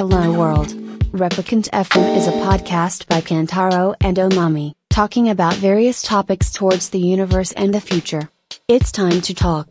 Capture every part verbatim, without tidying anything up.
Hello World. Replicant エフエム is a podcast by Kantaro and Omami, talking about various topics towards the universe and the future. It's time to talk.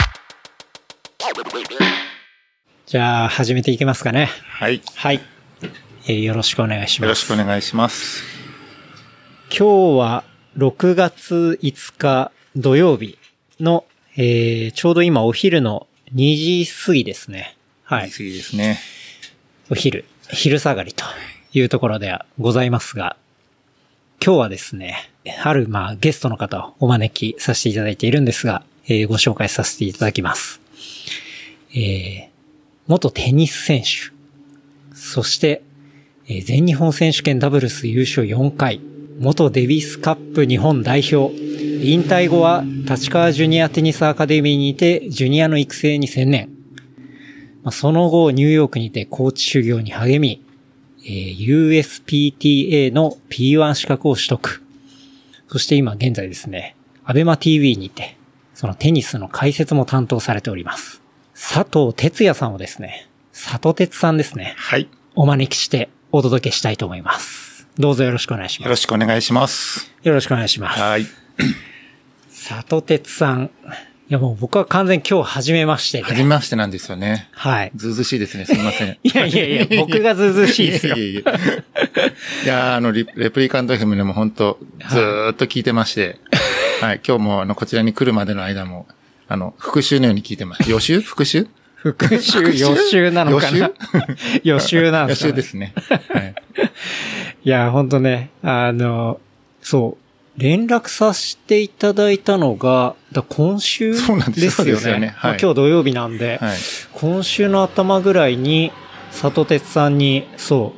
じゃあ、始めていきますかね。 はい。 はい。えー、よろしくお願いします。 よろしくお願いします。 今日はろくがついつか土曜日の、えー、ちょうど今お昼のにじ過ぎですね。はい。 にじ過ぎですね。 お昼、昼下がりというところではございますが、今日はですね、ある、まあ、ゲストの方をお招きさせていただいているんですが、えー、ご紹介させていただきます。えー、元テニス選手、そして、えー、全日本選手権ダブルス優勝よんかい、元デビスカップ日本代表、引退後は立川ジュニアテニスアカデミーにてジュニアの育成に専念。その後ニューヨークにてコーチ修行に励み、ユーエスピーティーエー の ピーワン 資格を取得。そして今現在ですね、アベマ ティーブイ にてそのテニスの解説も担当されております。佐藤哲也さんをですね、佐藤哲さんですね。 はい。 お招きしてお届けしたいと思います。どうぞよろしくお願いします。 よろしくお願いします。 よろしくお願いします。 はい。 佐藤哲さん。いやもう僕は完全に今日初めましてで。 初めましてなんですよね。 はい。 ずうずうしいですね。すみません。 いやいやいや、僕がずうずうしいですよ。 いやいやいや。いやあのレ、レプリカント エフエム でも本当ずーっと聞いてまして、はい、はい、今日もあの、こちらに来るまでの間も、あの、復習のように聞いてます。予習復習復習予習なのかな予習なんですかね。 予習ですね。はい。 いや、ほんとね、あの、そう。連絡させていただいたのが、だ今週ですよね。そうですよね。はい、今日土曜日なんで、はい、今週の頭ぐらいに、佐藤哲さんに、そう、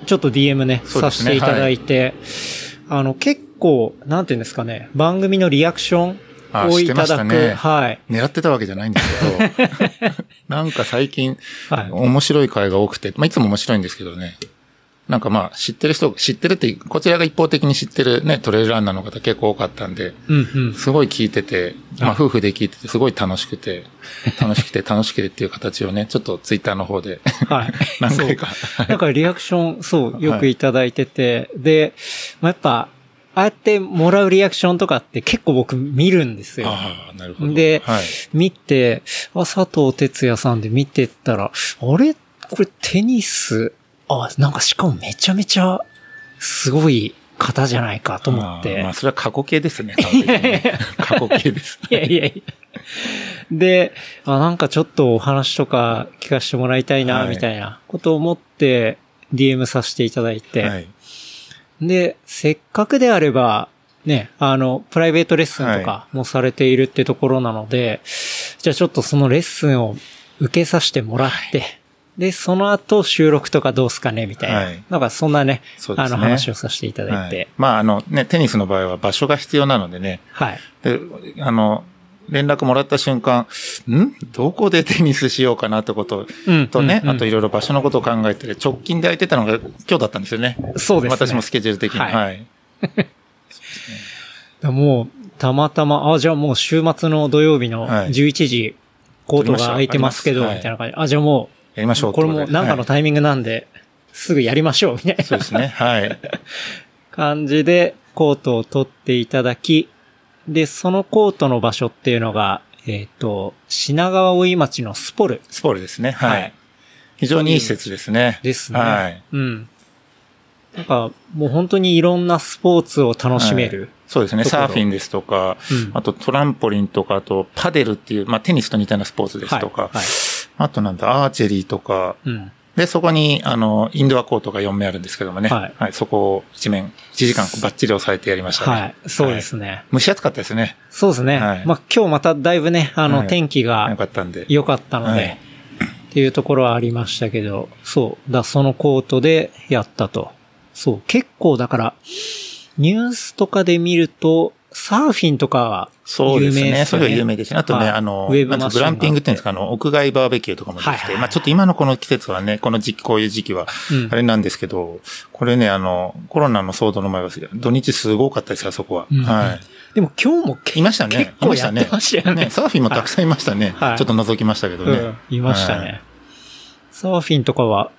ちょっと ディーエム ね、させていただいて、はい、あの、結構、なんていうんですかね、番組のリアクションをいただく、ね、はい。 狙ってたわけじゃないんですけど、なんか最近、はい、面白い回が多くて、まあ、いつも面白いんですけどね。なんかまあ知ってる人、知ってるって、こちらが一方的に知ってるね、トレイルランナーの方結構多かったんで、うんうん、すごい聞いてて、まあ夫婦で聞いててすごい楽しくて、楽しくて楽しくてっていう形をね、ちょっとツイッターの方で、はい。何回か。 なんかリアクション、そう、よくいただいてて、はい、で、まあ、やっぱ、ああやってもらうリアクションとかって結構僕見るんですよ。 ああ、なるほど。 で、はい、見て、あ、佐藤哲也さんで見てったら、あれこれテニス、あ、なんかしかもめちゃめちゃすごい方じゃないかと思って。 あまあそれは過去形ですね。ね過去形です。 いやいやいや。で、あ、なんかちょっとお話とか聞かせてもらいたいな、みたいなことを思って ディーエム させていただいて。はい、で、せっかくであれば、ね、あの、プライベートレッスンとかもされているってところなので、はい、じゃあちょっとそのレッスンを受けさせてもらって、はいで、その後収録とかどうすかねみたいな。はい、なんかそんなね、ねあの話をさせていただいて。はい、 まああのね、テニスの場合は場所が必要なのでね。はい。で、あの、連絡もらった瞬間、んどこでテニスしようかなってこと、うん、とね、うんうん、あといろいろ場所のことを考えて、直近で空いてたのが今日だったんですよね。 そうですね。 私もスケジュール的に。はい。はい、そうですね、もう、たまたま、あ、じゃあもう週末の土曜日のじゅういちじ、はい、コートが空いてますけど、みたいな感じ。あ、じゃあもう、 やりましょう。 これもなんかのタイミングなんで、はい、すぐやりましょう、みたいな。 そうですね。はい。 感じで、コートを取っていただき、で、そのコートの場所っていうのが、えっと、品川大井町のスポル。 スポルですね。はい。はい、非常にいい施設ですね。 ですね。 はい。 うん。なんか、もう本当にいろんなスポーツを楽しめる。はい、 そうですね。サーフィンですとか、うん、あとトランポリンとか、あとパデルっていう、まあテニスと似たようなスポーツですとか、はいはい、あとなんだ、アーチェリーとか、うん、で、そこに、あの、インドアコートがよんめいあるんですけどもね。はい。はい、そこを一面、いちじかんバッチリ押さえてやりましたね。 はい。そうですね。はい、 蒸し暑かったですね。 そうですね。はい。まあ、今日まただいぶね、あの、はい、天気が良かったんで。良かったので、はい、っていうところはありましたけど、そう。だ、そのコートでやったと。そう。結構だから、ニュースとかで見ると、サーフィンとかは有名ですね。そうですね。それは有名ですね。あとね、あの、グランピングっていうんですか、あの、屋外バーベキューとかもできて、はいはいはい、まあちょっと今のこの季節はね、この時期、こういう時期は、あれなんですけど、うん、これね、あの、コロナの騒動の前は、土日すごかったですよ、そこは。うん、はい。でも今日もいましたね。 結構やってましたよね。 ね、サーフィンもたくさんいましたね。はい、ちょっと覗きましたけどね。 うん、いましたね、はい。サーフィンとかは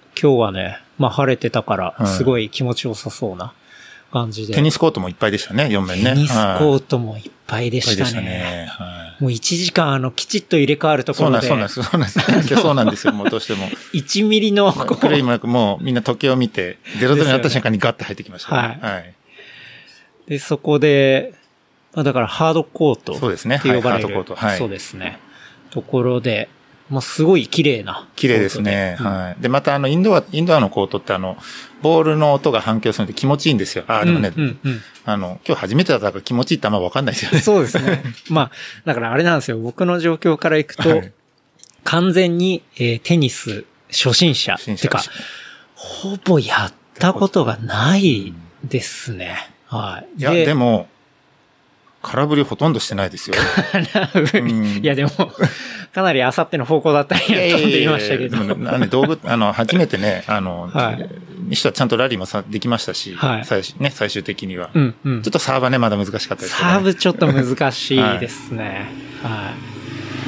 今日はね、まあ晴れてたから、すごい気持ちよさそうな感じで。 テニスコートもいっぱいでしたね、よん面ね。 テニスコートもいっぱいでしたね。いっぱいでしたね。はい、もういちじかんあの、きちっと入れ替わるところで。 そうなんです、そうなんです、そうなんです。そうなんですよ、もうどうしても。 いちミリの。 クレイもなくもうみんな時計を見て、ゼロゼロになった瞬間にガッて入ってきました、ね。はい。はい。 で、そこで、だからハードコートって呼ばれる。 そうですね。はい、ハードコート。はい。 そうですね。ところで、まあ、すごい綺麗な。 綺麗ですね。うん、はい。で、またあの、インドア、インドアのコートってあの、ボールの音が反響するので気持ちいいんですよ。ああ、でもね、うんうんうん、あの、今日初めてだったから気持ちいいってあんま分かんないですよね。 そうですね。まあ、だからあれなんですよ。僕の状況からいくと、はい、完全に、えー、テニス初心者。初心者。てか、ほぼやったことがないですね。はい。 いや、でも、空振りほとんどしてないですよ。 空振り、うん、いやでも、かなりあさっての方向だったりやと思って言いましたけど。いやいやいやでも道具、あの、初めてね、あの、はい、にしてはちゃんとラリーもさできましたし、はい、最終ね、最終的には。うんうん、ちょっとサーブはね、まだ難しかったですけど、ね。 サーブちょっと難しいですね。はい、はい。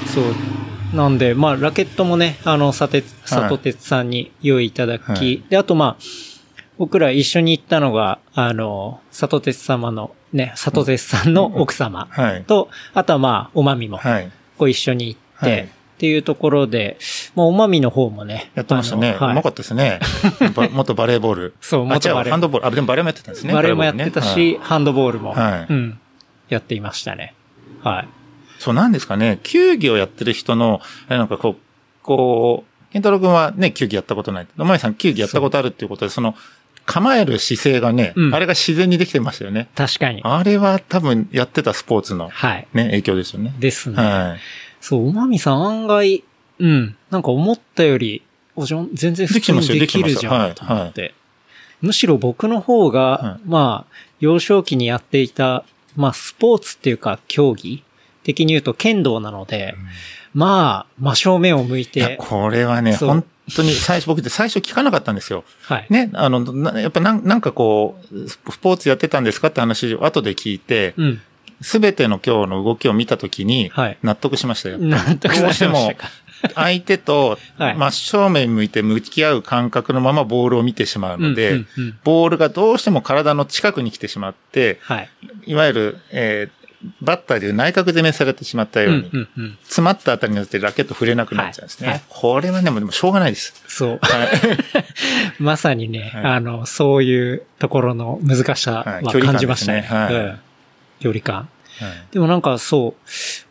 そう。なんで、まあ、ラケットもね、あの、さて、佐藤哲さんに用意いただき、はい、で、あとまあ、僕ら一緒に行ったのが、あの、佐藤哲様の、ね、佐藤哲さんの奥様と、はい、あとはまあ、おまみも、こう一緒に行って、はい、っていうところで、まあ、おまみの方もね。 やってましたね。はい、うまかったですね。元バレーボール。 そう、元バレー。ハンドボール。あ、でもバレーもやってたんですね。 バレーもやってたし、ハンドボールも、はい、うん、やっていましたね。はい。 そうなんですかね。球技をやってる人の、なんかこう、こう、健太郎君はね、球技やったことない。おまみさん球技やったことあるっていうことで、その、構える姿勢がね、うん、あれが自然にできてましたよね。 確かに。 あれは多分やってたスポーツの、ね、はい、影響ですよね。 ですね。はい。そう、おまみさん案外、うん、なんか思ったより、全然普通にできるじゃんと思って。むしろ僕の方が、はい、まあ、幼少期にやっていた、まあ、スポーツっていうか、競技的に言うと剣道なので、うん、まあ、真正面を向いて。いや、 これはね、本当に最初、僕って最初聞かなかったんですよ。はい。ね、あの、やっぱなん、なんかこう、スポーツやってたんですかって話を後で聞いて、うん。すべての今日の動きを見たときに、納得しましたよ。 はい、納得しました。どうしても、 相手と真正面向いて向き合う感覚のままボールを見てしまうので、うんうんうん、ボールがどうしても体の近くに来てしまって、はい、いわゆる、えーバッターで内角攻めされてしまったように、うんうんうん、詰まったあたりによってラケット触れなくなっちゃうんですね。はいはい、これはね、もうでもしょうがないです。 そう。はい、まさにね、はい、あの、そういうところの難しさは感じましたね。はい、距離感ですね。はい、うん、距離感。はい、でもなんかそう、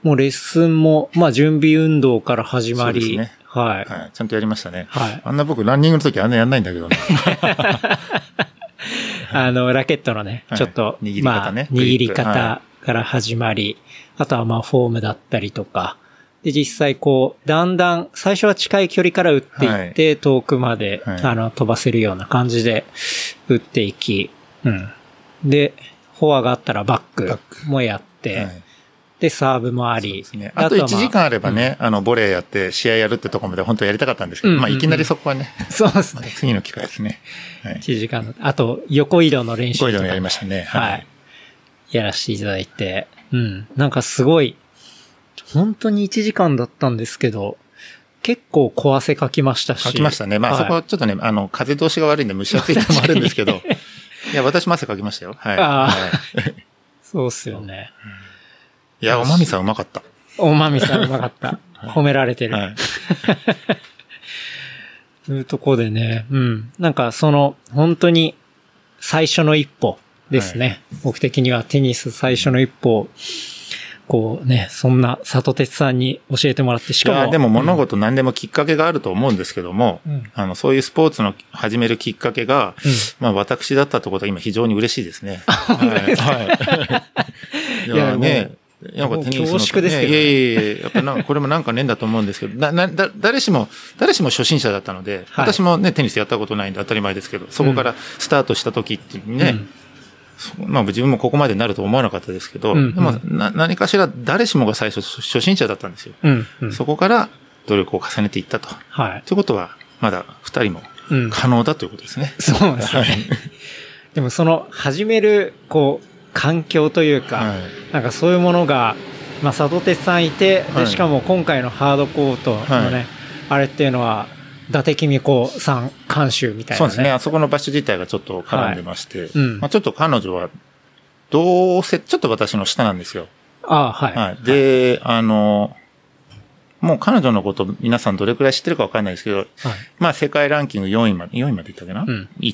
もうレッスンも、まあ準備運動から始まり、そうですね。はい、はい。 ちゃんとやりましたね。はい。あんな僕ランニングの時あんなやんないんだけどね。 あの、ラケットのね、ちょっと、握り方ね。まあ、握り方から始まり、あとはまあフォームだったりとか、で、実際こう、だんだん、最初は近い距離から打っていって、はい、遠くまで、はい、あの、飛ばせるような感じで打っていき、うん。で、フォアがあったらバックもやって、はい、で、サーブもあり。そうですね。 あといちじかんあればね、うん、あの、ボレーやって試合やるってところまで本当やりたかったんですけど、うんうんうん、まあ、いきなりそこはね。 そうですね。 ま、次の機会ですね。 はい、いちじかんの。あと、横移動の練習とか。 横移動やりましたね。 はい。はい、やらせていただいて、うん。なんかすごい、本当にいちじかんだったんですけど、結構小汗かきましたし。 かきましたね。まあ、はい、そこはちょっとね、あの、風通しが悪いんで蒸し暑いのもあるんですけど、いや、私も汗かきましたよ。はい。あはい、 そうっすよね。 いや、おまみさんうまかった。 おまみさんうまかった。褒められてる。はい。というところでね、うん。なんかその、本当に最初の一歩ですね。はい、僕的にはテニス最初の一歩を、こうね、そんな里哲さんに教えてもらって、しかも。いや、 でも物事何でもきっかけがあると思うんですけども、うん、あの、そういうスポーツの始めるきっかけが、うん、まあ私だったってことは今非常に嬉しいですね。 はい。はい。いやね、 なんかテニスの、 恐縮ですけど、 ね。いやいやいや、やっぱなこれもなんかねんだと思うんですけど、な、な、だ、誰しも、誰しも初心者だったので、はい、私もね、テニスやったことないんで当たり前ですけど、そこからスタートした時ってね、うんまあ自分もここまでなると思わなかったですけど、うんうん、でもな何かしら誰しもが最初初心者だったんですよ。うんうん、そこから努力を重ねていったと。はい。ということは、まだ二人も可能だということですね。 うん、そうですね。はい、でもその始める、こう、環境というか、はい、なんかそういうものが、まあ佐藤哲さんいて、で、しかも今回のハードコートのね、はい、あれっていうのは、 伊達公子さん監修みたいな、ね。 そうですね。あそこの場所自体がちょっと絡んでまして、はい、うん、まあ、ちょっと彼女は、どうせ、ちょっと私の下なんですよ。 ああ、はい。 はい。で、はい、あの、もう彼女のこと皆さんどれくらい知ってるかわかんないですけど、はい、まあ世界ランキングよんいまで、よんいまでいったっけな、うん、行って、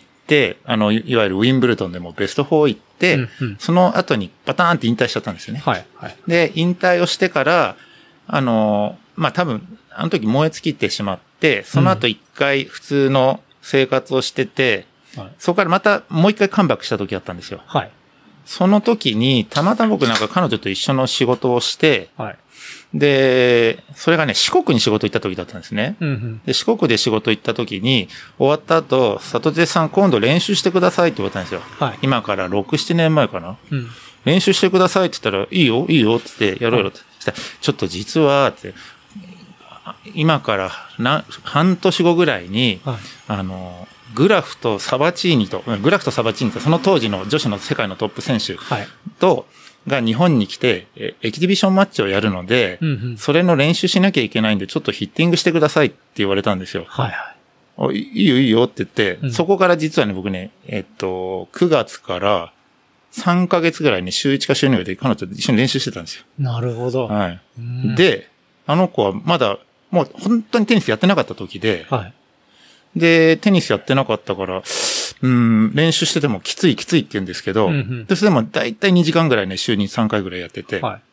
あの、いわゆるウィンブルドンでもベストフォー行って、うんうん、その後にバターンって引退しちゃったんですよね。はい。はい、で、引退をしてから、あの、まあ多分、あの時燃え尽きてしまって、その後一回普通の生活をしてて、うんはい、そこからまたもう一回カムバックした時あったんですよ。はい。その時に、たまたま僕なんか彼女と一緒の仕事をして、はい。で、それがね、四国に仕事行った時だったんですね。うんうん、で、四国で仕事行った時に、終わった後、里手さん今度練習してくださいって言われたんですよ。はい。今からろく、ななねんまえかな。うん。練習してくださいって言ったら、いいよ、いいよって言って、やろうよって。はい、ちょっと実は、って、今からな、半年後ぐらいに、はい、あの、グラフとサバチーニと、グラフとサバチーニとその当時の女子の世界のトップ選手と、はいが日本に来て、エキシビションマッチをやるので、うんうん、それの練習しなきゃいけないんで、ちょっとヒッティングしてくださいって言われたんですよ。はいはい。いいよいいよって言って、うん、そこから実はね、僕ね、えっと、くがつからさんかげつぐらいに週いちか週にぐらいで彼女と一緒に練習してたんですよ。 なるほど。 はい。で、あの子はまだ、もう本当にテニスやってなかった時で、はい。で、テニスやってなかったから、うん、練習しててもきついきついって言うんですけど、うんうん、で、それでもだいたいにじかんぐらいね、週にさんかいぐらいやってて、はい、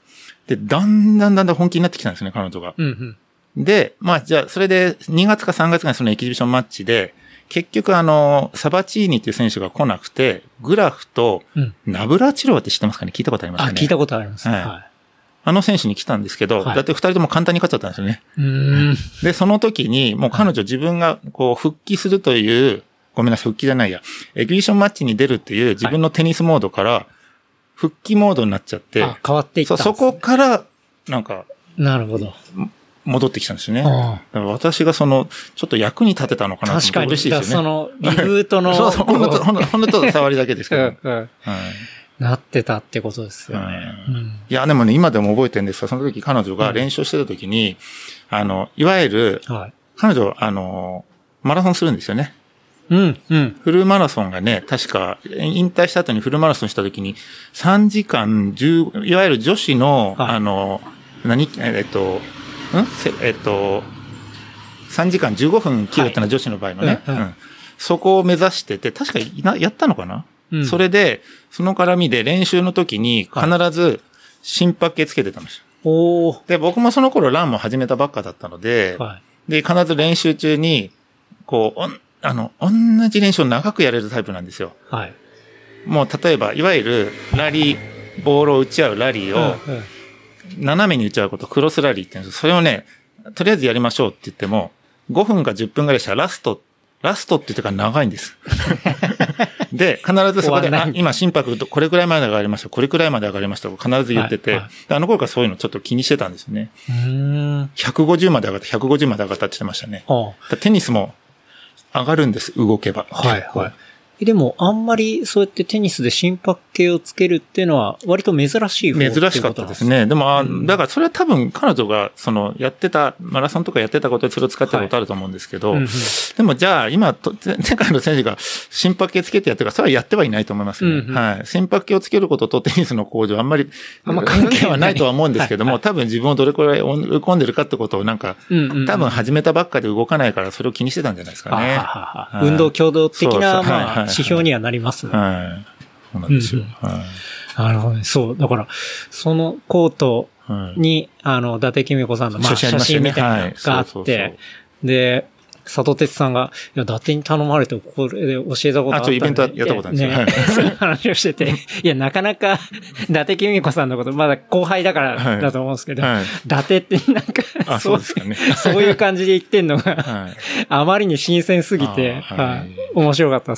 で、だんだんだんだん本気になってきたんですね、彼女が。うんうん、で、まあ、じゃあ、それでにがつかさんがつぐらいにそのエキシビションマッチで、結局あの、サバチーニっていう選手が来なくて、グラフとナブラチロワって知ってますかね、聞いたことありますかね。 あ、聞いたことあります。はい。はい、 あの選手に来たんですけど、はい、だって二人とも簡単に勝っちゃったんですよね。うんで、その時に、もう彼女自分がこう復帰するという、ごめんなさい、復帰じゃないや。エキシビションマッチに出るっていう自分のテニスモードから、復帰モードになっちゃって、 あ、変わっていったんですね。 そ、そこから、なんか、 なるほど。 戻ってきたんですよね。だから私がその、ちょっと役に立てたのかなと思って嬉しいですよね。 確かに。その、リブートの。 そうそう、ほんのほんのほんのちょっと触りだけですけど。うんうんはいなってたってことですよね。 うん、いや、でもね、今でも覚えてるんですが、その時彼女が練習してた時に、うん、あの、いわゆる、はい、彼女、あの、マラソンするんですよね。うん、うん。フルマラソンがね、確か、引退した後にフルマラソンした時に、さんじかんじゅう、いわゆる女子の、はい、あの、何、えっと、んえっと、さんじかんじゅうごふん切るってのは女子の場合のね、はいうんうん。そこを目指してて、確かやったのかな、うん、それで、その絡みで練習の時に必ず心拍計つけてたんですよ。おー。で、僕もその頃ランも始めたばっかだったので、はい、で、必ず練習中に、こう、あの、同じ練習を長くやれるタイプなんですよ。はい。もう例えば、いわゆるラリー、ボールを打ち合うラリーを、斜めに打ち合うこと、クロスラリーって言うんですよ。それをね、とりあえずやりましょうって言っても、ごふんかじゅっぷんぐらいしたらラスト、ラストって言ってから長いんです。で、必ずそこで、あ、今心拍これくらいまで上がりました、これくらいまで上がりましたと必ず言ってて、はいはい、あの頃からそういうのちょっと気にしてたんですよね。うーんひゃくごじゅうまで上がった、ひゃくごじゅうまで上がったって言ってましたね。テニスも上がるんです、動けば。 はいはい。でも、あんまりそうやってテニスで心拍計をつけるっていうのは、割と珍しい方っていうことなんですか？ 珍しかったですね。でも、うん、だからそれは多分彼女が、その、やってた、マラソンとかやってたことでそれを使ってたことあると思うんですけど、はいうんうん、でもじゃあ、今、世界の選手が心拍計つけてやってるから、それはやってはいないと思いますね。うんうん、はい。心拍計をつけることとテニスの向上はあんまり、あんま関係はないとは思うんですけども、はいはい、多分自分をどれくらい追い込んでるかってことをなんか、うんうんうん、多分始めたばっかで動かないから、それを気にしてたんじゃないですかね。ははは運動強度的な、まあ、指標にはなります。はい。 そうなんですよ。うんはい、 なるほどね。そう。だから、そのコートに、はい、あの、伊達公子さんの、まあ、写真みたいなのがあって、で、里哲さんが、いや、伊達に頼まれて、これで教えたことあったんで。あ、ちょ、 イベントやったことあるんですよ。ね、 そういう話をしてて、いや、なかなか、伊達公子さんのこと、まだ後輩だからだと思うんですけど、はいはい、伊達ってなんか、 あそうですかね。 そういう感じで言ってんのが、はい、あまりに新鮮すぎて、はい、面白かったです。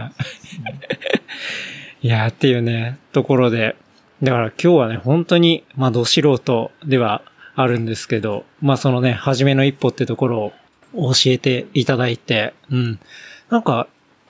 いや、っていうね、ところで、だから今日はね、本当に、まあ、ど素人ではあるんですけど、まあ、そのね、初めの一歩ってところを教えていただいて、うん。なんか、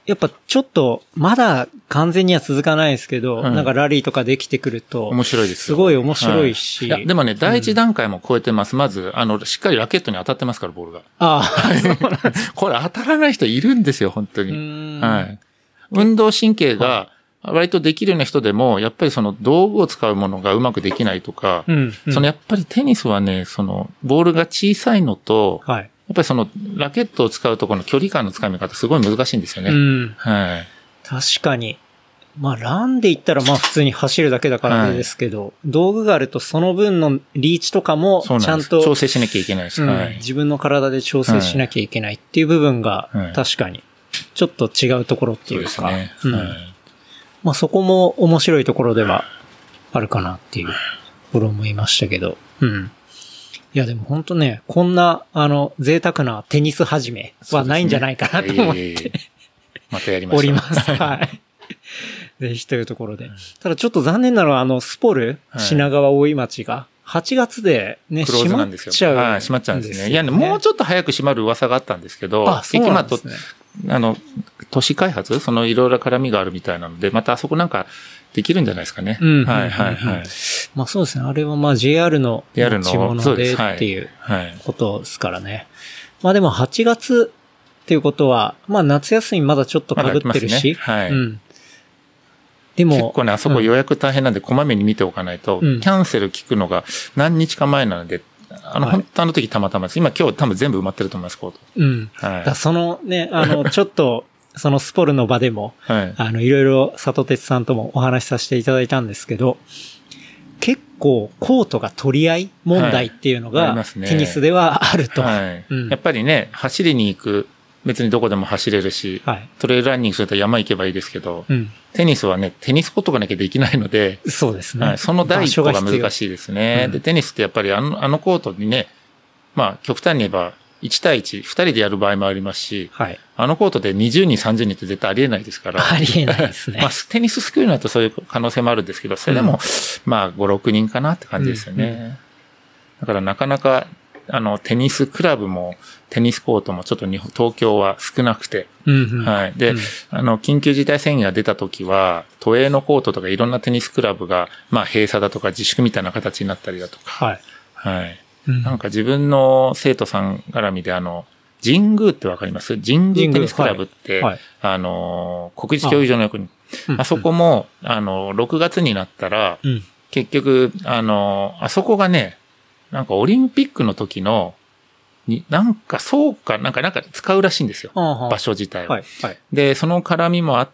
やっぱちょっと、まだ完全には続かないですけど、 うん、 なんかラリーとかできてくると、 面白いですすごい面白いし。 はい、いや、でもね、第一段階も超えてます。うん、まず、あの、しっかりラケットに当たってますから、ボールが。 ああ、そうなんです。 これ当たらない人いるんですよ、本当に。はい。運動神経が、割とできるような人でも、やっぱりその道具を使うものがうまくできないとか、うんうん、そのやっぱりテニスはね、その、ボールが小さいのと、はい、やっぱりその、ラケットを使うところの距離感のつかみ方すごい難しいんですよね。うん、はい。 確かに。まあ、ランで言ったらまあ普通に走るだけだからあれですけど、はい、道具があるとその分のリーチとかもちゃんと調整しなきゃいけないです、うんはい。 自分の体で調整しなきゃいけないっていう部分が確かにちょっと違うところっていうか、そうですね。うんはい、まあそこも面白いところではあるかなっていうところも言いましたけど、うん。いやでも本当ね、こんなあの贅沢なテニス始めはないんじゃないかなと思って、ねえー、 またやりましょう。 おります。はい。ぜひというところで。ただちょっと残念なのはあのスポル、はい、品川大井町がはちがつでね、閉まっちゃう、 はい、閉まっちゃうんですね。いやね、もうちょっと早く閉まる噂があったんですけど、 あ、そうなんですね。 あの、都市開発そのいろいろ絡みがあるみたいなので、またあそこなんかできるんじゃないですかね。うん。はいはいはい。 まあそうですね。あれはまあ ジェイアール の持ち物でっていうことですからね。はいはい、まあでもはちがつっていうことは、まあ夏休みまだちょっと被ってるし、まだね、はい。うん。でも。 結構ね、あそこ予約大変なんでこまめに見ておかないと、うん、キャンセル聞くのが何日か前なので、あの、はい、本当あの時たまたまです。今今日多分全部埋まってると思います、コート。 うん。はい。だそのね、あの、ちょっと、そのスポルの場でも、はい。あの、いろいろ里鉄さんともお話しさせていただいたんですけど、結構コートが取り合い問題っていうのが、はいね、テニスではあると。 はい、うん。やっぱりね、走りに行く、別にどこでも走れるし、はい、トレイルランニングすると山行けばいいですけど、うん、テニスはね、テニスコートがなきゃできないので、 そうですね。 はい、その第一歩が難しいですね。うん、で、テニスってやっぱりあの、あのコートにね、まあ、極端に言えば、いち対いち、ふたりでやる場合もありますし、はい、あのコートでにじゅうにん、さんじゅうにんって絶対ありえないですから。 ありえないですね。 まあ、テニススクールだとそういう可能性もあるんですけど、それでも、うん、まあ、ご、ろくにんかなって感じですよね。うんうん、だからなかなか、あの、テニスクラブも、テニスコートもちょっと日本、東京は少なくて。うんうん、はい。で、うん、あの、緊急事態宣言が出た時は、都営のコートとかいろんなテニスクラブが、まあ、閉鎖だとか自粛みたいな形になったりだとか。はい。はい。うん、なんか自分の生徒さん絡みで、あの、神宮ってわかります？神宮テニスクラブって、はいはい、あの、国立競技場の横に、あ, あそこも、あの、ろくがつになったら、うん、結局、あの、あそこがね、なんかオリンピックの時の、に、なんかそうか、なんかなんか使うらしいんですよ。場所自体は、はいはい。で、その絡みもあって、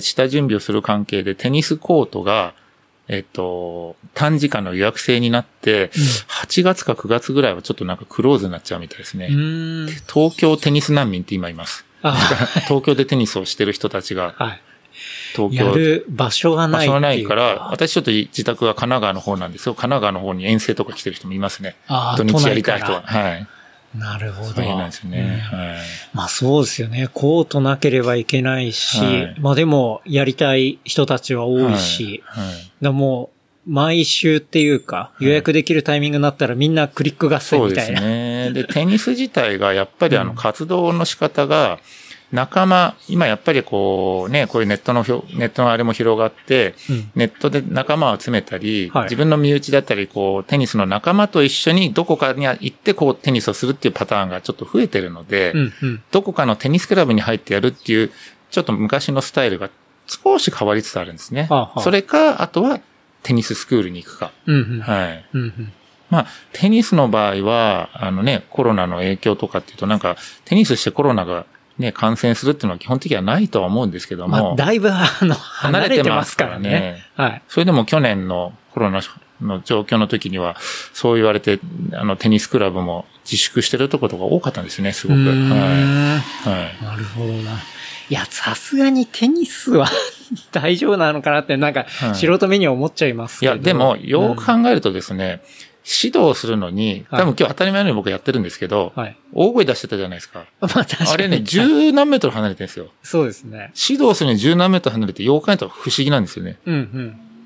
下準備をする関係でテニスコートが、えっと、短時間の予約制になって、うん、はちがつかくがつぐらいはちょっとなんかクローズになっちゃうみたいですね。東京テニス難民って今います。東京でテニスをしてる人たちが、はい、 東京。やる場所がないっていうか。場所がないから、 私ちょっと自宅は神奈川の方なんですよ。神奈川の方に遠征とか来てる人もいますね。土日やりたい人は。はい。 なるほど。 そうなんですね。うん、はい。 まあそうですよね。コートなければいけないし、はい、まあでもやりたい人たちは多いし、はいはい、だもう毎週っていうか予約できるタイミングになったらみんなクリック合戦みたいな。 そうですね。で、テニス自体がやっぱりあの活動の仕方が、仲間、今やっぱりこうね、こういうネットの、ネットのあれも広がって、うん、ネットで仲間を集めたり、はい、自分の身内だったり、こう、テニスの仲間と一緒にどこかに行って、こう、テニスをするっていうパターンがちょっと増えてるので、うんうん、どこかのテニスクラブに入ってやるっていう、ちょっと昔のスタイルが少し変わりつつあるんですね。はあはあ、それか、あとはテニススクールに行くか。うんうん、はい。うんうん、まあ、テニスの場合は、あのね、コロナの影響とかっていうと、なんか、テニスしてコロナが、ね、感染するっていうのは基本的にはないとは思うんですけども。まあ、だいぶ、あの、離れてますからね。はい。 それでも去年のコロナの状況の時には、そう言われて、あの、テニスクラブも自粛してるところが多かったんですね、すごく。はい。 はい。なるほどな。いや、さすがにテニスは大丈夫なのかなって、なんか、素人目には思っちゃいますけど。 いや、でも、よく考えるとですね、うん指導するのに、多分今日当たり前のように僕やってるんですけど、はい、大声出してたじゃないですか。まあ確かに。あれね、十何メートル離れてるんですよ。 そうですね。 指導するのに十何メートル離れて、よく考えたら不思議なんですよね。うんうん。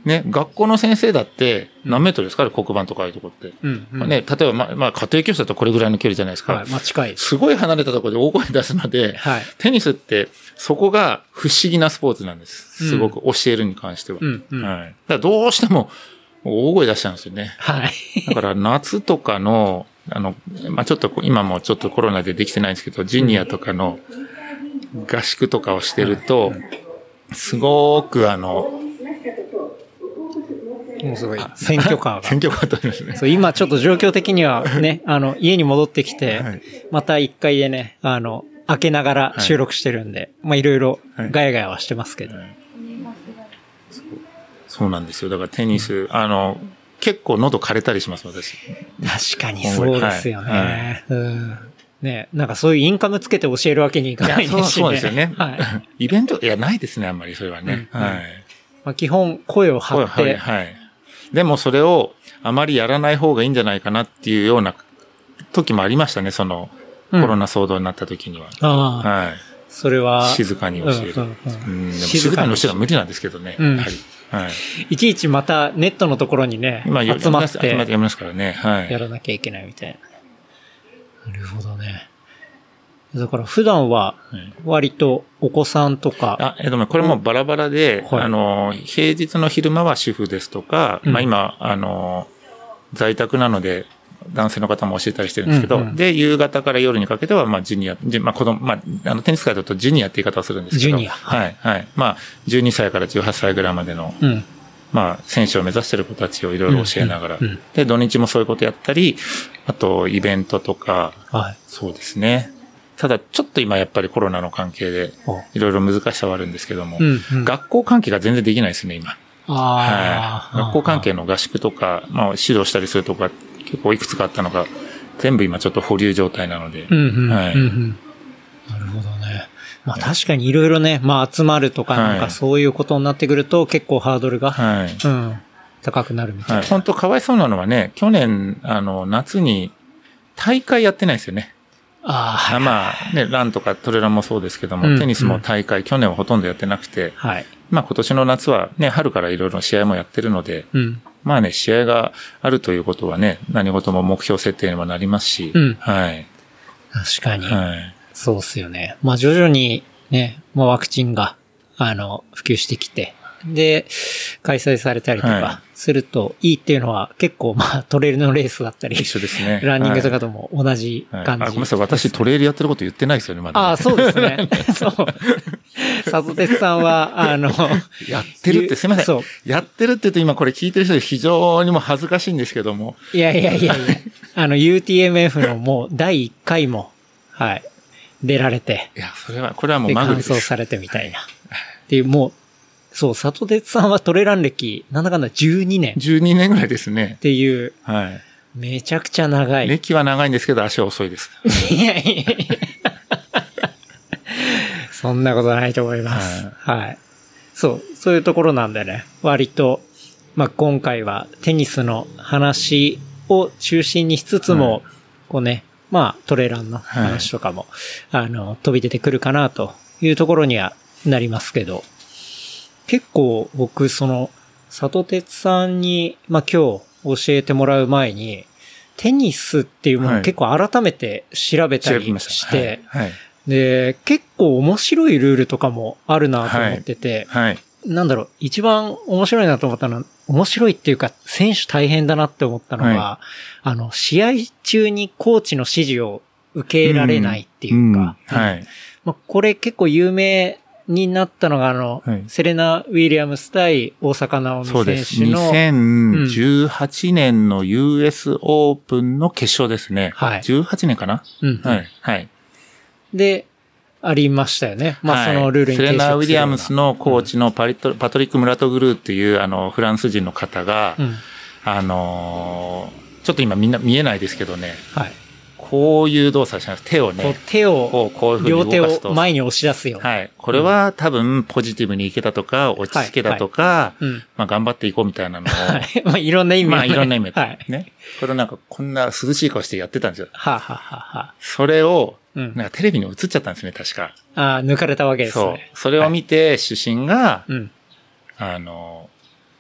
ね、学校の先生だって何メートルですか、うん、黒板とかああいうとこって。 うんうん、 ね、例えば、まあ、まあ、家庭教師だとこれぐらいの距離じゃないですか。 はい、まあ近い。 すごい離れたところで大声出すので、はい、テニスってそこが不思議なスポーツなんです。すごく教えるに関しては。 うんうん、 はい。だからどうしても大声出しちゃうんですよね。 はい。 だから夏とかの、あの、まあ、ちょっと今もちょっとコロナでできてないんですけど、ジュニアとかの合宿とかをしてると、すごくあの、 もうすごい選挙カーが。 選挙カーとありますね。 そう、今ちょっと状況的にはね、あの、家に戻ってきて、はい、また一回でね、あの、開けながら収録してるんで、はい、まあいろいろガヤガヤはしてますけど、はいはい、 そう。そうなんですよ。だからテニス、うん、あの、結構喉枯れたりします、私。 確かにそうですよね。はいはい、うんね、なんかそういうインカムつけて教えるわけにいかないですしね。 そう、そうですよね。はい。イベント、いや、ないですね、あんまりそれはね。うん、はい。 まあ、基本、声を張って。 はい、はい。でもそれをあまりやらない方がいいんじゃないかなっていうような時もありましたね、その、コロナ騒動になった時には。 うん、ああ。はい。それは。 静かに教える。うんうんうん、うん、でも静かに教えるのは無理なんですけどね。うん、やはり。はい。 いちいちまたネットのところにね、まあ、集まって。 集まってやりますからね。はい。 やらなきゃいけないみたいな。なるほどね。だから普段は割とお子さんとか。 あ、えっと、これもバラバラで、はい、あの、平日の昼間は主婦ですとか、うん、まあ今、あの、在宅なので男性の方も教えたりしてるんですけど、うんうん、で、夕方から夜にかけては、まあジュニア、まあ子供、まあ、あの、テニス界だとジュニアって言い方をするんですけど。 ジュニア。 はい、はい。まあ、じゅうにさいからじゅうはっさいぐらいまでの、うん、まあ、選手を目指している子たちをいろいろ教えながら、うんうんうん、で、土日もそういうことやったり、あと、イベントとか、はい、そうですね。ただ、ちょっと今やっぱりコロナの関係で、いろいろ難しさはあるんですけども、うんうん、学校関係が全然できないですね、今。 あはい。学校関係の合宿とか、まあ、指導したりするとか、結構いくつかあったのが、全部今ちょっと保留状態なので。 うんうんはい、うんうん、なるほどね。まあ確かにいろいろね、まあ集まるとかなんかそういうことになってくると結構ハードルが、はい、うん、高くなるみたいな。はい、 本当かわいそうなのはね、去年、あの、夏に大会やってないですよね。 ああ、 まあね、ランとかトレランもそうですけども、うんうん、テニスも大会、去年はほとんどやってなくて、はい、まあ今年の夏はね、春からいろいろ試合もやってるので、うん、まあね、試合があるということはね、何事も目標設定にもなりますし、うん、はい。 確かに。はい。そうっすよね。まあ徐々にね、もうワクチンが、あの、普及してきて、で、開催されたりとかするといいっていうのは結構まあトレイルのレースだったり。 一緒ですね。 ランニングとかとも同じ感じ、はいはい。あ、 ごめんなさい。私トレイルやってること言ってないですよね、まだ、ね。 ああ、そうですね。そう。佐藤哲さんは、あの、 やってるってすいません。そう。やってるって言うと今これ聞いてる人で非常にも恥ずかしいんですけども。 いやいやいやいや。あの ユーティーエムエフ のもうだいいっかいも、はい。出られて。 いや、それは、これはもうマグです。 完走されてみたいな。っていう、もう、そう、佐藤哲さんはトレラン歴、なんだかんだじゅうにねん。 じゅうにねんぐらいですね。 っていう。 はい。 めちゃくちゃ長い。 歴は長いんですけど足は遅いです。 いやいやいや。そんなことないと思います。はい。はい。そう、そういうところなんでね、割と、まあ、今回はテニスの話を中心にしつつも、はい、こうね、まあ、トレランの話とかも、はい、あの、飛び出てくるかなというところにはなりますけど、結構僕、その、佐藤哲さんに、まあ今日教えてもらう前に、テニスっていうものを結構改めて調べたりして、はいはい、で、結構面白いルールとかもあるなと思ってて、はいはい、なんだろう、一番面白いなと思ったのは、面白いっていうか、選手大変だなって思ったのは、はい、あの、試合中にコーチの指示を受けられないっていうか、うんうんはい、まあ、これ結構有名になったのが、あの、はい、セレナ・ウィリアムス対大坂なおみ選手の。そうです。 にせんじゅうはちねんの ユーエス オープンの決勝ですね。はい。じゅうはちねんかな、うん、はい。はい。 で、ありましたよね。まあ、そのルールに抵触するような、はい、セレナ・ウィリアムスのコーチのパリト、パトリック・ムラトグルーっていう、あの、フランス人の方が、うん、あのー、ちょっと今みんな見えないですけどね。はい。こういう動作します。手をね。 こう手を、こう、こういうふうに動かすと。両手を前に押し出すよ。 はい。これは多分ポジティブにいけたとか、落ち着けたとか、はいはいうん、まあ頑張っていこうみたいなのを。はい。 まあいろんな意味で。 まあいろんな意味で。はい。ね。これなんかこんな涼しい顔してやってたんですよ。 はあ、はははそれを、なんかテレビに映っちゃったんですね、確か。 ああ、抜かれたわけですね。 そう。それを見て主審が、はい、あの、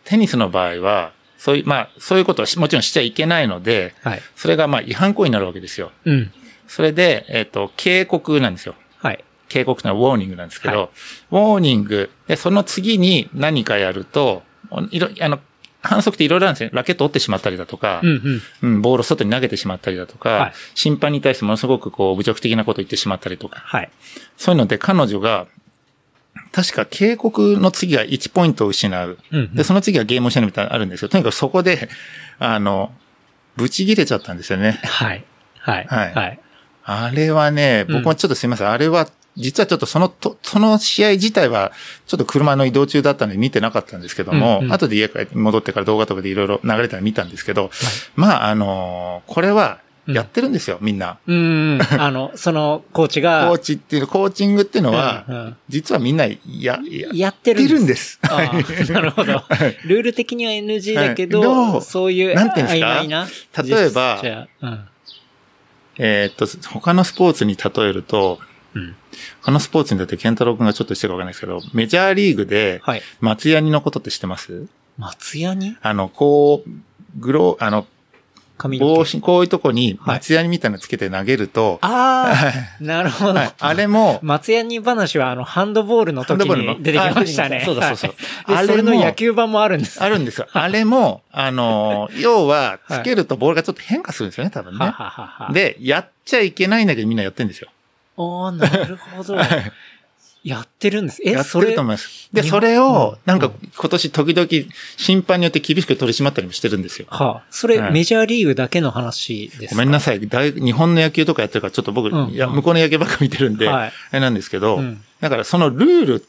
テニスの場合は、そういう、まあ、そういうことはもちろんしちゃいけないので、はい、それがまあ違反行為になるわけですよ。うん。それで、えっと、警告なんですよ。はい。警告というのはウォーニングなんですけど、はい、ウォーニングで、その次に何かやると、いろ、あの、反則っていろいろあるんですよ。ラケット折ってしまったりだとか、うん、うんうん、ボールを外に投げてしまったりだとか、はい、審判に対してものすごくこう侮辱的なことを言ってしまったりとか、はい、そういうので彼女が、確か警告の次がいちポイントを失う。うんうん、で、その次はゲームをしないみたいなのあるんですよ。とにかくそこで、あの、ブチ切れちゃったんですよね。 はい。はい。はい。はい、 あれはね、僕もちょっとすいません。うん、あれは、実はちょっとそのと、その試合自体は、ちょっと車の移動中だったので見てなかったんですけども、うんうん、後で家帰って戻ってから動画とかでいろいろ流れたら見たんですけど、はい、まあ、あのー、これは、やってるんですよ、うん、みんな。 うん。あの、その、コーチが。 コーチっていう、コーチングっていうのは、うんうん、実はみんな、や、や、 やってるんです。 ああ、なるほど。ルール的には エヌジー だけど、はい、そういう、 なんていうんですか、曖昧な例えば、うん、えー、っと、他のスポーツに例えると、うん、他のスポーツにだって健太郎くんがちょっとしてるかわかんないですけど、メジャーリーグで、松ヤニのことって知ってます？ 松ヤニ？ あの、こう、グロー、あの、帽子、こういうとこに松ヤニみたいなのつけて投げると。 はい、ああ、なるほど、はい。 あれも。 松ヤニ話はあの、ハンドボールの時に出てきましたね。 そうだそうそう。 あれの野球版もあるんです、 ね。あるんですよ。あれも、あの、要は、つけるとボールがちょっと変化するんですよね、多分ね。ははははで、やっちゃいけないんだけどみんなやってるんですよ。 ああ、なるほど。やってるんです。 え、やってると思います。で、それを、なんか今年時々審判によって厳しく取り締まったりもしてるんですよ。 はあ。それ、メジャーリーグだけの話ですか？ ごめんなさい。大日本の野球とかやってるからちょっと僕、うん、いや、向こうの野球ばっか見てるんで、はい、あれなんですけど、うん、だからそのルールって、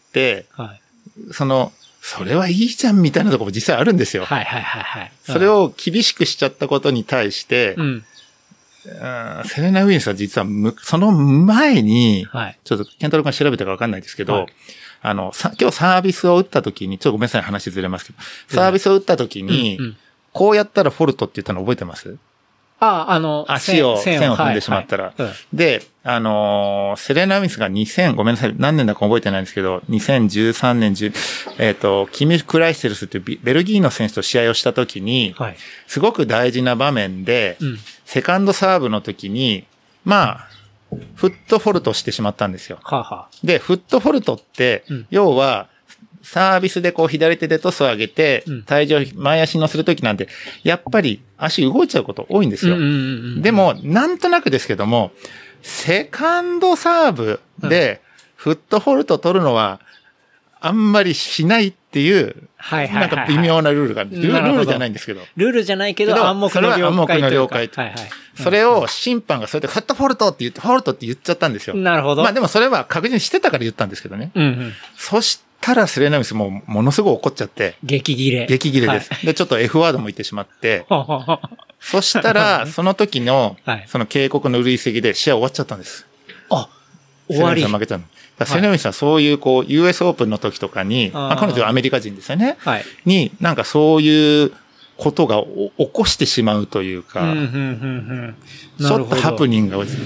はい、その、それはいいじゃんみたいなところも実際あるんですよ。 はいはいはいはい。 それを厳しくしちゃったことに対して、うんセレナ・ウィリアムスは実はむ、その前に、はい、ちょっと、ケンタロウ君が調べたかわかんないですけど、はい、あの、さ、今日サービスを打った時に、ちょっとごめんなさい、話ずれますけど、サービスを打った時に、うんうん、こうやったらフォルトって言ったの覚えてます？ ああ、あの、 足を、線を踏んでしまったら。はいはい、で、あのー、セレナ・ウィリアムスがにせん、ごめんなさい、何年だか覚えてないんですけど、にせんじゅうさんねん、えっ、ー、と、キム・クライステルスっていうベルギーの選手と試合をした時に、はい、すごく大事な場面で、うんセカンドサーブの時に、まあ、フットフォルトしてしまったんですよ。はあはあ、で、フットフォルトって、うん、要は、サービスでこう左手でトスを上げて、うん、体重前足乗せる時なんて、やっぱり足動いちゃうこと多いんですよ。うんうんうんうん、でも、なんとなくですけども、セカンドサーブでフットフォルト取るのは、あんまりしないっていう、はいはいはいはい、なんか微妙なルールがあるんです。ルールじゃないんですけど。 ルールじゃないけど、暗黙の了解。それは暗黙の了解。はいはい。 それを審判がそれでフットフォルトって言って、フォルトって言っちゃったんですよ。 なるほど。 まあでもそれは確実にしてたから言ったんですけどね。うんうん。そしたらセレナ・ウィリアムスもものすごい怒っちゃって。 激切れ。 激切れです。はい、で、ちょっと F ワードも言ってしまって。そしたら、その時の、その警告の類積で試合終わっちゃったんです。 あ、終わり。 セレナ・ウィリアムス負けたの。セレナ・ウィリアムスはそういうこう ユーエス オープンの時とかに、まあ彼女はアメリカ人ですよね。はい。に、なんかそういうことが起こしてしまうというか、うんうんうんうん、ちょっとハプニングが多いです。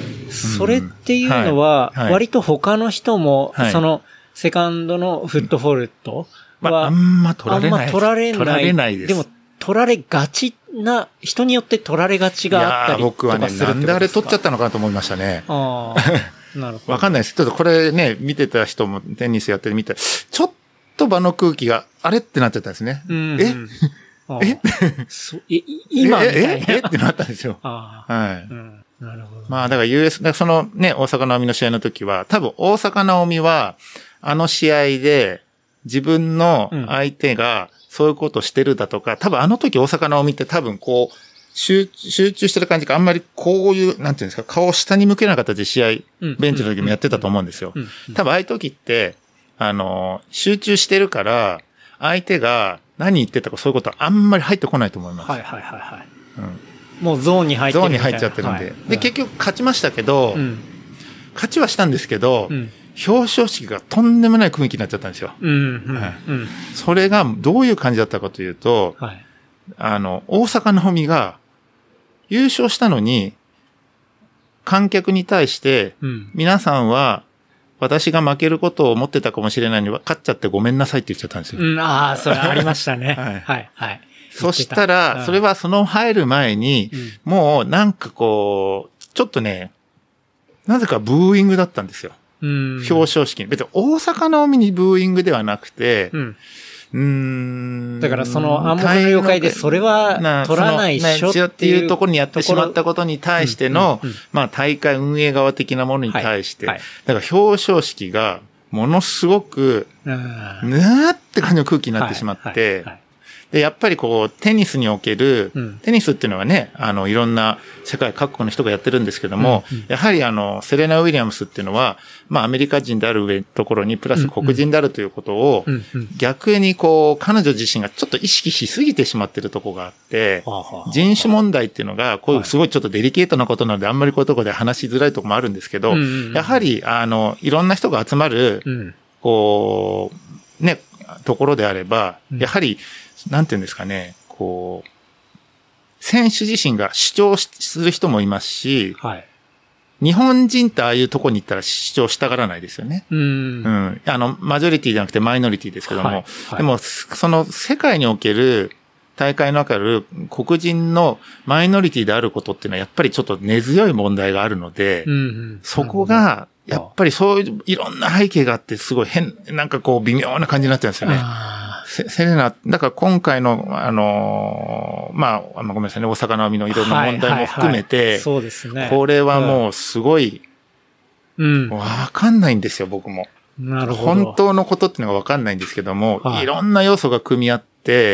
それっていうのは、割と他の人も、そのセカンドのフットフォルトは、 まあ、あんま取られない。 あんま取られない。 取られないです。 でも取られがちな、人によって取られがちがあったりとかするってことですか？ いや僕はね、なんであれ取っちゃったのかなと思いましたね。あなるほど。わかんないです。ちょっとこれね、見てた人もテニスやってるみたい。ちょっと場の空気が、あれってなっちゃったんですね。うんうん、ええそえ今みたいな。 えええってなったんですよ。 あはい、 うん。なるほど。 まあだから ユーエス、そのね、大坂なおみの試合の時は、多分大坂なおみは、あの試合で自分の相手がそういうことをしてるだとか、多分あの時大坂なおみって多分こう、集, 集中してる感じか、あんまりこういう、なんていうんですか、顔を下に向けなかったで試合、ベンチの時もやってたと思うんですよ。多分ああいう時って、あの、集中してるから、相手が何言ってたかそういうことはあんまり入ってこないと思います。 はいはいはいはい。うん、もうゾーンに入ってるゾーンに入っちゃってるんで。はい、で、結局勝ちましたけど、うん、勝ちはしたんですけど、うん、表彰式がとんでもない雰囲気になっちゃったんですよ。うんうんはい、うん、それがどういう感じだったかというと、はい、あの、大坂なおみが、優勝したのに、観客に対して、皆さんは、 私が負けることを思ってたかもしれないのに、勝っちゃってごめんなさいって言っちゃったんですよ。 うん、ああ、それありましたね。 はい、 はい、はい。 そしたら、それはその入る前に、うん、もうなんかこう、ちょっとね、なぜかブーイングだったんですよ。うん、表彰式に。別に大阪の海にブーイングではなくて、うんうーんだからその暗黙の了解でそれは取らないっしょっていうところにやってしまったことに対しての、まあ大会運営側的なものに対して、だから表彰式がものすごく、なーって感じの空気になってしまって、で、やっぱりこう、テニスにおける、うん、テニスっていうのはね、あの、いろんな世界各国の人がやってるんですけども、うんうん、やはりあの、セレナ・ウィリアムスっていうのは、まあ、アメリカ人である上のところに、プラス黒人であるということを、うんうん、逆にこう、彼女自身がちょっと意識しすぎてしまってるところがあって、うん、人種問題っていうのが、こういうすごいちょっとデリケートなことなので、あんまりこういうところで話しづらいところもあるんですけど、うんうんうん、やはり、あの、いろんな人が集まる、うん、こう、ね、ところであれば、やはり、なんていうんですかね、こう、選手自身が主張する人もいますし、はい、日本人ってああいうとこに行ったら主張したがらないですよね。うん。うん。あの、マジョリティじゃなくてマイノリティですけども、はいはい、でも、その世界における大会の中で黒人のマイノリティであることっていうのはやっぱりちょっと根強い問題があるので、うんうん、そこが、やっぱりそういういろんな背景があってすごい変、なんかこう微妙な感じになっちゃうんですよね。セ, セレナ、だから今回の、あのー、まあ、ごめんなさいね、大阪の海のいろんな問題も含めて、はいはいはい、そうですね。これはもうすごい、うん。わかんないんですよ、僕も。なるほど。本当のことっていうのがわかんないんですけども、はい、いろんな要素が組み合って、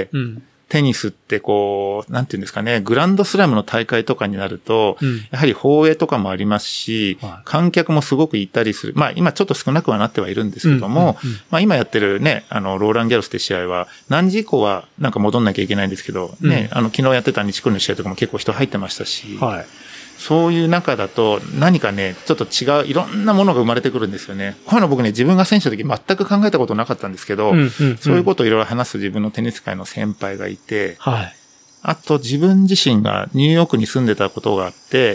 うん、テニスってこう、なんていうんですかね、グランドスラムの大会とかになると、うん、やはり放映とかもありますし、はい、観客もすごくいたりする。まあ今ちょっと少なくはなってはいるんですけども、うんうんうん、まあ今やってるね、あの、ローランギャロスって試合は、何時以降はなんか戻んなきゃいけないんですけど、うん、ね、あの、昨日やってた日暮里の試合とかも結構人入ってましたし、はい、そういう中だと何かね、ちょっと違う、いろんなものが生まれてくるんですよね。こういうの僕ね、自分が選手の時全く考えたことなかったんですけど、うんうんうん、そういうことをいろいろ話す自分のテニス界の先輩がいて、はい、あと自分自身がニューヨークに住んでたことがあって、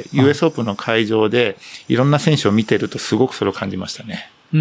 ユーエス オープンの会場でいろんな選手を見てるとすごくそれを感じましたね。うん。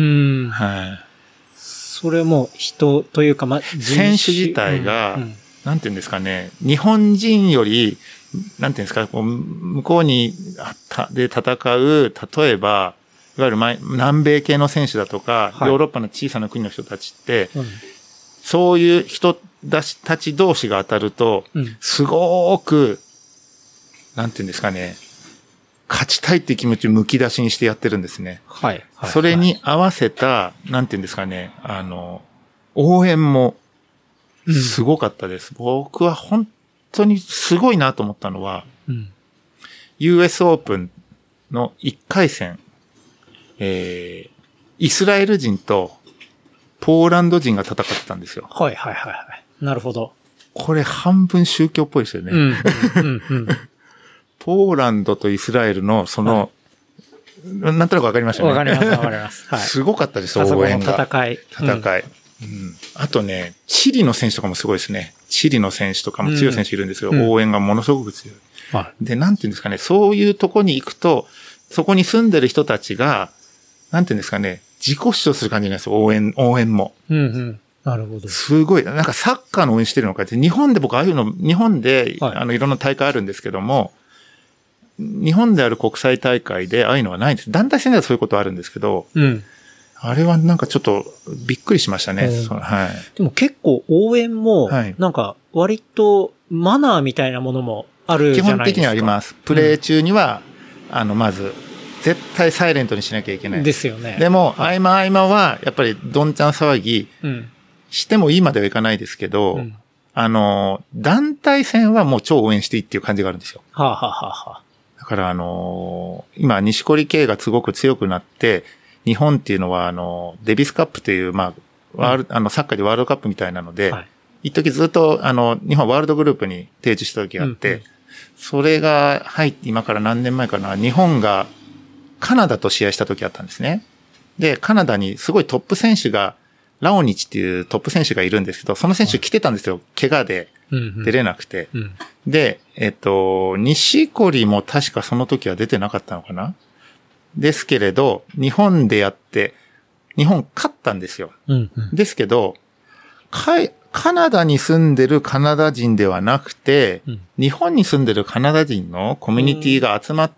はい。 それも人というか、ま、 選手自体が、うんうん、なんていうんですかね、日本人より、なんていうんですか、こう向こうにで戦う、例えば、いわゆる南米系の選手だとか、はい、ヨーロッパの小さな国の人たちって、うん、そういう人たち同士が当たると、うん、すごく、なんていうんですかね、勝ちたいっていう気持ちをむき出しにしてやってるんですね。はい。はい、それに合わせた、なんていうんですかね、あの、応援も、すごかったです。うん、僕は本当にすごいなと思ったのは、うん、ユーエス オープンのいっかい戦、えー、イスラエル人とポーランド人が戦ってたんですよ。 はいはいはいはい。なるほど。 これ半分宗教っぽいですよね。うんうんうん、ポーランドとイスラエルのその、はい、なんとなくわかりましたね。 わかりますわかります。はい、 すごかったです、応援が。 戦い。 戦い。うんうん、あとね、チリの選手とかもすごいですね。チリの選手とかも強い選手いるんですけど、うん、応援がものすごく強い。はい、で、なんていうんですかね、そういうとこに行くと、そこに住んでる人たちが、なんていうんですかね、自己主張する感じなんですよ、応援、応援も。うんうん。 なるほど。 すごい、なんかサッカーの応援してるのかって、日本で僕ああいうの、日本で、はい、あの、いろんな大会あるんですけども、日本である国際大会でああいうのはないんです。団体戦ではそういうことあるんですけど、うん。あれはなんかちょっとびっくりしましたね。うん、はい。 でも結構応援も、なんか割とマナーみたいなものもあるじゃないですか。基本的にあります。プレー中には、うん、あの、まず、絶対サイレントにしなきゃいけない。 ですよね。 でも、合間合間は、やっぱりどんちゃん騒ぎ、してもいいまではいかないですけど、うん、あの、団体戦はもう超応援していいっていう感じがあるんですよ。はあ、はあはあ、だからあの、今、錦織圭がすごく強くなって、日本っていうのは、あの、デビスカップっていう、まあ、ワール、うん、あの、サッカーでワールドカップみたいなので、はい、一時ずっと、あの、日本ワールドグループに提示した時があって、うんうん、それが入って、今から何年前かな、日本がカナダと試合した時あったんですね。で、カナダにすごいトップ選手が、ラオニチっていうトップ選手がいるんですけど、その選手来てたんですよ。怪我で出れなくて。うんうん、で、えっと、錦織も確かその時は出てなかったのかなですけれど、日本でやって、 日本勝ったんですよ。 うんうん、 ですけど、かカナダに住んでるカナダ人ではなくて、うん、日本に住んでるカナダ人のコミュニティが集まって、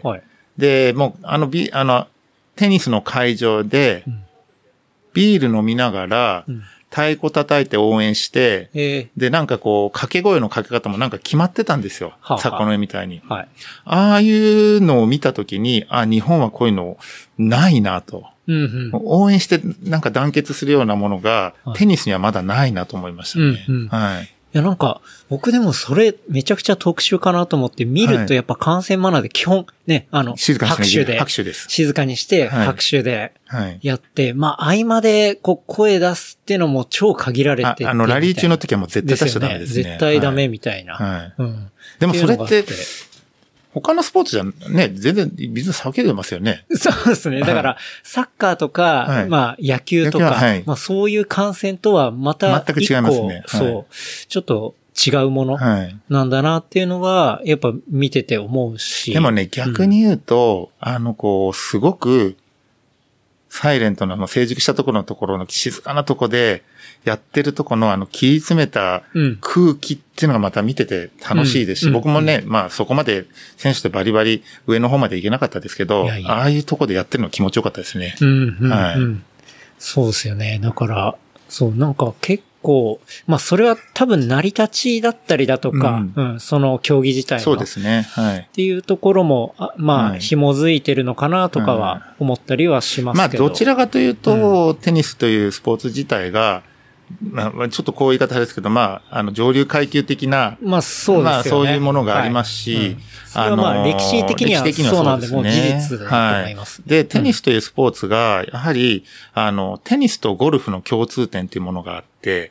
はい、で、もう、あの、ビ、あの、テニスの会場で、ビール飲みながら、うん、太鼓叩いて応援して、えー、で、なんかこう、掛け声のかけ方もなんか決まってたんですよ。はあはあ、サコノエみたいに。はい、ああいうのを見たときに、あ、日本はこういうのないなと。うんうん、応援してなんか団結するようなものが、はい、テニスにはまだないなと思いましたね。うんうん、はい。 いやなんか、僕でもそれめちゃくちゃ特殊かなと思って見るとやっぱ観戦マナーで基本ね、あの、 静かに拍手で、 拍手です。 静かにして拍手でやって、はいはい、まあ合間でこう声出すっていうのも超限られててあ。あのラリー中の時はもう絶対出しちゃダメですね。 絶対ダメみたいな。 はいはいうん、でもそれって、他のスポーツじゃね、全然ビジネス避けてますよね。 そうですね。だから、サッカーとか、はい、まあ野球とか、はい、まあそういう観戦とはまた全く違いますね。 そう、はい、ちょっと違うものなんだなっていうのが、やっぱ見てて思うし。 でもね、逆に言うと、うん、あのこう、すごく、サイレントなの成熟したところのところの静かなとこでやってるところのあの切り詰めた空気っていうのがまた見てて楽しいですし、うん、僕もね、うん、まあそこまで選手でバリバリ上の方まで行けなかったですけど、いやいやああいうとこでやってるの気持ちよかったですね。 うんうんはい、そうですよね。だから、そうなんか結構、まあそれは多分成り立ちだったりだとか、うんうん、その競技自体の。 そうですね。はい。 っていうところも、あまあ紐づいてるのかなとかは思ったりはしますけど。 まあどちらかというと、うん、テニスというスポーツ自体が、まあちょっとこう言い方ですけど、まああの上流階級的な、 まあそうですね。まあそういうものがありますし、はいうん、 それはまあ歴史的にはそうなんで、もう事実だと思います、 ね。はい。で、テニスというスポーツが、やはり、あの、テニスとゴルフの共通点というものがあって、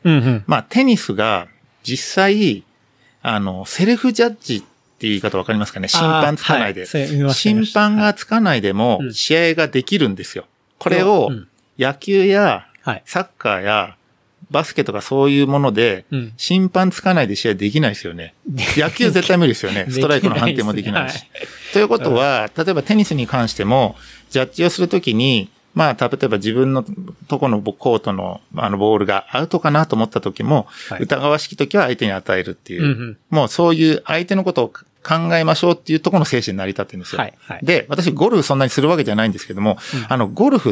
うんうん、まあテニスが実際、あの、セルフジャッジっていう言い方わかりますかね？審判つかないで。はい、審判がつかないでも試合ができるんですよ。これを野球やサッカーやバスケとかそういうもので、審判つかないで試合できないですよね。うん、野球絶対無理ですよね。ストライクの判定もできないし。はい、ということは、例えばテニスに関しても、ジャッジをするときに、まあ、例えば自分のとこのコートのあのボールがアウトかなと思ったときも、はい、疑わしきときは相手に与えるっていう、うんうん、もうそういう相手のことを考えましょうっていうところの精神に成り立ってるんですよ。はいはい、で、私ゴルフそんなにするわけじゃないんですけども、うん、あの、ゴルフって、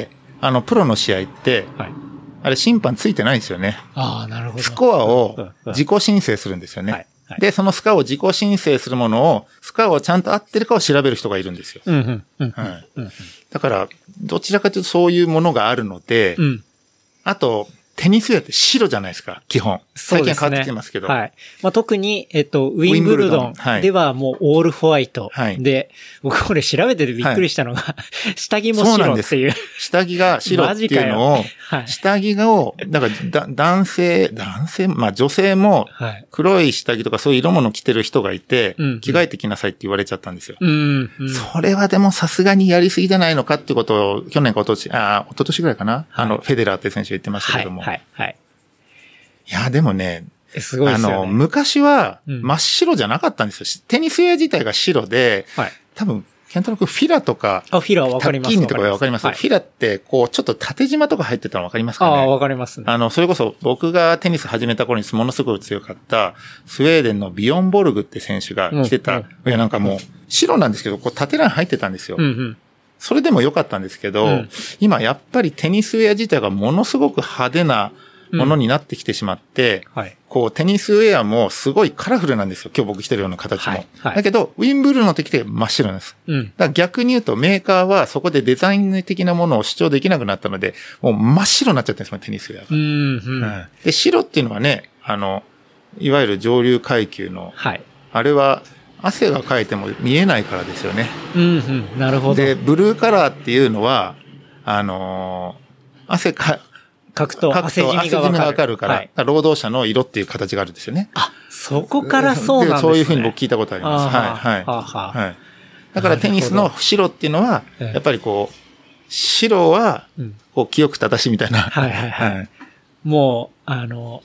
あの、プロの試合って、はいあれ審判ついてないんですよね。 ああ、なるほど。 スコアを自己申請するんですよね。はいはい、で、そのスコアを自己申請するものを、スコアをちゃんと合ってるかを調べる人がいるんですよ。うんうんうんはい、だから、どちらかというとそういうものがあるので、うん、あと、テニスウェアって白じゃないですか、基本。最近は変わってきてますけど。 はい。まあ、特に、えっと、ウィンブルドンではもうオールホワイト。はい。で、僕これ調べててびっくりしたのが、はい、下着も白っていう。 下着が白っていうのを、はい、下着を、だからだ男性、男性、まあ女性も、黒い下着とかそういう色物着てる人がいて、はい、着替えてきなさいって言われちゃったんですよ。うん、うん。それはでもさすがにやりすぎじゃないのかってことを、去年か一昨年、あ、一昨年ぐらいかな、はい、あの、フェデラーって選手が言ってましたけども。はいはい、はい。いや、でもね、 すごいですよね。 あの、昔は真っ白じゃなかったんですよ。うん、テニスウェア自体が白で、はい、多分、ケンタロウ君フィラとか、 あ、フィラわかります。 タッキーニとかわかります。はい、フィラって、こう、ちょっと縦縞とか入ってたのわかりますかね？ ああ、わかりますね。 あの、それこそ僕がテニス始めた頃にものすごく強かった、スウェーデンのビヨンボルグって選手が着てた、うんうん、いや、なんかもう、白なんですけど、こう、縦ライン入ってたんですよ。うんうんそれでも良かったんですけど、うん、今やっぱりテニスウェア自体がものすごく派手なものになってきてしまって、うんはい、こうテニスウェアもすごいカラフルなんですよ。今日僕着てるような形も。はいはい、だけど、ウィンブルの時って真っ白なんです。うん、だから逆に言うとメーカーはそこでデザイン的なものを主張できなくなったので、もう真っ白になっちゃってるんですよ、テニスウェアが。うんうんうん、で、白っていうのはね、あの、いわゆる上流階級の、はい、あれは、汗がかいても見えないからですよね。 うんうん、なるほど。 で、ブルーカラーっていうのは、あのー、汗か、 かくと汗じみがわかる。 わかるから、はい、労働者の色っていう形があるんですよね。 あ、そこからそうなんですね。 そういうふうに僕聞いたことあります。はい、はい。ははい。だからテニスの白っていうのは、やっぱりこう、白は、こう、清く正しいみたいな。 はいはいはい。はい、もう、あの、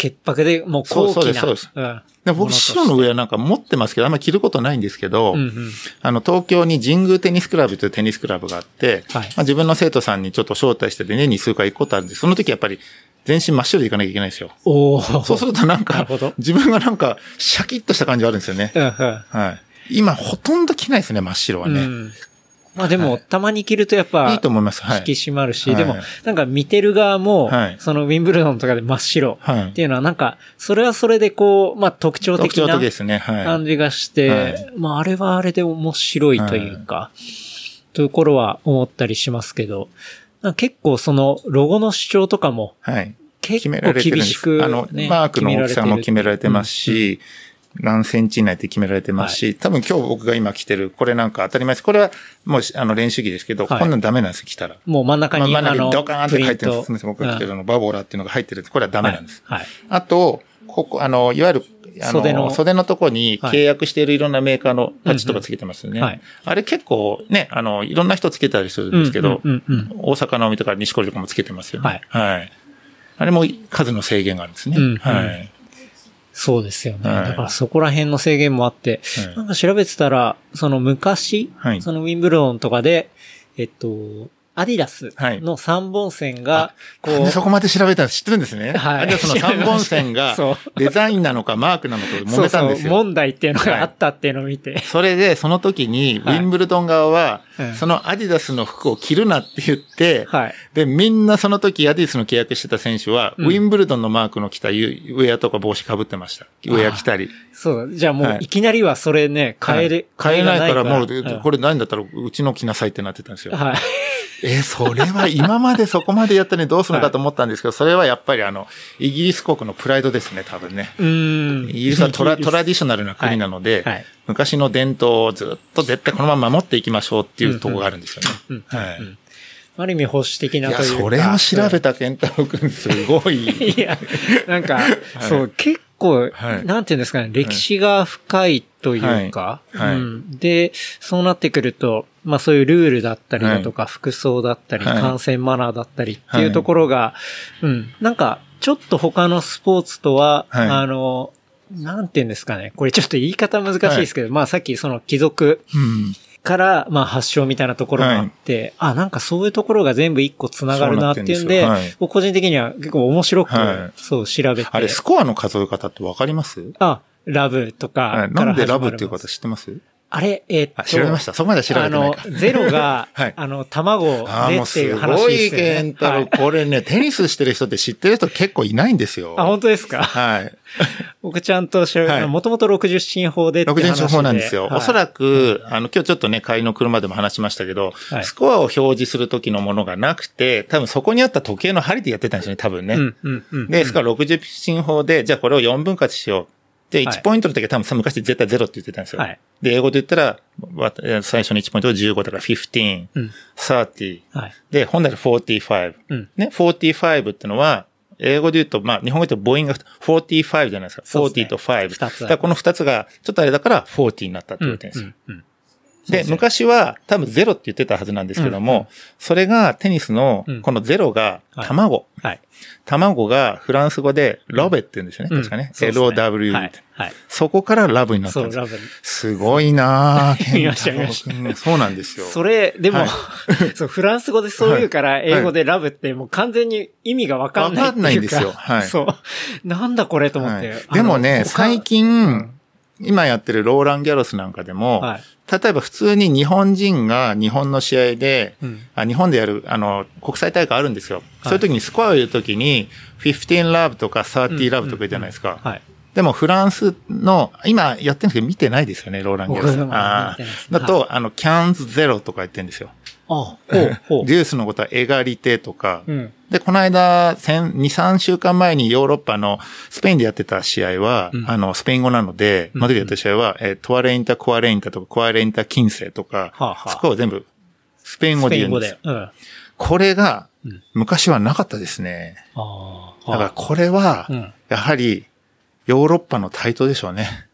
潔白でもう高貴な。そうです、そうです。うん、 で僕、白のウェアなんか持ってますけど、あんまり着ることないんですけど、 うんうん、 あの、東京に神宮テニスクラブというテニスクラブがあって、はい、まあ、自分の生徒さんにちょっと招待してて年に数回行くことあるんです。その時やっぱり全身真っ白で行かなきゃいけないんですよ。 おそうするとなんか、自分がなんかシャキッとした感じがあるんですよね。 うんうん、 はい。今ほとんど着ないですね、真っ白はね。うん、 まあでも、はい、たまに着るとやっぱ、 いいと思います。はい。 引き締まるし、はい、でも、なんか見てる側も、はい、そのウィンブルドンとかで真っ白っていうのはなんか、それはそれでこう、まあ特徴的な感じがして、はい、まああれはあれで面白いというか、はい、というところは思ったりしますけど、結構そのロゴの主張とかも、 はい。 結構厳しく、ね、 あの、マークの大きさも決められてますし、うん、何センチ以内って決められてますし、はい、多分今日僕が今着てる、これなんか当たり前です。これはもうあの練習着ですけど、はい、こんなのダメなんです、着たら。 もう真ん中に、 まあ、真ん中にドカーンって入ってるんです。僕が着てるの、バボラっていうのが入ってるんです。これはダメなんです。 はい。はい、 あと、ここ、あの、いわゆる、あの袖の、袖のとこに契約しているいろんなメーカーのパッチとかつけてますよね。はい、あれ結構ね、あの、いろんな人つけたりするんですけど、うんうんうんうん、大阪の海とか西堀とかもつけてますよね。はい。はい。あれも数の制限があるんですね。うんうん、はい。 そうですよね。はい、だからそこら辺の制限もあって、はい、なんか調べてたら、その昔、はい、そのウィンブルドンとかで、えっと、アディダスのさんぼん線が、 こう、はい、そこまで調べたら知ってるんですね。はい。アディダスのさんぼん線が、デザインなのかマークなのか揉めたんですよ。そうそう、 問題っていうのがあったっていうのを見て。はい、 それで、その時に、ウィンブルドン側は、はい、そのアディダスの服を着るなって言って、はい、で、みんなその時アディダスの契約してた選手は、うん、ウィンブルドンのマークの着たウェアとか帽子被ってました。ウェア着たり。 そう。じゃあもう、いきなりはそれね、変えれ、 はい、変えないからもう、これ何だったらうちの着なさいってなってたんですよ。はい。えー、それは今までそこまでやったのにどうするのかと思ったんですけど、それはやっぱりあの、イギリス国のプライドですね、多分ね。うん。イギリスはトラ、トラディショナルな国なので、はいはい、昔の伝統をずっと絶対このまま守っていきましょうっていうところがあるんですよね。はい。 ある意味保守的なというか。 いや、それを調べた健太郎くんすごい。 いや、なんか、はい、そう、結構、はい、なんていうんですかね、歴史が深いというか、はいはい、うん、で、そうなってくると、まあそういうルールだったりだとか、はい、服装だったり、はい、観戦マナーだったりっていうところが、はい、うん、なんか、ちょっと他のスポーツとは、はい、あの、なんていうんですかね、これちょっと言い方難しいですけど、はい、まあさっきその貴族、うんから、まあ発祥みたいなところがあって、はい、あ、なんかそういうところが全部一個繋がるなっていうんで、はい、個人的には結構面白く、はい、そう調べて。 あれ、スコアの数え方ってわかります？ あ、ラブとか、 はい。なんでラブっていう方知ってます？ あれ、えー、っと。 調べました。そこまで調べてないか。 あの、ゼロが、はい、あの、卵でっていう話ですよね。 すごい健太郎、はい、これね、テニスしてる人って知ってる人結構いないんですよ。 あ、本当ですか？ はい。 僕ちゃんと調べた、もともとろくじゅう進法でって話で。 ろくじゅう進法なんですよ。はい、おそらく、あの、今日ちょっとね、帰りの車でも話しましたけど、はい、スコアを表示する時のものがなくて、多分そこにあった時計の針でやってたんですよね、多分ね。うんうんうん、で、ですからろくじゅう進法で、じゃあこれをよんぶん割しよう。で、いちポイントの時は多分昔絶対ゼロって言ってたんですよ。はい、で、英語で言ったら、最初のいちポイントがじゅうごだからじゅうご、うん、さんじゅう、はい、で、本来はよんじゅうご、うん、ね、よんじゅうごってのは、英語で言うと、まあ、日本語で言うと母音がよんじゅうごじゃないですか。よんじゅうとご。だからこのふたつが、ちょっとあれだからよんじゅうになったって言われてるんですよ。うんうんうんで、昔は多分ゼロって言ってたはずなんですけども、うんうん、それがテニスのこのゼロが卵。うんはい、卵がフランス語でロベって言うんですよね。うん、確かね。うん、エルオーダブリュー って、はいはい。そこからラブになったんですよ。そう、ラブ。すごいなぁ。見ました、見ました。そうなんですよ。 それ、でも、はい、そう、フランス語でそう言うから、英語でラブってもう完全に意味がわかんないっていうか。わかんないんですよ。はい。そう。なんだこれと思って。はい、 でもね、最近、うん今やってるローラン・ギャロスなんかでも、はい、例えば普通に日本人が日本の試合で、うん、あ日本でやるあの国際大会あるんですよ。はい、そういう時にスコアを言う時にじゅうごラブとかさんじゅうラブとか言うじゃないですか。うんうんうんはい、でもフランスの今やってるんですけど見てないですよねローラン・ギャロス。あだと、はい、あのキャンズゼロとか言ってるんですよ。あほうほうデュースのことはエガリテとか、うん、で、この間、に、さんしゅうかんまえにヨーロッパのスペインでやってた試合は、うん、あの、スペイン語なので、うん、の時やった試合は、えー、トワレインタ、コアレインタとか、コアレインタ、キンセとか、はあはあ、そこを全部スペイン語で言うんですよ。うん、これが、昔はなかったですね。うん、だからこれは、やはり、ヨーロッパの台頭でしょうね。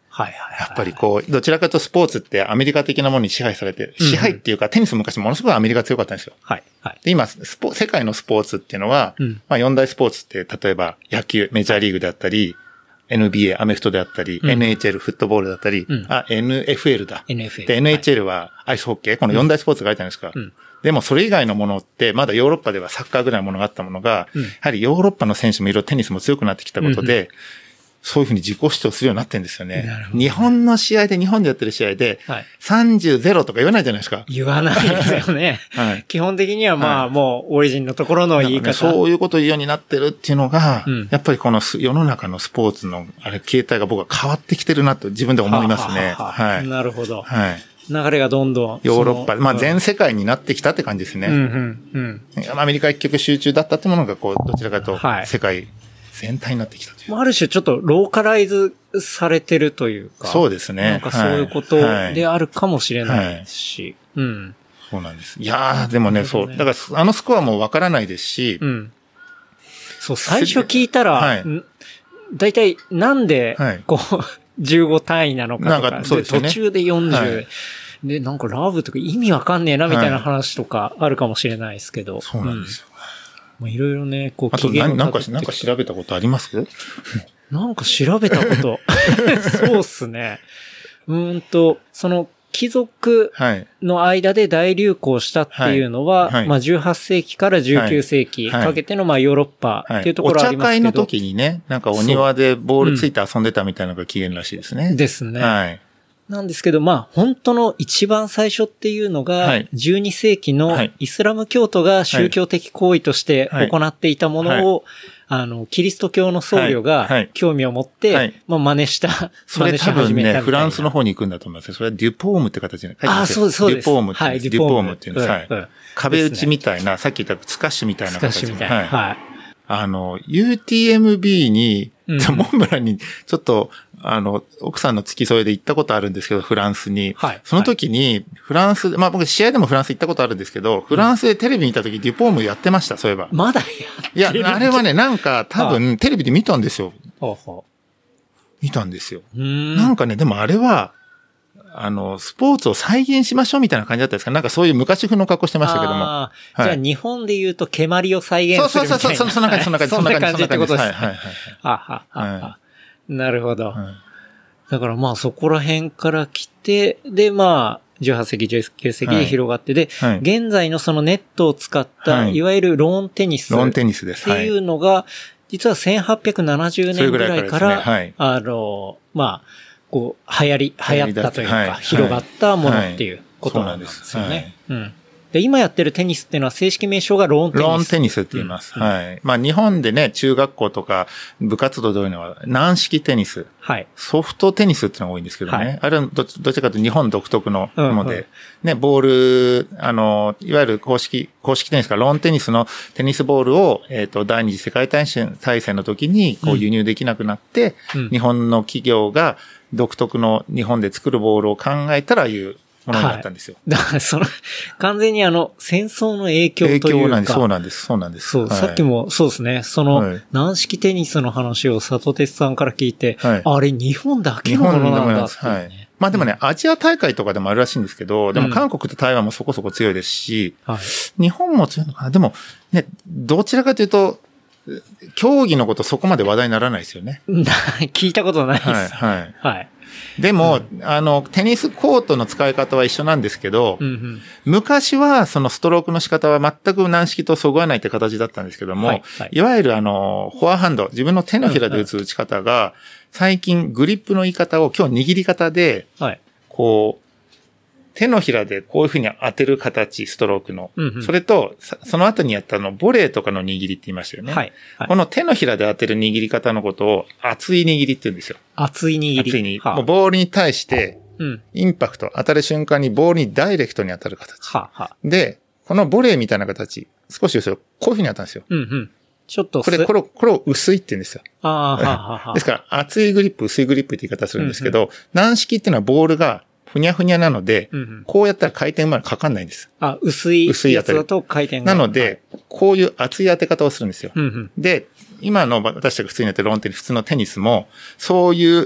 はいはいはい。 やっぱりこう、どちらかというとスポーツってアメリカ的なものに支配されて、支配っていうか、テニス昔ものすごいアメリカ強かったんですよ。 はいはい。 で、今、スポ、世界のスポーツっていうのは、うん、まあ四大スポーツって、例えば野球、メジャーリーグであったり、エヌビーエー、アメフトであったり、うん、エヌエイチエル、フットボールだったり、うん、あ、エヌエフエル だ。エヌエフエル。で、エヌエイチエル はアイスホッケー、この四大スポーツがあるじゃないですか。うん、でもそれ以外のものって、まだヨーロッパではサッカーぐらいのものがあったものが、うん、やはりヨーロッパの選手もいろいろテニスも強くなってきたことで、うん、そういうふうに自己主張するようになってるんですよね。日本の試合で、日本でやってる試合で、さんじゅうゼロとか言わないじゃないですか。 言わないですよね。はい、基本的にはまあ、はい、もうオリジンのところの言い方、ね。 そういうことを言うようになってるっていうのが、うん、やっぱりこの世の中のスポーツのあれ形態が僕は変わってきてるなと自分で思いますね。 ははははい。なるほど。 はい。 流れがどんどん。 ヨーロッパ、まあ全世界になってきたって感じですね。うんうんうん、アメリカ一極集中だったってものが、こう、どちらかと世界全体になってきたという。 ある種ちょっとローカライズされてるというか。 そうですね。 なんかそういうことであるかもしれないですし。はいはい、うん。 そうなんです。いやー、でもね、そう。だからあのスコアもわからないですし。 うん。そう、最初聞いたら、はい、だいたいなんで、こう、はい、じゅうご単位なのかとか、なんかそうですね、途中でよんじゅう、はい、で、なんかラブとか意味わかんねえなみたいな話とかあるかもしれないですけど。はい、 そうなんですよ。 まあいろいろね、こう、 あと何、なんか、なんか調べたことありますなんか調べたこと。そうっすね。うーんと、その、貴族の間で大流行したっていうのは、はいはい、まあじゅうはっ世紀からじゅうきゅう世紀かけてのまあヨーロッパっていうところはありますけど、 お茶会の時にね、なんかお庭でボールついて遊んでたみたいなのが起源らしいですね。 うん、ですね。はい。なんですけど、まあ本当の一番最初っていうのが、じゅうに世紀のイスラム教徒が宗教的行為として行っていたものを、あの、キリスト教の僧侶が興味を持って、はいはい、まあ真似した、 それ多分ね、フランスの方に行くんだと思います。それはデュポームって形で書いてます。 ああ、そうです、そうです。 デュポームって、はい、デュポームっていうんです。はい。壁打ちみたいな、さっき言ったスカッシュみたいな形で。スカッシュみたいな。はい。あの、ユーティーエムビー に、うん、モンブランに、ちょっと、あの、奥さんの付き添いで行ったことあるんですけど、フランスに。はい。その時に、フランス、まあ僕試合でもフランス行ったことあるんですけど、フランスでテレビ見た時、デュポームやってました、そういえば。 まだやってる？いや、あれはね、なんか多分、テレビで見たんですよ。ほうほう。見たんですよ。んなんかね、でもあれは、あの、スポーツを再現しましょうみたいな感じだったんですか？なんかそういう昔風の格好してましたけども。 あはい、じゃあ日本で言うと、蹴鞠を再現するみたいな。 そうそうそう、そんな感じ、そんな感じ、 そんな感じ。そんな感じってことです。 はいはいはい。 はははなるほど。だからまあそこら辺から来て、でまあ、じゅうはっ世紀、じゅうきゅう世紀で広がって、で、はい、現在のそのネットを使った、はい、いわゆるローンテニス。 ローンテニスです。 っていうのが、実はせんはっぴゃくななじゅうねんぐらいから、はい、あの、まあ、こう、流行り、流行ったというか、はい、広がったものっていうことなんですよね。はいはい、うん。で、今やってるテニスっていうのは正式名称がローンテニス。 ローンテニスって言います。うん、はい。まあ日本でね、中学校とか部活動で多いのは軟式テニス。はい。ソフトテニスっていうのが多いんですけどね。はい、あれはど、どちらかというと日本独特のもので、うんうん、ね、ボール、あの、いわゆる公式、公式テニスかローンテニスのテニスボールを、えっと、第二次世界大戦の時にこう輸入できなくなって、うん、日本の企業が独特の日本で作るボールを考えたらいうものになったんですよ。 はい、だからその、完全にあの、戦争の影響というか。影響なんです。 そうなんです。そうなんです。 そう、はい、さっきもそうですね。その、はい、軟式テニスの話を里鉄さんから聞いて、はい、あれ日本だけのものなんだって、ね。はい。 まあでもね、アジア大会とかでもあるらしいんですけど、でも韓国と台湾もそこそこ強いですし、うん、はい、日本も強いのかな。でも、ね、どちらかというと、競技のことそこまで話題にならないですよね。 聞いたことないです。はい。 はい。 はい。 でも、うん、あの、テニスコートの使い方は一緒なんですけど、うんうん、昔はそのストロークの仕方は全く軟式とそぐわないって形だったんですけども、はいはい、いわゆるあの、フォアハンド、自分の手のひらで打つ打ち方が、最近グリップの言い方を今日握り方で、はい、こう、手のひらでこういうふうに当てる形、ストロークの。うんうん、それと、その後にやったの、ボレーとかの握りって言いましたよね。はいはい、この手のひらで当てる握り方のことを、熱い握りって言うんですよ。 熱い握り。 熱い握り。はあ、もうボールに対して、インパクト、当たる瞬間にボールにダイレクトに当たる形。はあはあ、で、このボレーみたいな形、少しですよ、こういうふうに当たるんですよ。うんうん、 ちょっとこれ、これ、これを薄いって言うんですよ。 ああ、はあはあ、 ですから、厚いグリップ、薄いグリップって言い方するんですけど、うんうん、軟式っていうのはボールが、ふにゃふにゃなので、うんうん、こうやったら回転までかかんないんです。 あ、薄い。薄いやつだと回転が。 なので、こういう厚い当て方をするんですよ。うんうん、で、今の私たちが普通にやってるローンテニス、普通のテニスも、そういう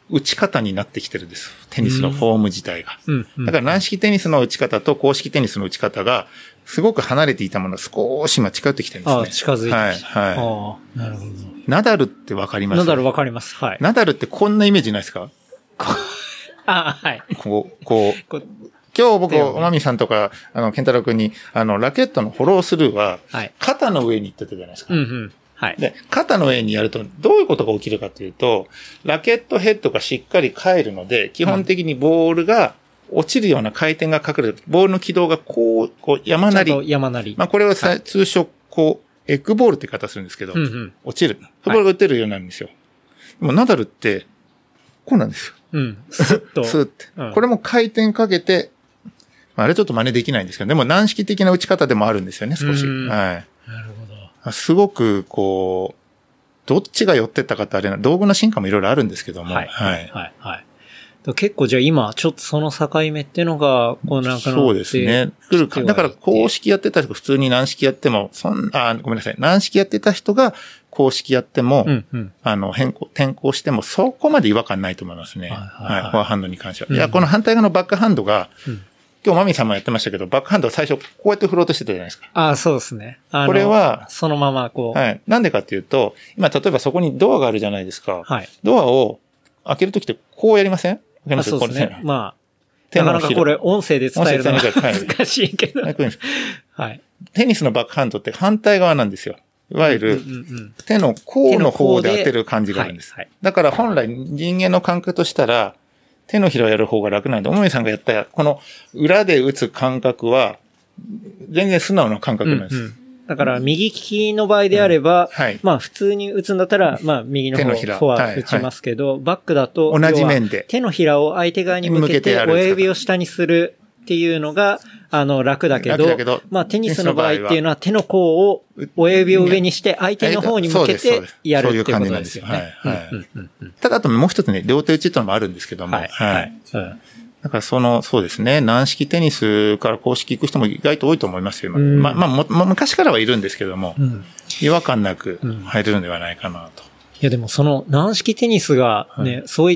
打ち方になってきてるんです。テニスのフォーム自体が。 うんうん、 だから軟式テニスの打ち方と公式テニスの打ち方が、すごく離れていたものが少し今近寄ってきてるんですね。 ああ、近づいてきて。はい。 はい。 ああ、なるほど。 ナダルってわかります？ ナダルわかります。はい。 ナダルってこんなイメージないですか？ ああ、はい。 こう、こう。こう今日僕、おまみさんとか、あの、ケンタロウ君に、あの、ラケットのフォロースルーは、はい、肩の上に行ってたじゃないですか。 うんうん。はい。 で、肩の上にやると、どういうことが起きるかというと、ラケットヘッドがしっかり返るので、基本的にボールが落ちるような回転がかかる。ボールの軌道がこう、こう、山なり。 山なり。 まあ、これはさ、はい、通称、こう、エッグボールって言い方するんですけど、うんうん、落ちる。ボールが打てるようになるんですよ。はい、でも、ナダルって、こうなんですよ。 うん。スッと。 スッって、うん。これも回転かけて、あれちょっと真似できないんですけど、でも軟式的な打ち方でもあるんですよね、少し。はい。なるほど。 すごく、こう、どっちが寄ってったかってあれな、道具の進化もいろいろあるんですけども。はい。はい。 はい。はい。結構じゃあ今、ちょっとその境目っていうのが、こうなんかそうですね。来るか。だから公式やってた人、普通に軟式やっても、そんあ、ごめんなさい。軟式やってた人が公式やっても、うんうん、あの、変更、転向しても、そこまで違和感ないと思いますね。はい。はいはい、フォアハンドに関しては。うん、いや、この反対側のバックハンドが、うん今日マミさんもやってましたけど、バックハンドは最初こうやって振ろうとしてたじゃないですか。 ああ、そうですね。あのこれは、 そのままこう。 はい。なんでかっていうと、今例えばそこにドアがあるじゃないですか。はい。ドアを開けるときってこうやりません？わかります？ そうですね。まあ、なかなかこれ音声で伝えるのが難しいけど。 はい。テニスのバックハンドって反対側なんですよ。いわゆる、手の甲の方で当てる感じがあるんです。はい。だから本来人間の感覚としたら、手のひらをやる方が楽なんで、おもみさんがやった、この裏で打つ感覚は、全然素直な感覚なんです。うんうん、 だから、右利きの場合であれば、うんはい、まあ、普通に打つんだったら、まあ、右の方、フォア打ちますけど、はいはい、バックだと、 同じ面で。 手のひらを相手側に向けて、親指を下にするっていうのが、あの、楽だけど、だけどまあ、テニスの場合っていうのは手の甲を親指を上にして相手の方に向けてやるっていうことですよね。 ただ、あともう一つね、両手打ちっていうのもあるんですけども、はい。はい。うん、だからその、そうですね、軟式テニスから公式行く人も意外と多いと思いますよ。うん、まあ、まあも、昔からはいるんですけども、うん、違和感なく入れるのではないかなと。 いやでもその軟式テニスがね、はい、そういった、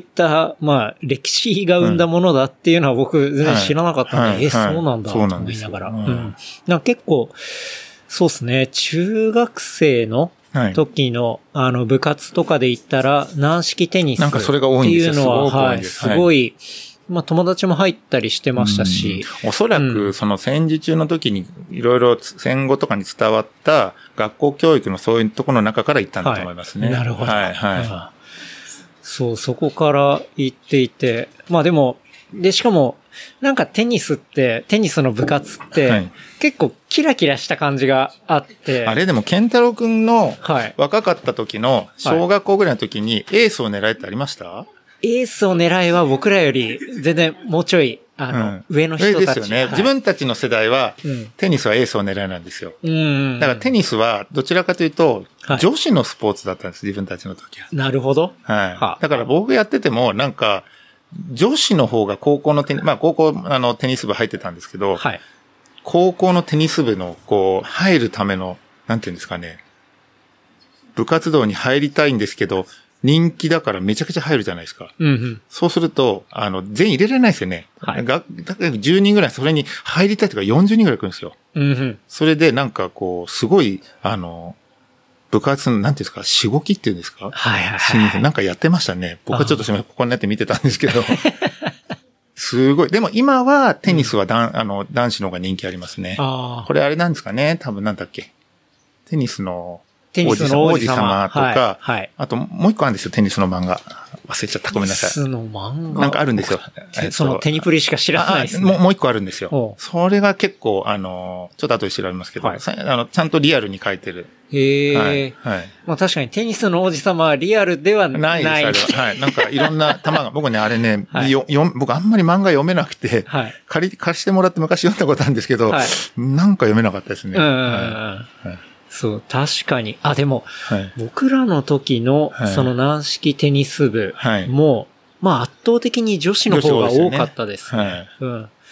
まあ、歴史が生んだものだっていうのは僕全然知らなかったんで、はいはい、え、そうなんだと思いながら。うん、なんか結構、そうですね、中学生の時の、はい、あの部活とかで言ったら軟式テニスっていうのは、はい、すごい、まあ友達も入ったりしてましたし。 おそらくその戦時中の時にいろいろ戦後とかに伝わった学校教育のそういうところの中から行ったんだと思いますね。 はい、なるほど。 はい、はい、うん。 そう、そこから行っていて。まあでも、で、しかも、なんかテニスって、テニスの部活って、はい、結構キラキラした感じがあって。 あれでも、ケンタロウくんの若かった時の小学校ぐらいの時にエースを狙えってありました？はいエースを狙いは僕らより全然もうちょい、あの、うん、上の人たち。 上ですよね、はい。自分たちの世代は、うん、テニスはエースを狙いなんですよ。うん、だからテニスはどちらかというと、はい、女子のスポーツだったんです、自分たちの時は。 なるほど。 はい。はだから僕やってても、なんか、女子の方が高校のテニス、まあ高校、あの、テニス部入ってたんですけど、はい、高校のテニス部の、こう、入るための、なんていうんですかね、部活動に入りたいんですけど、人気だからめちゃくちゃ入るじゃないですか。うんうん、そうすると、あの、全員入れられないですよね。はい。が、だからじゅうにんぐらいそれに入りたいとかよんじゅうにんぐらい来るんですよ。うんうん。それでなんかこう、すごい、あの、部活の、なんていうんですか、しごきっていうんですか？ はいはいはい。 なんかやってましたね。僕はちょっとすみません、ここになって見てたんですけど。すごい。でも今はテニスはだん、うん、あの、男子の方が人気ありますね。ああ。これあれなんですかね？多分なんだっけ？テニスの、 テニスの王子様とか、はいはい、あともう一個あるんですよ、テニスの漫画。忘れちゃった、ごめんなさい。 テニスの漫画なんかあるんですよ。 そのテニプリしか知らないですね。 もう、もう一個あるんですよ。それが結構、あの、ちょっと後で調べますけど、はい、あのちゃんとリアルに書いてる。 へえ、はい。はい。まあ確かにテニスの王子様はリアルではない。 ないです、はい。なんかいろんな球が、僕ね、あれね、はい、よよ僕あんまり漫画読めなくて、はい、借り、貸してもらって昔読んだことあるんですけど、はい、なんか読めなかったですね。うん、 はいはいそう、確かに。あ、でも、はい、僕らの時の、その軟式テニス部も、はい、まあ圧倒的に女子の方が多かったですね。はい、うん。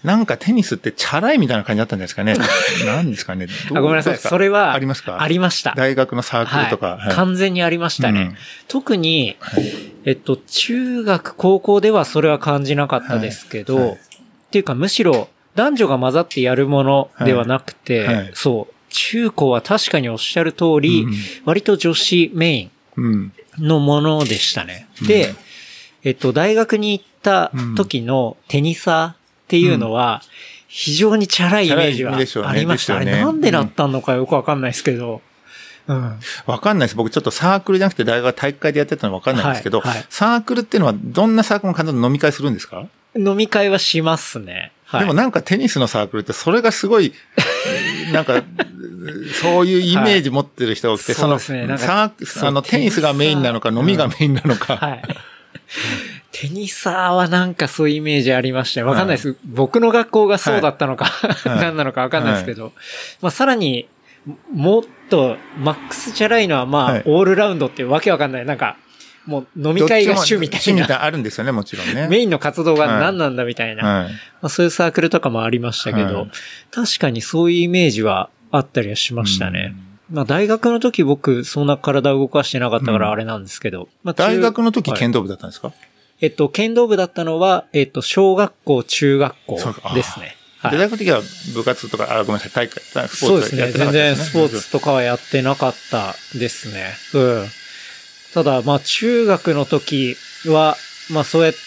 なんかテニスってチャラいみたいな感じだったんじゃないですかね。なんですかね。 あごめんなさい。それは、 ありますか？ ありました。 大学のサークルとか。 はいはい、完全にありましたね。うん、特に、えっと、中学、高校ではそれは感じなかったですけど、はいはい、っていうかむしろ男女が混ざってやるものではなくて、はいはい、そう、中高は確かにおっしゃる通り、うん、割と女子メインのものでしたね。うん、で、えっと、大学に行った時のテニサーっていうのは、非常にチャラいイメージはありました。あれなんでだったのかよくわかんないですけど。うん。 わかんないです。僕ちょっとサークルじゃなくて大学体育会でやってたのわかんないんですけど、はいはい、サークルっていうのはどんなサークルの方と飲み会するんですか？ 飲み会はしますね。はい。 でもなんかテニスのサークルってそれがすごい、なんか、そういうイメージ持ってる人が多くて、はい、その、そうですね、サーあの、テニスがメインなのか飲みがメインなのか。うん、はい。 テニサーはなんかそういうイメージありましたね。わかんないです。はい、僕の学校がそうだったのか、はい、何なのかわかんないですけど。はい、まあさらに、もっとマックスチャラいのはまあ、はい、オールラウンドっていうわけわかんない。なんか、もう飲み会が趣味みたいな。 趣味ってあるんですよね、もちろんね。 メインの活動が何なんだみたいな。はいはい、まあ、そういうサークルとかもありましたけど、はい、確かにそういうイメージはあったりはしましたね。うん、まあ大学の時僕そんな体を動かしてなかったからあれなんですけど。うんまあ、 大学の時剣道部だったんですか？はいえっと、剣道部だったのは、えっと、小学校、中学校ですね。 はい、で大学の時は部活とか、あ、ごめんなさい、大会、スポーツそうですね。全然スポーツとかはやってなかったですね。うん。ただ、まあ、中学の時は、まあ、そうやって、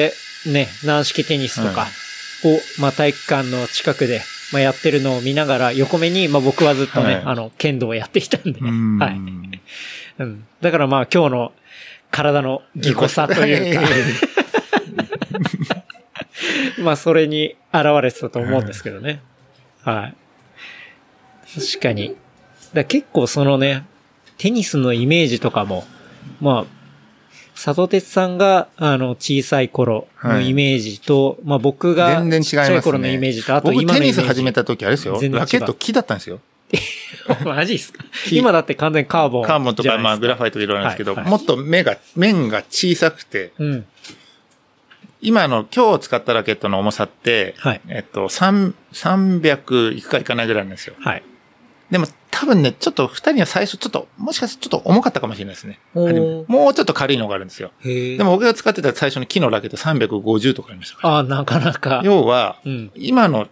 ね、軟式テニスとかを、はい、まあ、体育館の近くで、まあ、やってるのを見ながら、横目に、まあ、僕はずっとね、はい、あの、剣道をやってきたんで、んはい。うん。だからまあ、今日の、体のぎこさというかまあそれに現れてたと思うんですけどね。はい。確かに。だ結構そのね、テニスのイメージとかも、まあ、佐藤哲さんがあの小さい頃のイメージと、はい、まあ僕がちっちゃい頃のイメージと、 あと今のイメージ。僕テニス始めた時あれですよ。ラケット木だったんですよ。 マジっすか？今だって完全にカーボン。 カーボンとか、まあグラファイトいろいろなんですけど、はいはい、もっと目が、面が小さくて、うん、今の、今日使ったラケットの重さって、はい、えっと、さんびゃくいくかいかないぐらいなんですよ。はい。でも多分ね、ちょっと二人には最初ちょっと、もしかしてちょっと重かったかもしれないですね。もうちょっと軽いのがあるんですよ。でも僕が使ってた最初の木のラケットさんびゃくごじゅうとかありましたから。 ああ、なかなか。 要は、うん、今のって、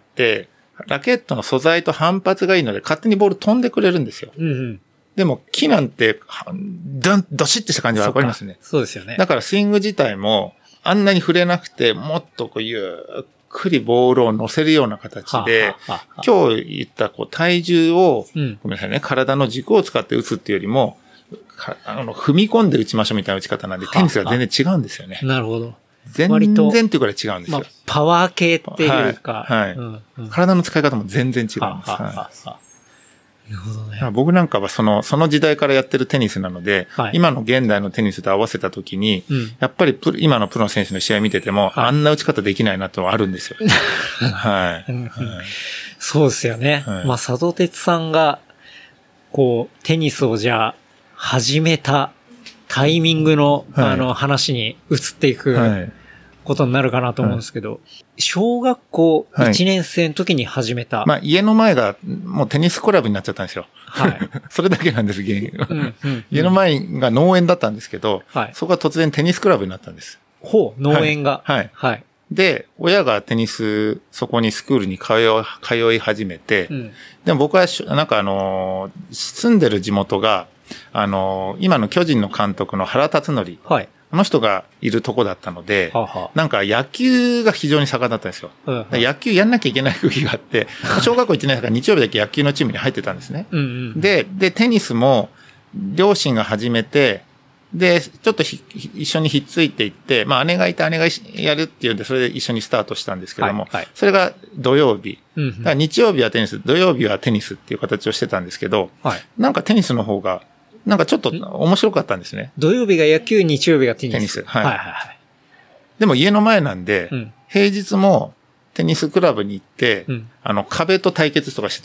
ラケットの素材と反発がいいので勝手にボール飛んでくれるんですよ。うんうん、でも木なんて、ドン、ドシッとした感じはわかりますね。 そうですよね。 だからスイング自体もあんなに触れなくてもっとこうゆっくりボールを乗せるような形で、はあはあはあ、今日言ったこう体重を、うん、ごめんなさいね、体の軸を使って打つっていうよりも、あの踏み込んで打ちましょうみたいな打ち方なんでテニスが全然違うんですよね。 はあはあ、なるほど。 全然っていうくらい違うんですよ。まあ、 パワー系っていうか、 はいはいうんうん。体の使い方も全然違うんです。ははははなるほどね。僕なんかはその、その時代からやってるテニスなので、はい、今の現代のテニスと合わせたときに、うん、やっぱり今のプロの選手の試合見てても、はい、あんな打ち方できないなってのはあるんですよ。はい、はい。 そうですよね。はい、まあ、佐藤哲さんが、こう、テニスをじゃあ、始めた、タイミングの、はい、あの話に移っていくことになるかなと思うんですけど、はい、小学校いちねん生の時に始めた。はい、 まあ家の前がもうテニスクラブになっちゃったんですよ。はい。それだけなんです、原因は、うんうんうん。家の前が農園だったんですけど、はい、そこが突然テニスクラブになったんです。 ほう、農園が。 はい。はい。はい、で、親がテニス、そこにスクールに通い、通い始めて、うん、でも僕はなんかあの、住んでる地元が、あの、今の巨人の監督の原辰徳。はい。あの人がいるとこだったので、ははなんか野球が非常に盛んだったんですよ。うんうん、野球やんなきゃいけない空気があって、小学校いちねん生から日曜日だけ野球のチームに入ってたんですね。うんうん、で、で、テニスも両親が始めて、で、ちょっと一緒にひっついていって、まあ姉がいて姉がやるっていうんで、それで一緒にスタートしたんですけども、はいはい、それが土曜日。うんうん、だから日曜日はテニス、土曜日はテニスっていう形をしてたんですけど、はい、なんかテニスの方が、なんかちょっと面白かったんですね。 土曜日が野球、日曜日がテニス。 テニス。はい。はいはいはい、でも家の前なんで、うん、平日もテニスクラブに行って、うん、あの壁と対決とかしてたんですよ。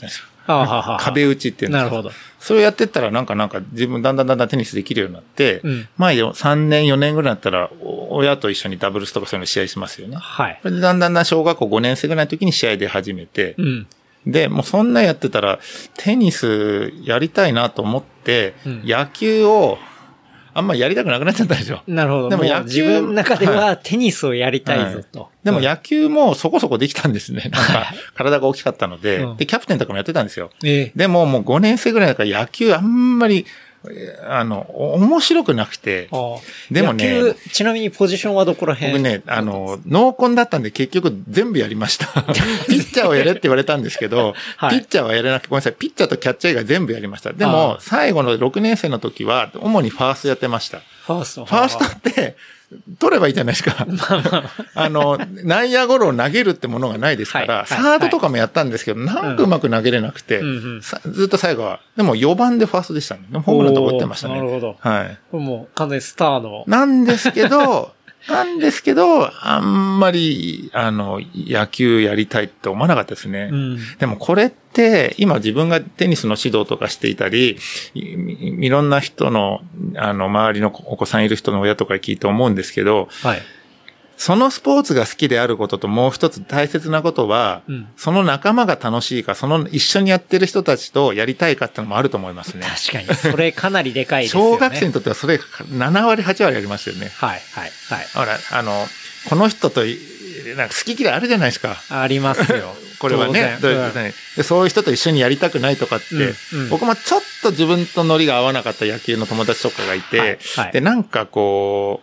あははは壁打ちっていうんですか。 なるほど。 それをやってったらなんかなんか自分だんだんだんだんテニスできるようになって、うん、前さんねんよねんぐらいだったら親と一緒にダブルスとかそういうの試合しますよね。はい。それでだんだんだん小学校ごねん生ぐらいの時に試合で始めて、うん、で、もうそんなやってたらテニスやりたいなと思って、うん、野球をあんまりやりたくなくなっちゃったでしょ。 なるほど。でも野球自分の中ではテニスをやりたいぞと。 はいはい、でも野球もそこそこできたんですね。なんか体が大きかったので、うん、で、キャプテンとかもやってたんですよ。えー、でももうごねん生ぐらいだから野球あんまり、あの、面白くなくて。 でもね。野球、ちなみにポジションはどこら辺？ 僕ね、あの、濃紺だったんで結局全部やりました。ピッチャーをやれって言われたんですけど、はい、ピッチャーはやれなくて、ごめんなさい、ピッチャーとキャッチャー以外全部やりました。でも、最後のろくねん生の時は、主にファーストやってました。 ファーストファーストって、取ればいいじゃないですか。あの、内野ゴロを投げるってものがないですから、はい、サードとかもやったんですけど、はい、なんかうまく投げれなくて、うん、ずっと最後は、でもよばんでファーストでしたね。ホームランとか打ってましたね。 なるほど。 はい。 これもう完全にスターの。 なんですけど、なんですけど、あんまり、あの、野球やりたいって思わなかったですね。うん、でもこれって、今自分がテニスの指導とかしていたり、い, いろんな人の、あの、周りのお子さんいる人の親とか聞いて思うんですけど、はい、そのスポーツが好きであることともう一つ大切なことは、うん、その仲間が楽しいか、その一緒にやってる人たちとやりたいかっていうのもあると思いますね。 確かに。それかなりでかいですよね。 小学生にとってはそれななわりはちわりありますよね。 はい、はい、はい。 ほら、あの、この人と、なんか好き嫌いあるじゃないですか。 ありますよ。 これはね、うん、で。そういう人と一緒にやりたくないとかって、うんうん、僕もちょっと自分とノリが合わなかった野球の友達とかがいて、はいはい、で、なんかこう、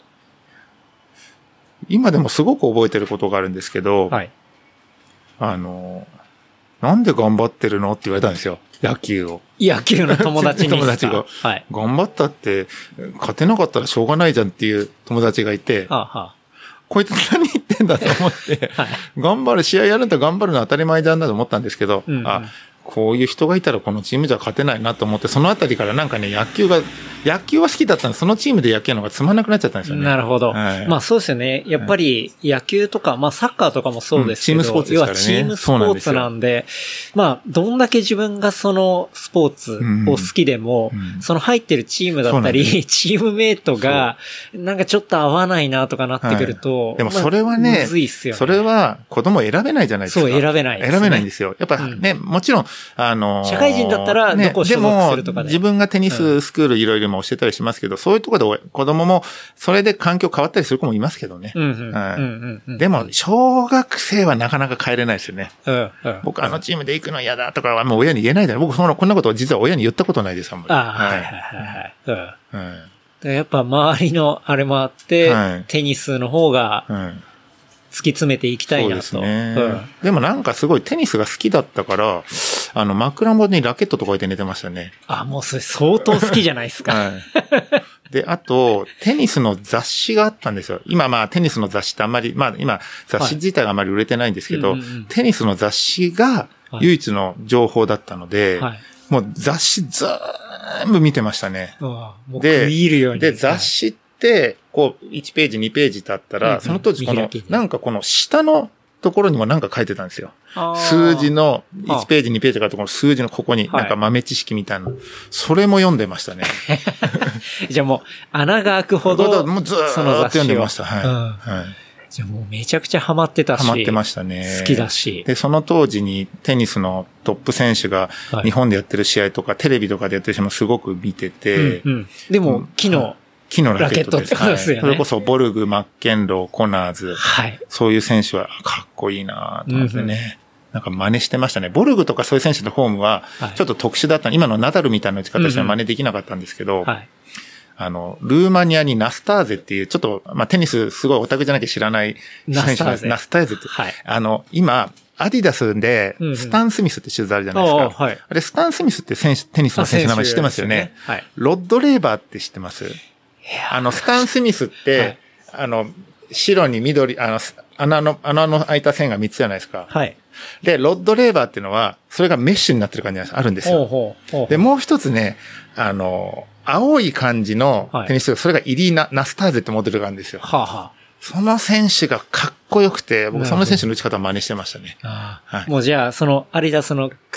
今でもすごく覚えてることがあるんですけど、はい、あの、なんで頑張ってるのって言われたんですよ。野球を。 野球の友達に。 友達が、はい。頑張ったって、勝てなかったらしょうがないじゃんっていう友達がいて、はあはあ、こいつ何言ってんだと思って、はい、頑張る、試合やるんだ頑張るのは当たり前だなと思ったんですけど、うんうん、あ、こういう人がいたらこのチームじゃ勝てないなと思って、そのあたりからなんかね、野球が、野球は好きだったんで、そのチームで野球の方がつまんなくなっちゃったんですよね。 なるほど。はい、まあそうですよね。やっぱり野球とか、まあサッカーとかもそうですけど、うん、チームスポーツですからね。要はチームスポーツなんで、まあどんだけ自分がそのスポーツを好きでも、うんうん、その入ってるチームだったり、チームメイトが、なんかちょっと合わないなとかなってくると、はい、 でもそれはね、 まあ、むずいっすよね。 それは子供選べないじゃないですか。 そう、選べないですね。 選べないんですよ。やっぱね、うん、もちろん、あの、 社会人だったらどこ所属するとかで、 ね、でも自分がテニススクールいろいろも教えたりしますけど、うん、そういうところで子供もそれで環境変わったりする子もいますけどね。でも小学生はなかなか変えれないですよね。うんうん、僕あのチームで行くの嫌だとかはもう親に言えないじゃない。僕そのこんなこと実は親に言ったことないですあんまり。 ああ、はいはいはいはい。うんうん、やっぱ周りのあれもあって、はい、テニスの方が、うん突き詰めていきたいなと。そうですね、うん。 でもなんかすごいテニスが好きだったから、あの枕元にラケットとか置いて寝てましたね。 あ、もうそれ相当好きじゃないですか。はい。 で、あと、テニスの雑誌があったんですよ。今まあテニスの雑誌ってあんまり、まあ今雑誌自体があまり売れてないんですけど、はいうんうんうん、テニスの雑誌が唯一の情報だったので、はい、もう雑誌全部見てましたね。 もう食い入るように。 で、雑誌って、で、こう、いちページ、にページ経ったら、うんうん、その当時この、なんかこの下のところにもなんか書いてたんですよ。数字のいちページ、にページからとこの数字のここに、なんか豆知識みたいな、はい、それも読んでましたね。 じゃあもう、穴が開くほど、 もうずーっと読んでました。はい。うんはい、 じゃあもうめちゃくちゃハマってたし。 ハマってましたね。 好きだし。 で、その当時にテニスのトップ選手が日本でやってる試合とか、はい、テレビとかでやってる試合もすごく見てて。 うんうん、でも、昨日、 木のラケットです。 ラケットってことですよね。 はい、それこそボルグ、マッケンロー、コナーズ。はい。そういう選手はかっこいいなと思ってね。うんうん、なんか真似してましたね。ボルグとかそういう選手のフォームは、ちょっと特殊だった。はい、今のナダルみたいな打ち方しては真似できなかったんですけど、うんうん、はい。あの、ルーマニアにナスターゼっていう、ちょっと、まあ、テニスすごいオタクじゃなきゃ知らない選手なんです。ナスターゼって。はい。あの、今、アディダスで、スタン・スミスってシューズあるじゃないですか。うんうん、はい。あれ、スタン・スミスって選手、テニスの選手の名前知ってますよね。ねはい。ロッド・レーバーって知ってます？あの、スタン・スミスって、はい、あの、白に緑、あの、穴の、穴の開いた線がみっつじゃないですか。はい。で、ロッド・レーバーっていうのは、それがメッシュになってる感じがあるんですよ。ほうほうほうほうで、もう一つね、あの、青い感じのテニス、はい、それがイリーナ・ナスターゼってモデルがあるんですよ。はあはあ、その選手がかっこよくて、僕その選手の打ち方を真似してましたね。 あはい、もうじゃあ、そのアリダスの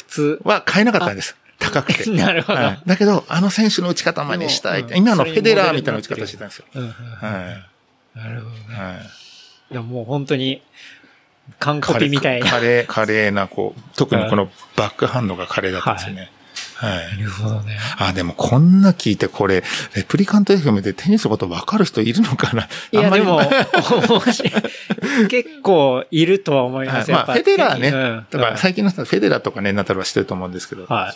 靴は買えなかったんです。高くて。 なるほど、 はい。だけど、あの選手の打ち方真似したいって、うん、今のフェデラーみたいな打ち方してたんですよ。うんはい。 なるほどね。はい。でももう本当に、完コピみたいな。 華麗、華麗な、こう、特にこのバックハンドが華麗だったんですよね。はい。はい、 なるほどね。 あ、でもこんな聞いてこれ、レプリカント エフエム でテニスのこと分かる人いるのかな。 いや、でも、結構いるとは思いますよ。 まあ、フェデラーね。うん、とか、最近の人はフェデラーとかね、ナタルはしてると思うんですけど。はい。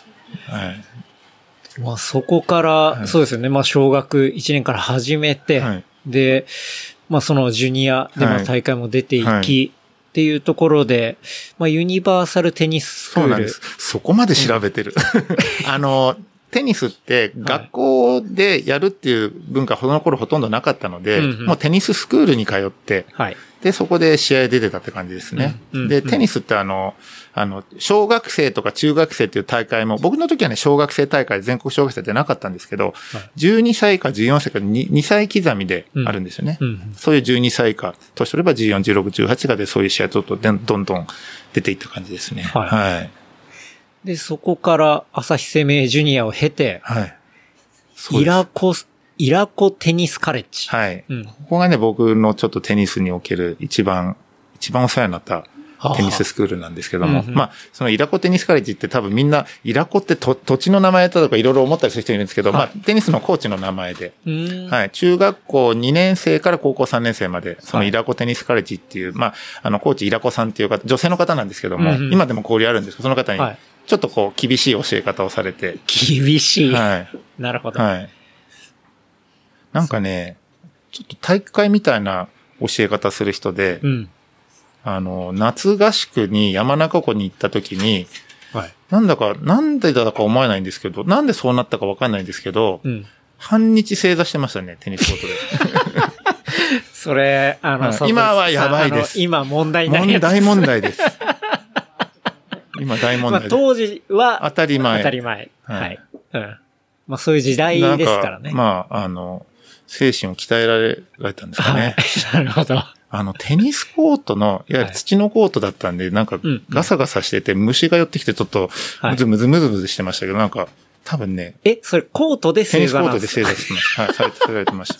はい。 まあ、そこから、はい、そうですよね。まあ、小学いちねんから始めて、はい、で、まあ、そのジュニアでも大会も出ていき、はいはいっていうところで、まあ、ユニバーサルテニススクール。 そうなんです。そこまで調べてる。うん、あの、テニスって学校でやるっていう文化、その頃ほとんどなかったので、うんうん、もうテニススクールに通って、はい、で、そこで試合出てたって感じですね。うんうんうん、で、テニスってあの、あの、小学生とか中学生っていう大会も、僕の時はね、小学生大会、全国小学生ってなかったんですけど、はい、じゅうにさいかじゅうよんさいか 2, 2歳刻みであるんですよね。うんうん、そういうじゅうにさいか、年取ればじゅうよん、じゅうろく、じゅうはちかでそういう試合とどんどんどん出ていった感じですね。はい。はい、 で、そこから朝日生命ジュニアを経て、はい。イラコ、イラコテニスカレッジ。 はい。うん、ここがね、僕のちょっとテニスにおける一番、一番お世話になったテニススクールなんですけども、はあ、まあ、そのイラコテニスカレッジって多分みんな、イラコってと土地の名前だとかいろいろ思ったりする人いるんですけど、はい、まあ、テニスのコーチの名前で、はい。中学校にねん生から高校さんねん生まで、そのイラコテニスカレッジっていう、まあ、あの、コーチイラコさんっていう方、女性の方なんですけども、うんうん、今でも交流あるんですけど、その方に、ちょっとこう、厳しい教え方をされて。 厳しい。 はい。 なるほど。 はい。なんかね、ちょっと体育会みたいな教え方する人で、うん、あの、夏合宿に山中湖に行った時に、はい、なんだか、なんでだか思わないんですけど、なんでそうなったかわかんないんですけど、うん、半日正座してましたね、テニスコートで。 それ、あの、 はい、今はやばいです。 今問題になります。大問題です。今大問題です。 まあ、当時は、 当たり前。 当たり前。はい。はい、うん。まあそういう時代ですからね。 まあ、あの、精神を鍛えられられたんですかね。 はい、なるほど。 あの、テニスコートの、いわゆる土のコートだったんで、なんかガサガサしてて、虫が寄ってきてちょっと、ムズムズムズムズしてましたけど、なんか、多分ね。 え、それコートで正座なんですか？テニスコートで正座してました。はい、されて、されてました。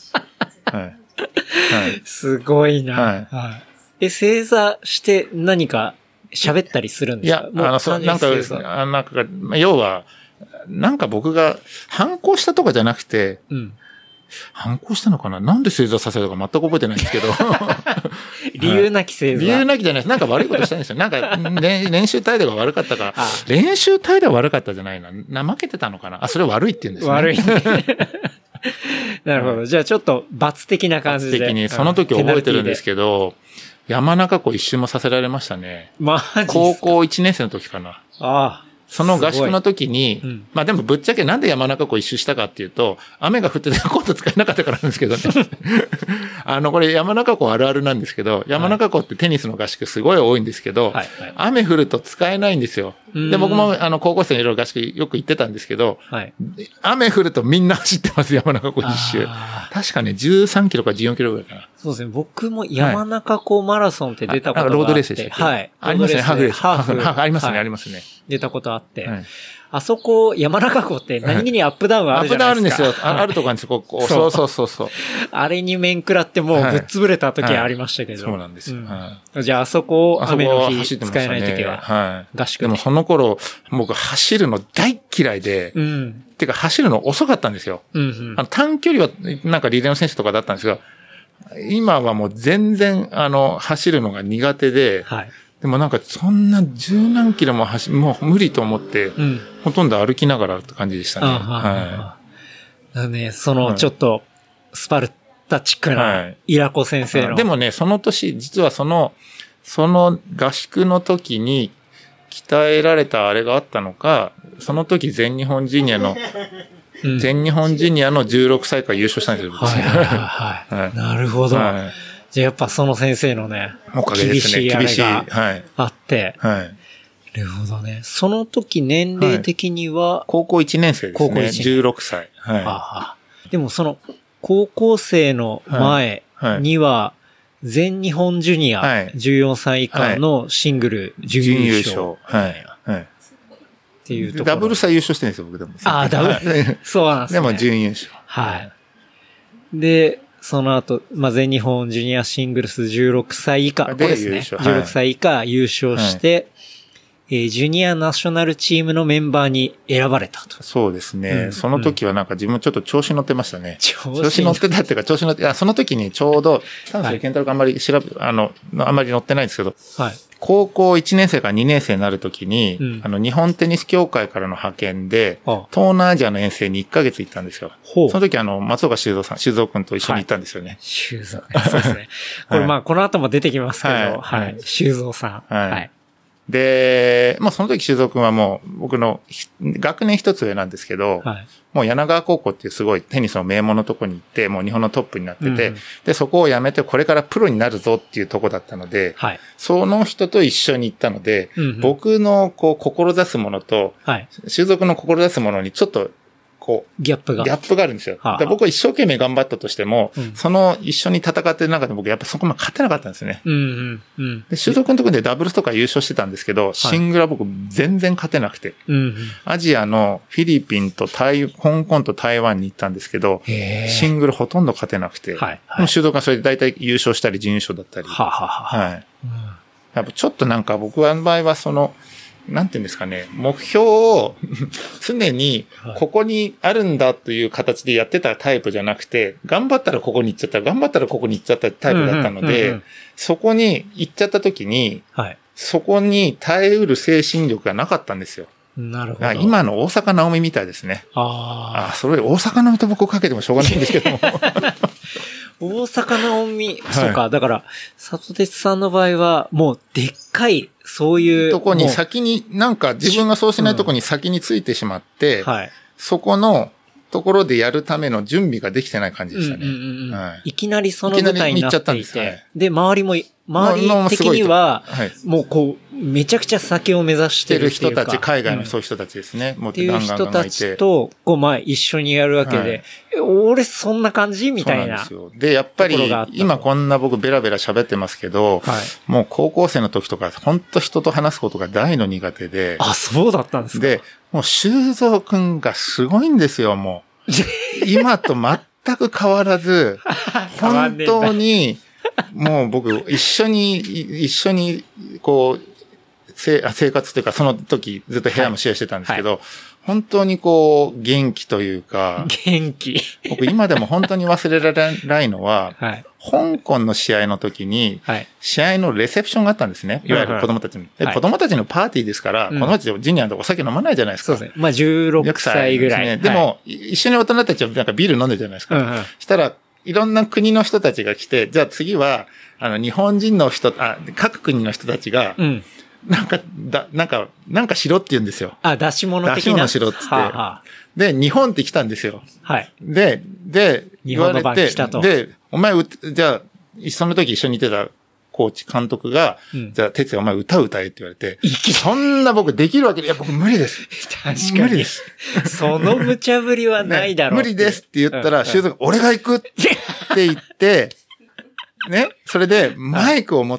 はい。はい。 すごいな。はい。はい、え、正座して何か喋ったりするんですか？ いや、あの、そう、なんか、あなんか、要は、なんか僕が反抗したとかじゃなくて、うん、反抗したのかな？なんで正座させたか全く覚えてないんですけど。 理由なき正座、 はい、理由なきじゃないです。なんか悪いことしたんですよ。なんか、ね、練習態度が悪かったか。練習態度が悪かったじゃないな。怠けてたのかな？あ、それ悪いって言うんですね。 悪い。なるほど。はい、じゃあちょっと罰的な感じで。 罰的に。その時覚えてるんですけど、山中湖一周もさせられましたね。 マジっすか？ 高校いちねん生の時かな。 ああ。 その合宿の時に、うん、まあでもぶっちゃけなんで山中湖一周したかっていうと、雨が降っててコート使えなかったからなんですけどね。あの、これ山中湖あるあるなんですけど、山中湖ってテニスの合宿すごい多いんですけど、はいはい、雨降ると使えないんですよ。で、僕もあの高校生のいろいろ合宿よく行ってたんですけど、はい、雨降るとみんな走ってます、山中湖一周。確かね、じゅうさんキロかじゅうよんキロぐらいかな。 そうですね。僕も山中湖マラソンって出たことがあって、 はい、ロードレースでした。 はい。 ありますね、ハーフレース。ハーフ、ハーフ、ありますね、はい、ありますね。 出たことあって。はい、あそこ、山中湖って何気にアップダウンあるじゃないですか。 アップダウンあるんですよ。あ, あるとこなんですよ、ここ。そうそうそうそう。 あれに面食らってもうぶっ潰れた時ありましたけど。 はいはい、そうなんですよ。うんはい、じゃああそこを雨の日使えない時は、はい、合宿で。 でもその頃、僕走るの大嫌いで、うん、てか走るの遅かったんですよ。うんうん、あの短距離はなんかリレーの選手とかだったんですが、今はもう全然あの走るのが苦手で、はい、でもなんかそんな十何キロも走、もう無理と思って、うん、ほとんど歩きながらって感じでしたね。はい。 だね、そのちょっとスパルタチックなイラコ先生の、はい、 でもね、その年、実はその、その合宿の時に鍛えられたあれがあったのか、その時全日本ジュニアの、うん、全日本ジュニアのじゅうろくさいから優勝したんですよ。 はいはいはい。はい、なるほど。はい、じゃあやっぱその先生のね、 おかげですね、 厳しいあれがあって、はい。はい、なるほどね。その時年齢的には、はい、 高校いちねん生ですね。高校いちねん生。じゅうろくさい。はい。 あでもその高校生の前には、全日本ジュニアじゅうよんさい以下のシングル準優勝。 はい。はい。 っていうところ。 ダブル差優勝してるんですよ、僕でも。 ああ、ダブル。そうなんですね。 でも準優勝。 はい。で、その後、まあ、全日本ジュニアシングルスじゅうろくさい以下、これですね。じゅうろくさい以下優勝して、はい、えー、ジュニアナショナルチームのメンバーに選ばれたと。 そうですね。うん、その時はなんか自分ちょっと調子乗ってましたね。 調子調子乗ってたっていうか、調子乗って、あ、その時にちょうど、多分それ健太郎があんまり調べ、あの、あんまり乗ってないんですけど、はい。高校いちねん生からにねん生になるときに、うん、あの、日本テニス協会からの派遣で、東南アジアの遠征にいっかげつ行ったんですよ。ほう。その時あの、松岡修造さん、修造くんと一緒に行ったんですよね。はい、 修造。そうですね。これまあ、この後も出てきますけど、はい。はい、修造さん。はい。はい、 で、まあその時修造くんはもう、僕の学年一つ上なんですけど、はい。もう柳川高校っていうすごいテニスの名門のとこに行って、もう日本のトップになってて、うん、で、そこを辞めてこれからプロになるぞっていうとこだったので、はい、その人と一緒に行ったので、うんうん、僕のこう、志すものと、はい、修造の志すものにちょっと、こう、 ギャップが。 ギャップがあるんですよ。はあ、僕は一生懸命頑張ったとしても、うん、その一緒に戦ってる中で僕やっぱそこまで勝てなかったんですよね。うんうんうん、で、修造のところでダブルスとか優勝してたんですけど、はい、シングルは僕全然勝てなくて、うんうん、アジアのフィリピンと台、香港と台湾に行ったんですけど、シングルほとんど勝てなくて、はいはい、修造がそれで大体優勝したり準優勝だったり。ははははい、うん。やっぱちょっとなんか僕の場合はその、なんていうんですかね、目標を常にここにあるんだという形でやってたタイプじゃなくて、頑張ったらここに行っちゃった、頑張ったらここに行っちゃったタイプだったので、うんうんうんうん、そこに行っちゃった時に、はい、そこに耐えうる精神力がなかったんですよ。なるほど。今の大坂なおみみたいですね。ああ。それ大坂なおみと僕をかけてもしょうがないんですけども。 大坂なおみ、はい、そうか。だから、里鉄さんの場合は、もうでっかい、そういう。 とこに先に、なんか自分がそうしないとこに先についてしまって、うん、はい、そこのところでやるための準備ができてない感じでしたね。うんうんうんはい、 いきなりその舞台になっていて、いきなり行っちゃったんです、はい、で、周りも、周り的には、はい、もうこう、めちゃくちゃ先を目指してる人たち、海外のそういう人たちですね。 うん、もうっていう人たちと、こう、まあ一緒にやるわけで、はい、俺そんな感じみたいな。 そうなんですよ。で、やっぱり、今こんな僕ベラベラ喋ってますけど、はい、もう高校生の時とか、本当人と話すことが大の苦手で。 あ、そうだったんですか。 で、もう修造くんがすごいんですよ、もう。今と全く変わらず、本当に、もう僕、一緒に、一緒に、こう、生活というか、その時ずっと部屋もシェアしてたんですけど、はいはい、本当にこう、元気というか、 元気。 僕今でも本当に忘れられないのは、はい、香港の試合の時に、はい、試合のレセプションがあったんですね。いわゆる子供たちに。はい、子供たちのパーティーですから、うん、子供たちジュニアのお酒飲まないじゃないですか。 そうですね。まあじゅうろくさいぐらい。 で, ね、でも、はい、一緒に大人たちはなんかビール飲んでるじゃないですか。うんうん、したら、いろんな国の人たちが来て、じゃあ次は、あの、日本人の人、あ、各国の人たちが、うんなんか、だ、なんか、なんかしろって言うんですよ。 あ、出し物的な。 出し物しろって言って。はあはあ、で、日本って来たんですよ。はい。で、で、言われて、で、お前、じゃあ、その時一緒にいてたコーチ、監督が、うん、じゃあ、哲也お前歌歌えって言われて、そんな僕できるわけで、いや、僕無理です。 確かに。無理です。その無茶ぶりはないだろう、 ね。無理ですって言ったら、修造、うんうん、俺が行くって言って、ね。それで、マイクを持って、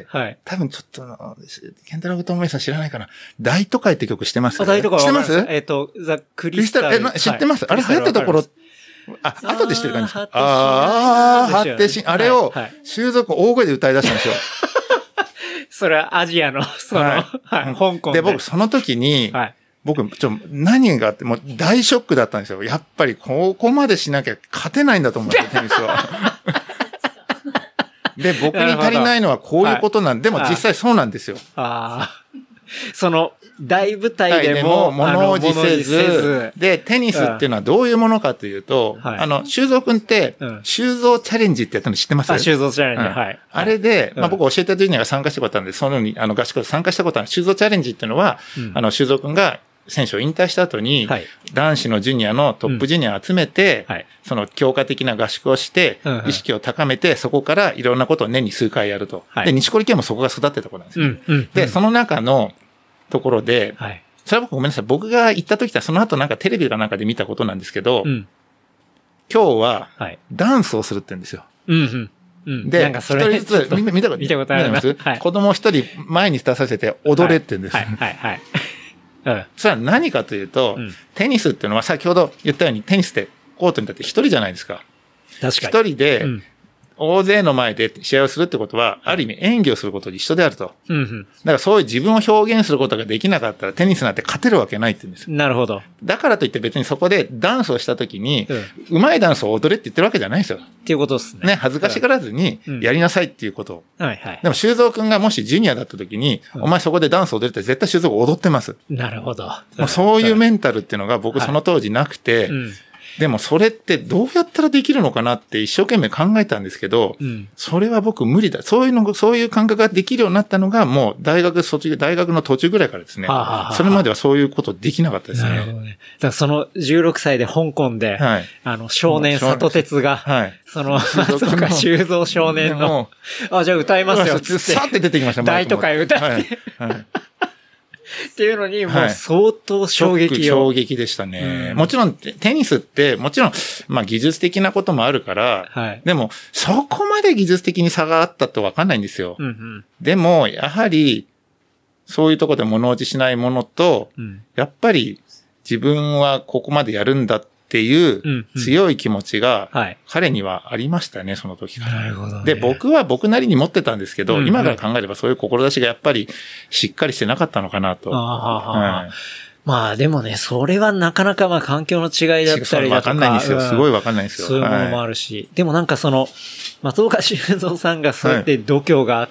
はい。多分ちょっと、ケンタロウともえさん知らないかな。大都会って曲してます？ 大都会知ってます？ えっと、ザ・クリスタル。 え、知ってます？あれ流行ったところ、あ、後で知ってる感じです。あー、発展し、あれを、修造大声で歌い出したんですよ。 それはアジアの、その、はい、香港で。 で、僕その時に、はい。僕、ちょ、何があって、もう大ショックだったんですよ。やっぱりここまでしなきゃ勝てないんだと思うんですよ、テニスは。で、僕に足りないのはこういうことなんで、でも実際そうなんですよ。ああ。その、大舞台でも、 物おじせず、で、テニスっていうのはどういうものかというと、うん、あの、修造くんって、うん、修造チャレンジってやったの知ってます？ あ、修造チャレンジ、うん、はい。 あれで、まあ僕教えたジュニアが参加したことあるんで、そのように、あの、合宿で参加したことある。修造チャレンジっていうのは、うん、あの、修造くんが、選手を引退した後に、はい、男子のジュニアのトップジュニアを集めて、うんはい、その強化的な合宿をして、うんうん、意識を高めて、そこからいろんなことを年に数回やると。はい、で、西堀圭もそこが育ってた子なんですよ。うんうんうん、で、その中のところで、はい、それは僕ごめんなさい。僕が行った時はその後なんかテレビかなんかで見たことなんですけど、うん、今日は、ダンスをするって言うんですよ。うんうんうん、で、一人ずつ、見たことあります？はい、子供一人前に立たせて踊れって言うんです。はい、はい、はい。 うん。 それは何かというと、うん、テニスっていうのは先ほど言ったようにテニスってコートに立って一人じゃないですか。 確かに。 一人で、うん大勢の前で試合をするってことは、ある意味演技をすることと一緒であると。 うんうん、 だからそういう自分を表現することができなかったらテニスなんて勝てるわけないって言うんですよ。 なるほど。 だからといって別にそこでダンスをしたときに、うん、上手いダンスを踊れって言ってるわけじゃないですよ。 っていうことですね。 ね、恥ずかしがらずにやりなさいっていうことを。 うん、はいはい。 でも修造くんがもしジュニアだったときに、うん、お前そこでダンスを踊れって絶対修造が踊ってます。 なるほど。 もうそういうメンタルっていうのが僕その当時なくて、はいうんでもそれってどうやったらできるのかなって一生懸命考えたんですけど、うん、それは僕無理だ。そういうの、そういう感覚ができるようになったのがもう大学卒業、大学の途中ぐらいからですね。はあはあ、それまではそういうことできなかったですね。 なるほどね。だからそのじゅうろくさいで香港で、はい、あの少年里鉄が、はい、その松岡修造少年の、あ、じゃあ歌いますよっつって。 さって出てきました。 大都会歌って。はいはいっていうのに、もう相当衝撃を、はい、衝撃でしたね、うん。もちろんテニスって、もちろん、まあ技術的なこともあるから、はい、でもそこまで技術的に差があったとわかんないんですよ、うんうん。でも、やはり、そういうところで物落ちしないものと、うん、やっぱり自分はここまでやるんだっていう強い気持ちが彼にはありましたね、その時から。 なるほどね。 で、僕は僕なりに持ってたんですけど、うんうん、今から考えればそういう志がやっぱりしっかりしてなかったのかなと。 あはい、まあでもね、それはなかなかまあ環境の違いだったりだとか。 わかんないんですよ。すごいわかんないんですよ。 そういうものもあるし。はい、でもなんかその、松岡修造さんがそうやって度胸があって、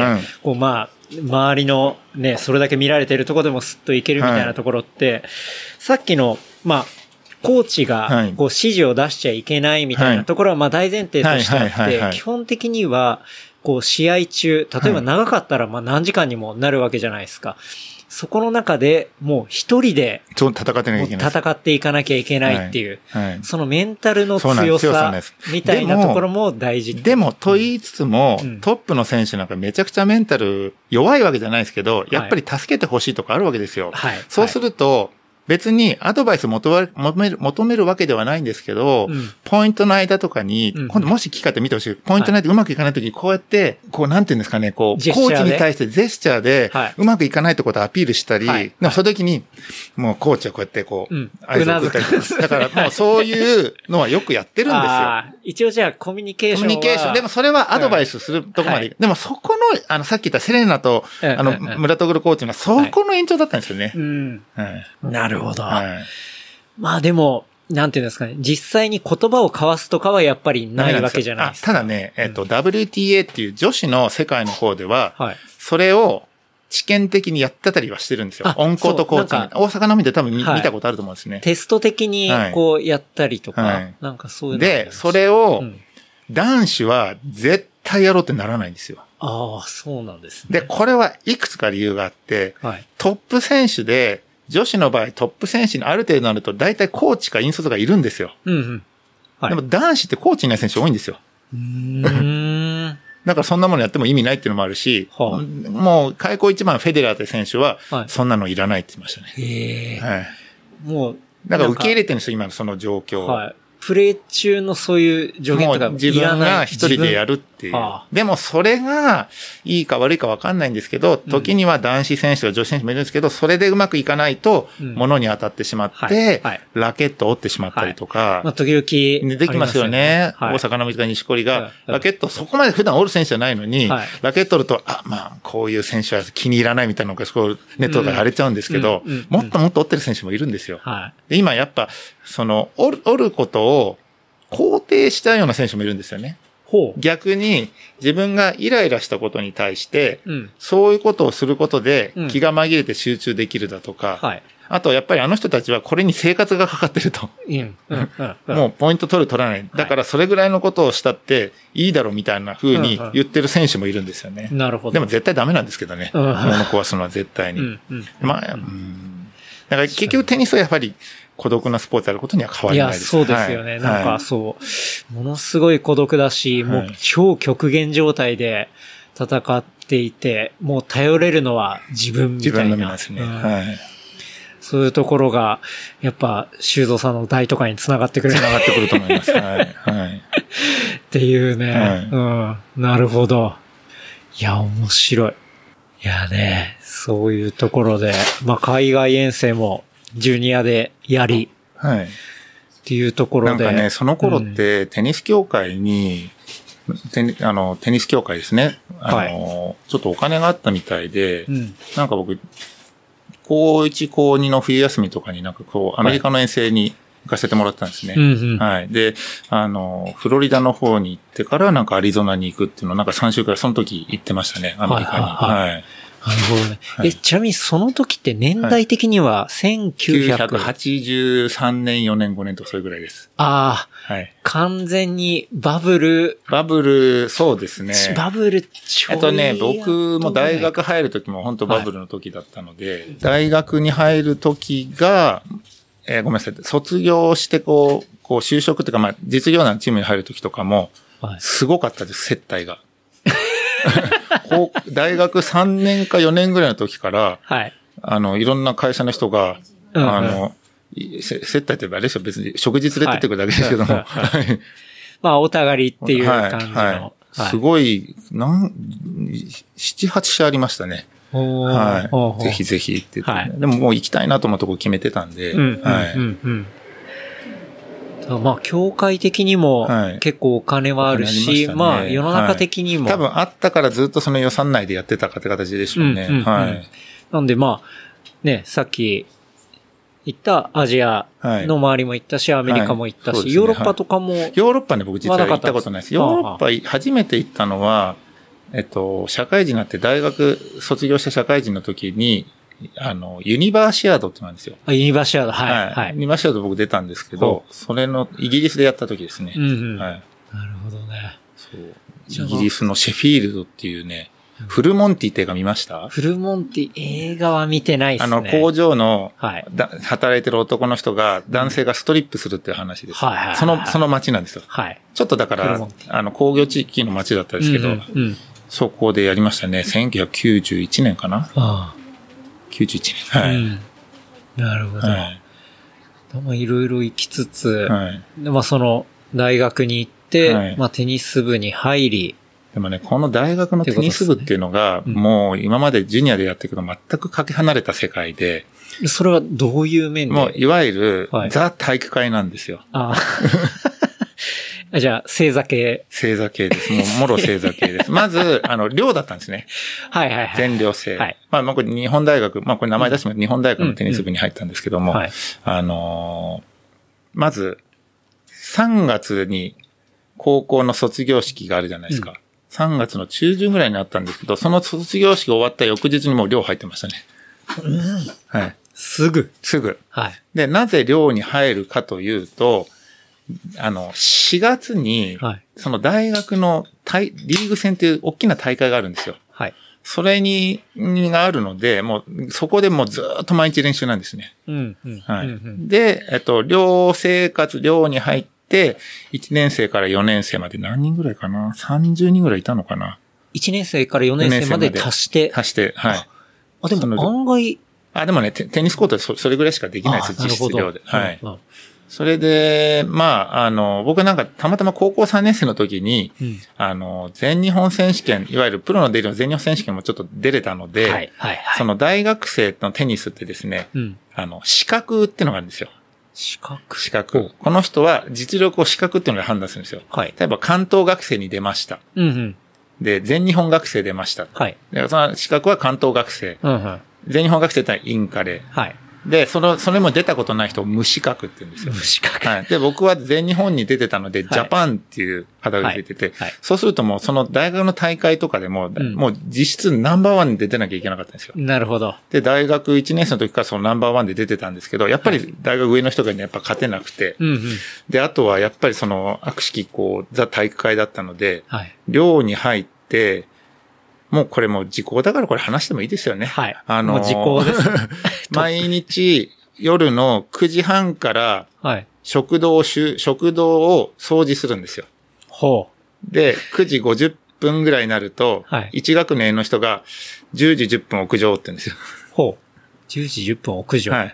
はい、こうまあ、周りのね、それだけ見られてるところでもスッといけるみたいなところって、はい、さっきの、まあ、コーチがこう指示を出しちゃいけないみたいなところはまあ大前提としてあって、基本的にはこう試合中、例えば長かったらまあ何時間にもなるわけじゃないですか。そこの中でもう一人で戦っていかなきゃいけないっていう、そのメンタルの強さみたいなところも大事。 でもと言いつつも、トップの選手なんかめちゃくちゃメンタル弱いわけじゃないですけど、やっぱり助けてほしいとかあるわけですよ。そうすると、別にアドバイス求める、求めるわけではないんですけど、うん、ポイントの間とかに、うん、今度もし機会って見てほしい。ポイントの間でうまくいかないときに、こうやって、こうなんていうんですかね、こう、コーチに対してジェスチャーで、うまくいかないってことをアピールしたり、はい、でもその時に、もうコーチはこうやってこう、うん、合図を送ったりとか。だからもうそういうのはよくやってるんですよ。 一応じゃあコミュニケーションは。 コミュニケーション。でもそれはアドバイスするとこまで、はい、でもそこの、あの、さっき言ったセレナと、あの、村戸コーチがそこの延長だったんですよね。はい、うん。はい、 なるほど。はいまあでも、なんていうんですかね、実際に言葉を交わすとかはやっぱりないわけじゃないですか。 ただね、えっと、うん、ダブリューティーエー っていう女子の世界の方では、はい、それを知見的にやってたりはしてるんですよ。オンコートコーチに。大阪のみで多分見、はい、見たことあると思うんですね。 テスト的にこうやったりとか、はい、なんかそういうの。 で、それを、うん、男子は絶対やろうってならないんですよ。 ああ、そうなんですね。で、これはいくつか理由があって、はい、トップ選手で、女子の場合トップ選手にある程度になると大体コーチか引率がいるんですよ。うんうんはい、でも男子ってコーチいない選手多いんですよ。うーんだからそんなものやっても意味ないっていうのもあるし、はあ、もう開口一番フェデラーって選手はそんなのいらないって言いましたね。はい、へーはい、もうだから受け入れてるんですよ今のその状況。はいプレイ中のそういう助言とか自分が一人でやるっていう。でもそれがいいか悪いか分かんないんですけど、時には男子選手とか女子選手もいるんですけど、それでうまくいかないと物に当たってしまって、ラケットを折ってしまったりとか。 まあ、時々 出てきますよね。大阪の水か西堀が、ラケットそこまで普段折る選手じゃないのに、ラケット折ると、あ、まあ、こういう選手は気に入らないみたいなのがネットとかで荒れちゃうんですけど、もっともっと折ってる選手もいるんですよ。で今やっぱ、その、折る、折ることを肯定したような選手もいるんですよね。ほう。逆に自分がイライラしたことに対して、うん、そういうことをすることで気が紛れて集中できるだとか、うんはい、あとやっぱりあの人たちはこれに生活がかかってると。うんうんうん、もうポイント取る取らない。だからそれぐらいのことをしたっていいだろうみたいな風に言ってる選手もいるんですよね。うんうん、なるほど。でも絶対ダメなんですけどね。物壊すのは絶対に。うんうん、まあ、うん、だから結局テニスはやっぱり孤独なスポーツであることには変わりないです。 いや、そうですよね。はい、なんかそう、ものすごい孤独だし、はい、もう超極限状態で戦っていて、もう頼れるのは自分みたいな。自分のみですね。うん、はい。そういうところが、やっぱ、修造さんの大都会に繋がってくる。 繋がってくると思います。はい。はい。 っていうね、はい、うん。なるほど。いや、面白い。いいやね、そういうところで、まあ海外遠征もジュニアでやり、 はい。 っていうところで。 なんかね、その頃ってテニス協会に、うん、テニあのテニス協会ですね。あの、はい、ちょっとお金があったみたいで、うん、なんか僕、高いち、高にの冬休みとかになんかこう、アメリカの遠征に行かせてもらったんですね。はい。うんうん、はい。で、あの、フロリダの方に行ってからなんかアリゾナに行くっていうのをなんかさんしゅうかんその時行ってましたね、アメリカに。はい。はいはいはい、 なるほどね。はい、え、ちなみにその時って年代的にはせんきゅうひゃくはちじゅうさんねん、よねん、ごねんとかそういうぐらいです。 ああ。はい。完全にバブル。 バブル、そうですね。 バブルちょい。 えっとね、僕も大学入る時も本当バブルの時だったので、はい、大学に入る時が、えー、ごめんなさい、卒業してこう、こう就職というか、まあ実業団チームに入る時とかも、すごかったです、接待が。大学さんねんかよねんぐらいの時から、はい。あの、いろんな会社の人が、うんうん、あの、接待ってあれでしょ、別に食事連れてってくるだけですけども。はい。 まあ、おたがりっていう感じの。はい。はいはい、すごい、なん、七八社ありましたね。はい。ぜひぜひって言って、はい。でももう行きたいなと思うとこ決めてたんで、うん、はい。うんうんうんまあ、協会的にも結構お金はあるし、はい、ま, まあ、世の中的にも、 はい。多分あったからずっとその予算内でやってたかって形でしょうね。うんうんうん、はい。 なんでまあ、ね、さっき言ったアジアの周りも行ったし、アメリカも行ったし、はいはいね、ヨーロッパとかも、はい。 ヨーロッパね、僕実は行ったことないです。ヨーロッパ初めて行ったのは、えっと、社会人になって大学卒業した社会人の時に、あの、ユニバーシアードってなんですよ。 あ、ユニバーシアード、はい。はい。 ユニバーシアード僕出たんですけど、それの、イギリスでやった時ですね。うんうん。はい。 なるほどね。 そう。イギリスのシェフィールドっていうね、うん、フルモンティって映画見ました？ フルモンティ映画は見てないですね。 あの、工場の、はい。だ働いてる男の人が、男性がストリップするっていう話です。はい、はい。その、その街なんですよ。はい。ちょっとだから、あの、工業地域の街だったんですけど、うんうんうん、そこでやりましたね。せんきゅうひゃくきゅうじゅういちねんかな。ああ。きゅうじゅういちねん。はい。うん、 なるほど。はい。まあいろいろ行きつつ、はい。でまあその大学に行って、はい、まあテニス部に入り。 でもね、この大学のテニス部っていうのが、ねうん、もう今までジュニアでやってるけど全くかけ離れた世界で。 それはどういう面で？ もういわゆる、はい、ザ体育会なんですよ。ああ。じゃあ、正座系。 正座系です。もう、もろ正座系です。まず、あの、寮だったんですね。 はいはいはい。 全寮制。はい。まあ、まあ、これ日本大学、まあ、これ名前出しても、うん、日本大学のテニス部に入ったんですけども、うんうんはい、あのー、まず、さんがつに高校の卒業式があるじゃないですか。うん、さんがつの中旬ぐらいにあったんですけど、その卒業式が終わった翌日にもう寮入ってましたね。うん、はい。 すぐ。 すぐ。 はい。 で、なぜ寮に入るかというと、あの、しがつに、その大学のリーグ戦っていう大きな大会があるんですよ。はい。それに、にがあるので、もう、そこでもうずっと毎日練習なんですね。うん。うん、はい、うん。で、えっと、寮生活、寮に入って、いちねん生からよねん生まで何人ぐらいかな ?さんじゅう 人ぐらいいたのかな ? いち 年生からよねん生まで足して。 足して、はい。 あ、でも案外。 あ、でもね、テ、テニスコートで そ, それぐらいしかできないです、実質寮で。はい。うんそれで、まあ、あの、僕なんかたまたま高校さんねん生の時に、うん、あの、全日本選手権、いわゆるプロの出るの全日本選手権もちょっと出れたので、はいはいはい、その大学生のテニスってですね、うん、あの、資格っていうのがあるんですよ。 資格資格。この人は実力を資格っていうので判断するんですよ。はい。例えば関東学生に出ました。うんうん、で、全日本学生出ました。はい。で、その資格は関東学生。うんうん、全日本学生ってのはインカレ。はい。で、その、それも出たことない人を無資格って言うんですよ。 無資格。 はい。で、僕は全日本に出てたので、はい、ジャパンっていう肌が出てて、はいはい、そうするともうその大学の大会とかでも、うん、もう実質ナンバーワンに出てなきゃいけなかったんですよ。 なるほど。 で、大学いちねん生の時からそのナンバーワンで出てたんですけど、やっぱり大学上の人がね、やっぱ勝てなくて、うんうん、で、あとはやっぱりその悪しきこう、ザ体育会だったので、はい、寮に入って、もうこれもう時効だからこれ話してもいいですよね。はい。あのー、 もう時効です。 毎日夜のくじはんから食堂を、食堂を掃除するんですよ。ほう。で、くじごじゅっぷんぐらいになると、はい、いち学年の人がじゅうじじゅっぷん屋上って言うんですよ。 ほう。じゅうじじゅっぷん屋上。はい。はい。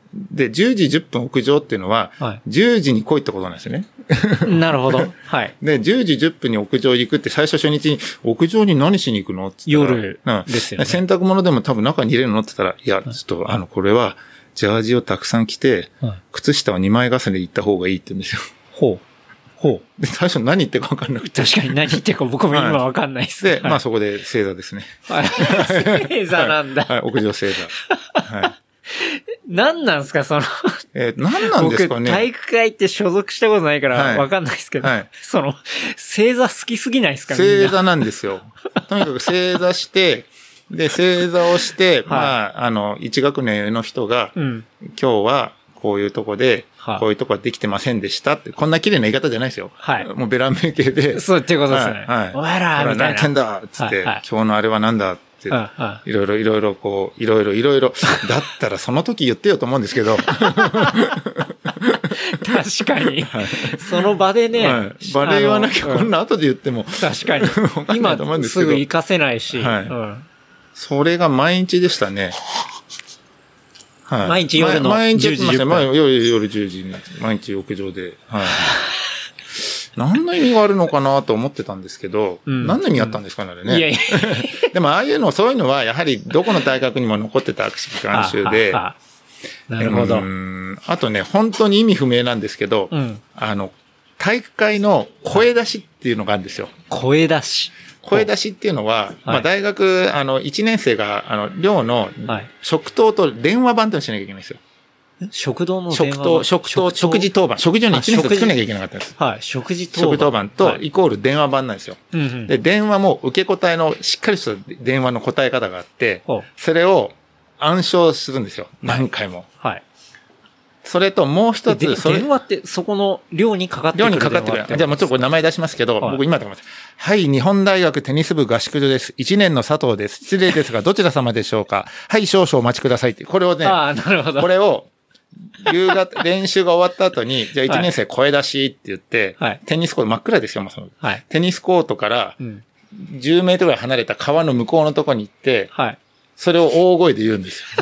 で、じゅうじじゅっぷん屋上っていうのは、はい、じゅうじに来いってことなんですよね。 なるほど。はい。 で、じゅうじじゅっぷんに屋上行くって最初初日に、屋上に何しに行くのって言ったら夜ですよね。 洗濯物でも多分中に入れるのって言ったら、いや、ちょっと、あの、これは、ジャージをたくさん着て、はい、靴下はにまい重ねで行った方がいいって言うんですよ。 ほう。ほう。 で、最初何言ってるか分かんなくて。 確かに何言ってるか僕も今分かんないです。 はい、で、まあそこで正座ですね。 正座なんだ。 はい、はい、屋上正座。はい。 何なんですか、その。 えー、何なんですかね。 僕、体育会って所属したことないから分かんないですけど、はいはい、その、正座好きすぎないですかね。 正座なんですよ。とにかく正座して、で、正座をして、はい、まあ、あの、一学年の人が、うん、今日はこういうとこで、はい、こういうとこはできてませんでしたって、こんな綺麗な言い方じゃないですよ。はい。もうベランメ系で。 そうっていうことですね。はい。はい、お前らみたいな。 何やってんだっつって、はいはい、今日のあれはなんだって、はい、いろいろいろいろこう、いろいろいろいろ、だったらその時言ってよと思うんですけど。 確かに。はい、その場でね。はい、 場で言わなきゃこんな後で言っても。 確かに。今すぐ活かせないし。はい。うん、 それが毎日でしたね。 はい、毎日夜の毎日じゅうじ。夜、夜じゅうじに、毎日屋上で。はい。何の意味があるのかなと思ってたんですけど、うん、何の意味あったんですかね、あれね。いやいやでも、ああいうの、そういうのは、やはり、どこの大学にも残ってた悪しき慣習で、 なるほど。 あとね、本当に意味不明なんですけど、うん、あの、体育会の声出しっていうのがあるんですよ。 声出し。 声出しっていうのは、はい、まあ大学、あの、いちねん生が、あの、寮の、食堂と電話番としなきゃいけないんですよ。 食堂の電話番食堂、食堂、食事当番。食事にいちねん生作んなきゃいけなかったんです。 はい。食事当番。 食当番と、イコール電話番なんですよ。はい、で、電話も受け答えの、しっかりした電話の答え方があって、それを暗唱するんですよ。何回も。はい。それともう一つ、それ。 電話ってそこの寮にかかってくる。 寮にかかってくる。じゃあもちろんこれ名前出しますけど、はい、僕今でもはい、日本大学テニス部合宿所です。いちねんの佐藤です。失礼ですが、どちら様でしょうか。はい、少々お待ちくださいって。これをね、 ああ、なるほど。 これを、夕方、練習が終わった後に、じゃあいちねん生声出しって言って、はい、テニスコート真っ暗ですよ、もうその。はい、テニスコートからじゅうメートルぐらい離れた川の向こうのとこに行って、はい、それを大声で言うんですよ。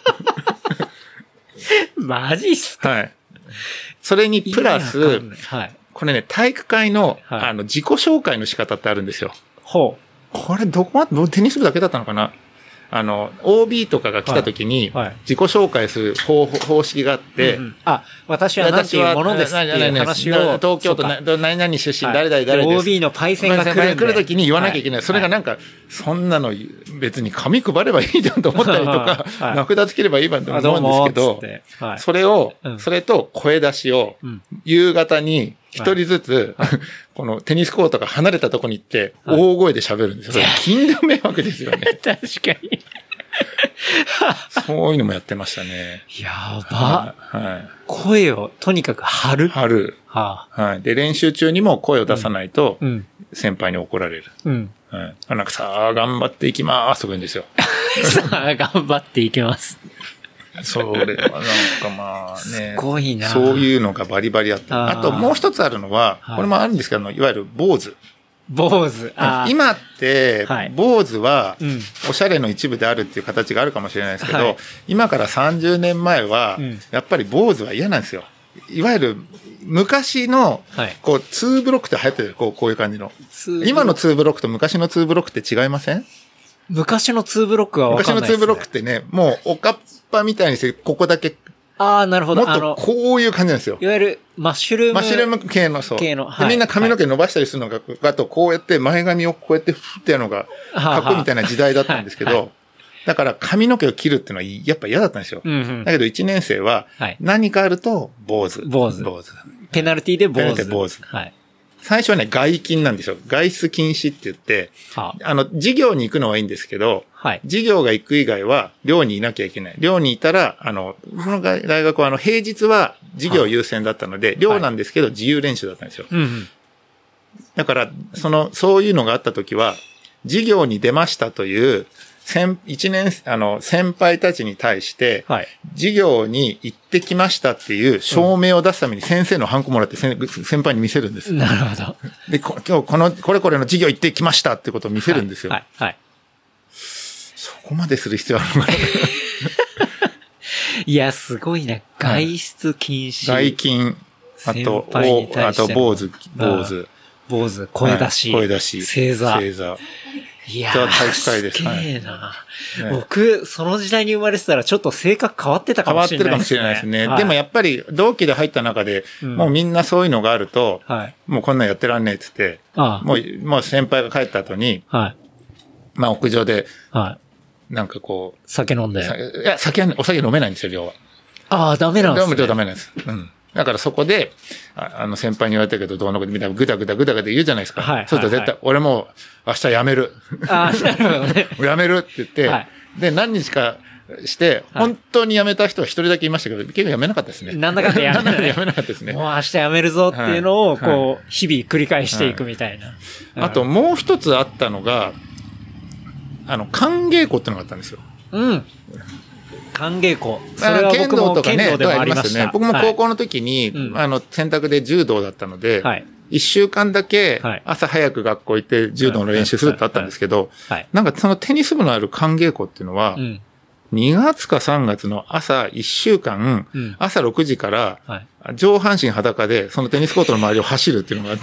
マジっすか？ はい。それにプラス、はい、これね、体育会の、はい、あの、自己紹介の仕方ってあるんですよ。 ほう。 これどこま、テニス部だけだったのかな？あの、オービー とかが来た時に、自己紹介する方、方式があって、うんうん、 あ、私は何ていうものですっていう話を、 東京都何々出身、誰々誰です。 オービー のパイセンが来るんで。 来る時に言わなきゃいけない。はい、それがなんか、そんなの別に紙配ればいいじゃんと思ったりとか、はい、名札つければいいわと思うんですけど、はい、それを、うん、それと声出しを、夕方に一人ずつ、はい、このテニスコートが離れたとこに行って、大声で喋るんですよ。それ禁断迷惑ですよね。 確かに。 そういうのもやってましたね。 やば。はい。声をとにかく張る。 張る。はあ、はい。で、練習中にも声を出さないと、先輩に怒られる。うん。はい。なんかさあ、頑張っていきまーすとか言うんですよ。 さあ、頑張っていきます。 それはなんかまあね。 すごいな。 そういうのがバリバリあった。あともう一つあるのは、これもあるんですけど、いわゆる坊主。 坊主。 今って、坊主は、おしゃれの一部であるっていう形があるかもしれないですけど、はい、今からさんじゅうねんまえは、うん、やっぱり坊主は嫌なんですよ。いわゆる、昔の、こう、ツーブロックって流行ってる、こう、こういう感じの。今のツーブロックと昔のツーブロックって違いません？ 昔のツーブロックは分かんないですね。 昔のツーブロックってね、もう、おかっぱみたいにして、ここだけ、 ああ、なるほど。 もっとこういう感じなんですよ。 いわゆるマッシュルーム。 マッシュルーム系の、そう。 系の。 はい、みんな髪の毛伸ばしたりするのが、はい、あとこうやって前髪をこうやって振ってやるのが、かっこいいみたいな時代だったんですけど、はいはい、だから髪の毛を切るっていうのはやっぱ嫌だったんですよ。うんうん、だけどいちねん生は、何かあると坊主。 坊主。坊主。ペナルティで坊主。ペナルティで坊主。はい。 最初はね、外勤なんですよ。外出禁止って言って、はあ、あの、授業に行くのはいいんですけど、はい、授業が行く以外は、寮にいなきゃいけない。寮にいたら、あの、その大学は、あの、平日は授業優先だったので、はあ、寮なんですけど、自由練習だったんですよ。はいうんうん、だから、その、そういうのがあったときは、授業に出ましたという、先、一年、あの、先輩たちに対して、はい、授業に行ってきましたっていう証明を出すために先生のハンコもらって先輩に見せるんです。 なるほど。 で、今日この、これこれの授業行ってきましたってことを見せるんですよ。はい、はい、はい。そこまでする必要あるのかな。 いや、すごいね。外出禁止。 外勤、あと、あと、坊主、坊主。 坊主、声出し。 声出し。 正座。 正座。 いやー、 体育会です。 すげーな、ね。僕、その時代に生まれてたらちょっと性格変わってたかもしれないですね。 変わってるかもしれないですね。はい、でもやっぱり同期で入った中で、うん、もうみんなそういうのがあると、はい、もうこんなんやってらんねえって言って、ああもう、もう先輩が帰った後に、はい、まあ屋上で、はい、なんかこう。 酒飲んで。 いや、酒は、お酒飲めないんですよ、量は。 ああ、ダメなんですね。 飲むとダメなんです。うん。だからそこで、あ, あの先輩に言われたけど、どうのことみたいなぐだぐだぐだぐだ言うじゃないですか。はい。そうすると絶対、はい、俺もう明日辞める。 ああ、なるほどね。 辞めるって言って、はい、で、何日かして、本当に辞めた人は一人だけいましたけど、結構辞めなかったですね。 なんだかんだ辞めなかった。 辞めなかったですね。 もう明日辞めるぞっていうのを、こう、はい、日々繰り返していくみたいな。はいはい、あともう一つあったのが、あの、寒稽古ってのがあったんですよ。 うん。寒稽古。それは僕も剣道でもありました。 ね、僕も高校の時に、はい、あの、選択で柔道だったので、はい、一週間だけ朝早く学校行って柔道の練習するってあったんですけど、なんかそのテニス部のある寒稽古っていうのは、うん、にがつかさんがつの朝一週間、うん、朝ろくじから上半身裸でそのテニスコートの周りを走るっていうのがあって。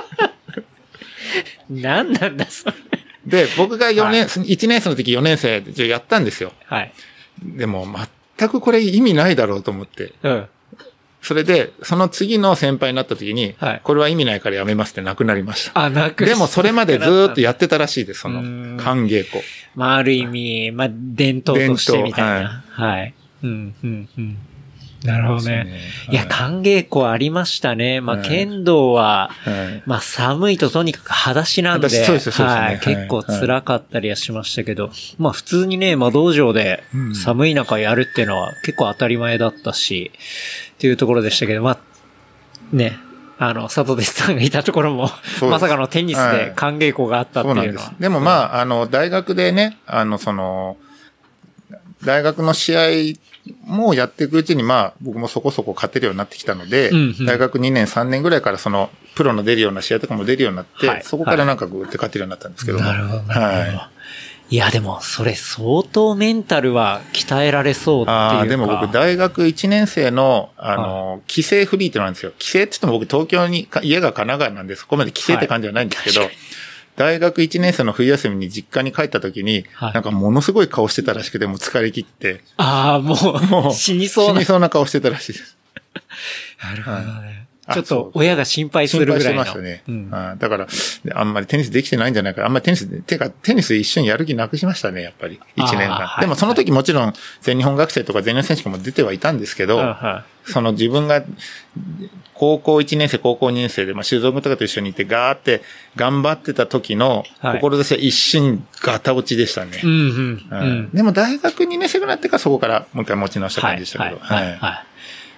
何なんだそれ。 で、僕がよねん、はい、いちねん生の時よねん生でやったんですよ。はい。でも全くこれ意味ないだろうと思って。うん。それで、その次の先輩になった時に、はい、これは意味ないからやめますってなくなりました。 あ、なくでもそれまでずーっとやってたらしいです、その、寒稽古。 まあ、ある意味、まあ、伝統としてみたいな。はい。はい。うん、うん、うん。なるほどね。ねはい、いや、寒稽古ありましたね。まあ、はい、剣道は、はい、まあ、寒いととにかく裸足なんで、そうですそうですね、はい、結構辛かったりはしましたけど、はい、まあ、普通にね、まあ、道場で寒い中やるっていうのは結構当たり前だったし、っていうところでしたけど、まあ、ね、あの、佐藤哲さんがいたところも、まさかのテニスで寒稽古があったっていうのは。はい、そうなんです。 でもまあ、あの、大学でね、あの、その、大学の試合もうやっていくうちに、まあ、僕もそこそこ勝てるようになってきたので、うんうん、大学にねん、さんねんぐらいからその、プロの出るような試合とかも出るようになって、はい、そこからなんかグーって勝てるようになったんですけど。 なるほど。はい。いや、でも、それ相当メンタルは鍛えられそうっていうか。ああ、 でも僕、大学いちねん生の、あの、帰省フリーってのなんですよ。帰省って言っても僕、東京に、家が神奈川なんで、そこまで帰省って感じじゃないんですけど、はい、大学いちねん生の冬休みに実家に帰った時に、はい、なんかものすごい顔してたらしくて、もう疲れ切って。 ああ、もう、もう死にそうな。死にそうな顔してたらしいです。 なるほどね。はい、ちょっと親が心配するぐらいの。 心配してましたね。うん、あだから、あんまりテニスできてないんじゃないか。あんまりテニス、てかテニス一緒にやる気なくしましたね、やっぱり。いちねんかん。はい、でもその時もちろん全日本学生とか全日本選手権も出てはいたんですけど、はい、その自分が高校いちねん生、高校にねん生で、まあ、修造君とかと一緒にいてガーって頑張ってた時の志は一瞬ガタ落ちでしたね。うんうんうん、でも大学にねん生ぐらいになってからそこからもう一回持ち直した感じでしたけど。 はい。はいはい、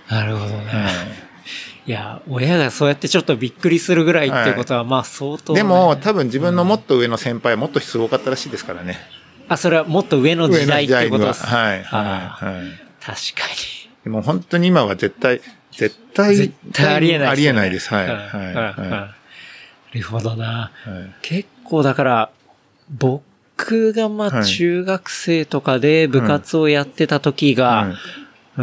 なるほどね。はいいや、親がそうやってちょっとびっくりするぐらいっていうことは、まあ相当、 ね。でも、多分自分のもっと上の先輩はもっとすごかったらしいですからね。 あ、それはもっと上の時代ってことですか。 はい、はい、 はい。確かに。 でも本当に今は絶対、絶対、 絶対ありえないです、ね。 ありえないです。はい。はい。 はい。なるほどな。結構だから、僕がまあ中学生とかで部活をやってた時が、うん、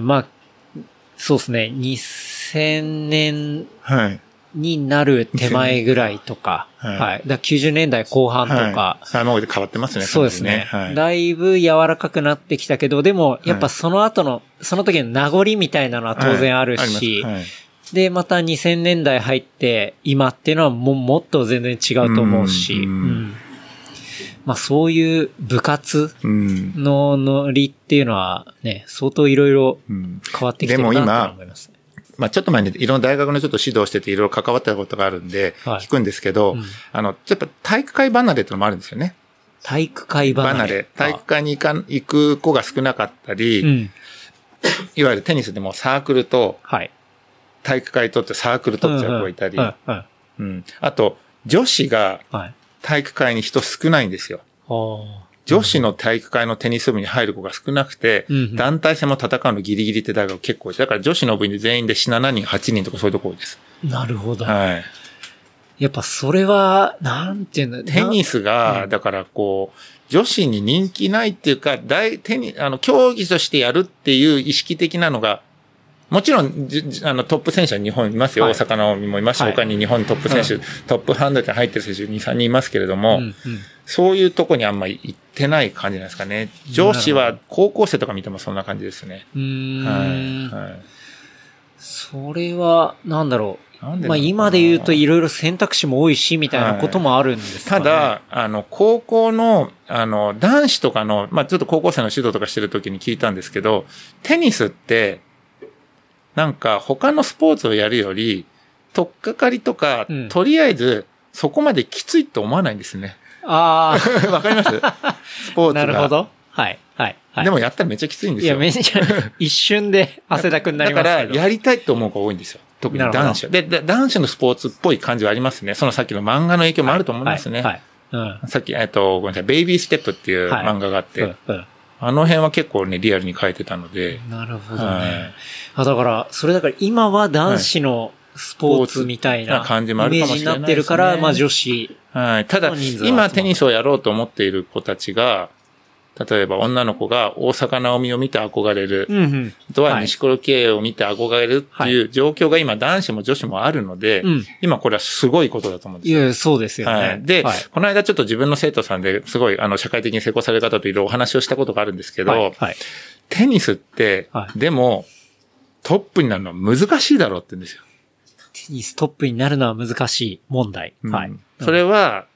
まあ、そうですね、にせんねんになる手前ぐらいとか、はい。はい、だきゅうじゅうねんだいこう半とか。 はい、もう変わってますね。 そうですね、はい。だいぶ柔らかくなってきたけど、でも、やっぱその後の、その時の名残みたいなのは当然あるし、はいはい、で、またにせんねんだい入って、今っていうのはもうもっと全然違うと思うし、うんうんまあそういう部活のノリっていうのはね、相当いろいろ変わってきてるなと思います、ね。 でも今、まあちょっと前にいろんな大学のちょっと指導してていろいろ関わったことがあるんで、聞くんですけど、はいうん、あの、やっぱ体育会離れってのもあるんですよね。 体育会離れ離れ。 体育会に行か行く子が少なかったり、うん、いわゆるテニスでもサークルと、体育会とってサークルとって子がいたり、うん、あと女子が、はい体育会に人少ないんですよ。女子の体育会のテニス部に入る子が少なくて、うん、団体戦も戦うのギリギリって大学結構多い。だから女子の部に全員でななにん、はちにんとかそういうところです。 なるほど。 はい。 やっぱそれは、なんていうんだ、 テニスが、だからこう、女子に人気ないっていうか、大、テニ、あの、競技としてやるっていう意識的なのが、もちろん、あの、トップ選手は日本いますよ。はい、大坂なおみもいますし、はい、他に日本トップ選手、うん、トップハンドで入ってる選手に、さんにんいますけれども、うんうん、そういうとこにあんまり行ってない感じなんですかね。女子は高校生とか見てもそんな感じですね。 うーん。はい。はい、それは、なんだろう。なんでまあ今で言うといろいろ選択肢も多いし、みたいなこともあるんですかね。 はい、ただ、あの、高校の、あの、男子とかの、まあちょっと高校生の指導とかしてる時に聞いたんですけど、テニスって、なんか他のスポーツをやるより、取っかかりとか、うん、とりあえずそこまできついと思わないんですね。 ああ。 わかりますスポーツが。 なるほど。はい。はい。はい、 でもやったらめっちゃきついんですよ。 いや、めっちゃ、一瞬で汗だくになりますけど。 だから、やりたいと思う子が多いんですよ。特に男子は。で、男子のスポーツっぽい感じはありますね。そのさっきの漫画の影響もあると思いますね。はい。はいはいうん、さっき、えっと、ごめんなさい、ベイビーステップっていう漫画があって、はいうんうんあの辺は結構ね、リアルに書いてたので。 なるほどね。はい、あだから、それだから今は男子のスポーツみたいな感じもあるかもしれないですね。イメージになってるから、まあ女子。 はい。ただ、今テニスをやろうと思っている子たちが、例えば女の子が大坂なおみを見て憧れる。うんうん、あとは西黒圭を見て憧れるっていう状況が今男子も女子もあるので、はい、今これはすごいことだと思うんですよ。 いや、そうですよね。 はい、で、はい、この間ちょっと自分の生徒さんですごいあの社会的に成功される方といろいろお話をしたことがあるんですけど、はいはい、テニスって、はい、でもトップになるのは難しいだろうって言うんですよ。 テニストップになるのは難しい問題。 うん、 はい。 それは、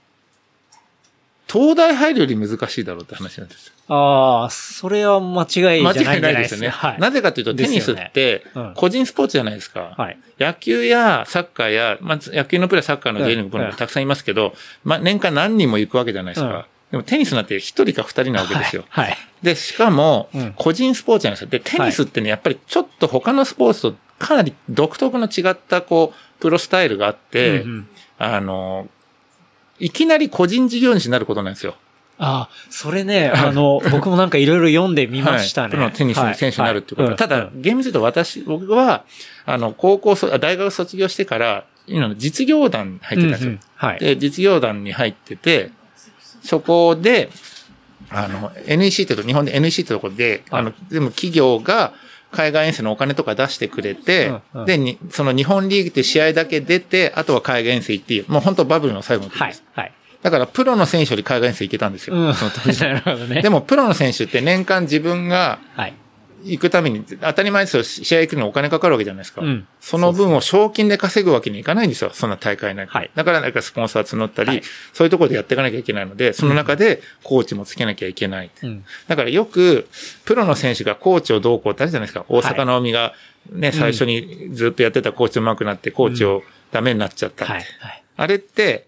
東大入るより難しいだろうって話なんですよ。 ああ、それは間違いじゃないんじゃないですよね。 はい。なぜかというと、テニスって個人スポーツじゃないですか。はい。野球やサッカーや、まあ、野球のプロやサッカーの J リーグプロもたくさんいますけど、まあ、年間何人も行くわけじゃないですか。うん、でもテニスなんて一人か二人なわけですよ。はい。はい、で、しかも、個人スポーツじゃないですか。で、テニスってね、やっぱりちょっと他のスポーツとかなり独特の違った、こう、プロスタイルがあって、うんうん、あの、いきなり個人事業主になることなんですよ。 ああ、それね、あの、僕もなんかいろいろ読んでみましたね。はい、 プロのテニスの選手になるってことは。はいはい、ただ、厳密に言うと私、僕は、あの、高校、大学卒業してから、今の実業団に入ってたんですよ。うんうん、はい。で、実業団に入ってて、そこで、あの、エヌイーシー ってと、日本で エヌイーシー ってとこで、あの、でも企業が、海外遠征のお金とか出してくれて、うんうん、で、に、その日本リーグって試合だけ出て、あとは海外遠征行っていい。もう本当バブルの最後の時です。はい。はい。だから、プロの選手より海外遠征行けたんですよ。うん、その当時。なるほどね。でも、プロの選手って年間自分が、行くために、当たり前ですよ、試合行くのにお金かかるわけじゃないですか。うん、その分を賞金で稼ぐわけにいかないんですよ、そんな大会なんか。はい、だから、なんかスポンサー募ったり、はい、そういうところでやっていかなきゃいけないので、その中でコーチもつけなきゃいけない。うん、だからよく、プロの選手がコーチをどうこうってあるじゃないですか。大坂なおみがね、はい、最初にずっとやってたコーチ上手くなって、コーチをダメになっちゃったって。はいはいあれって、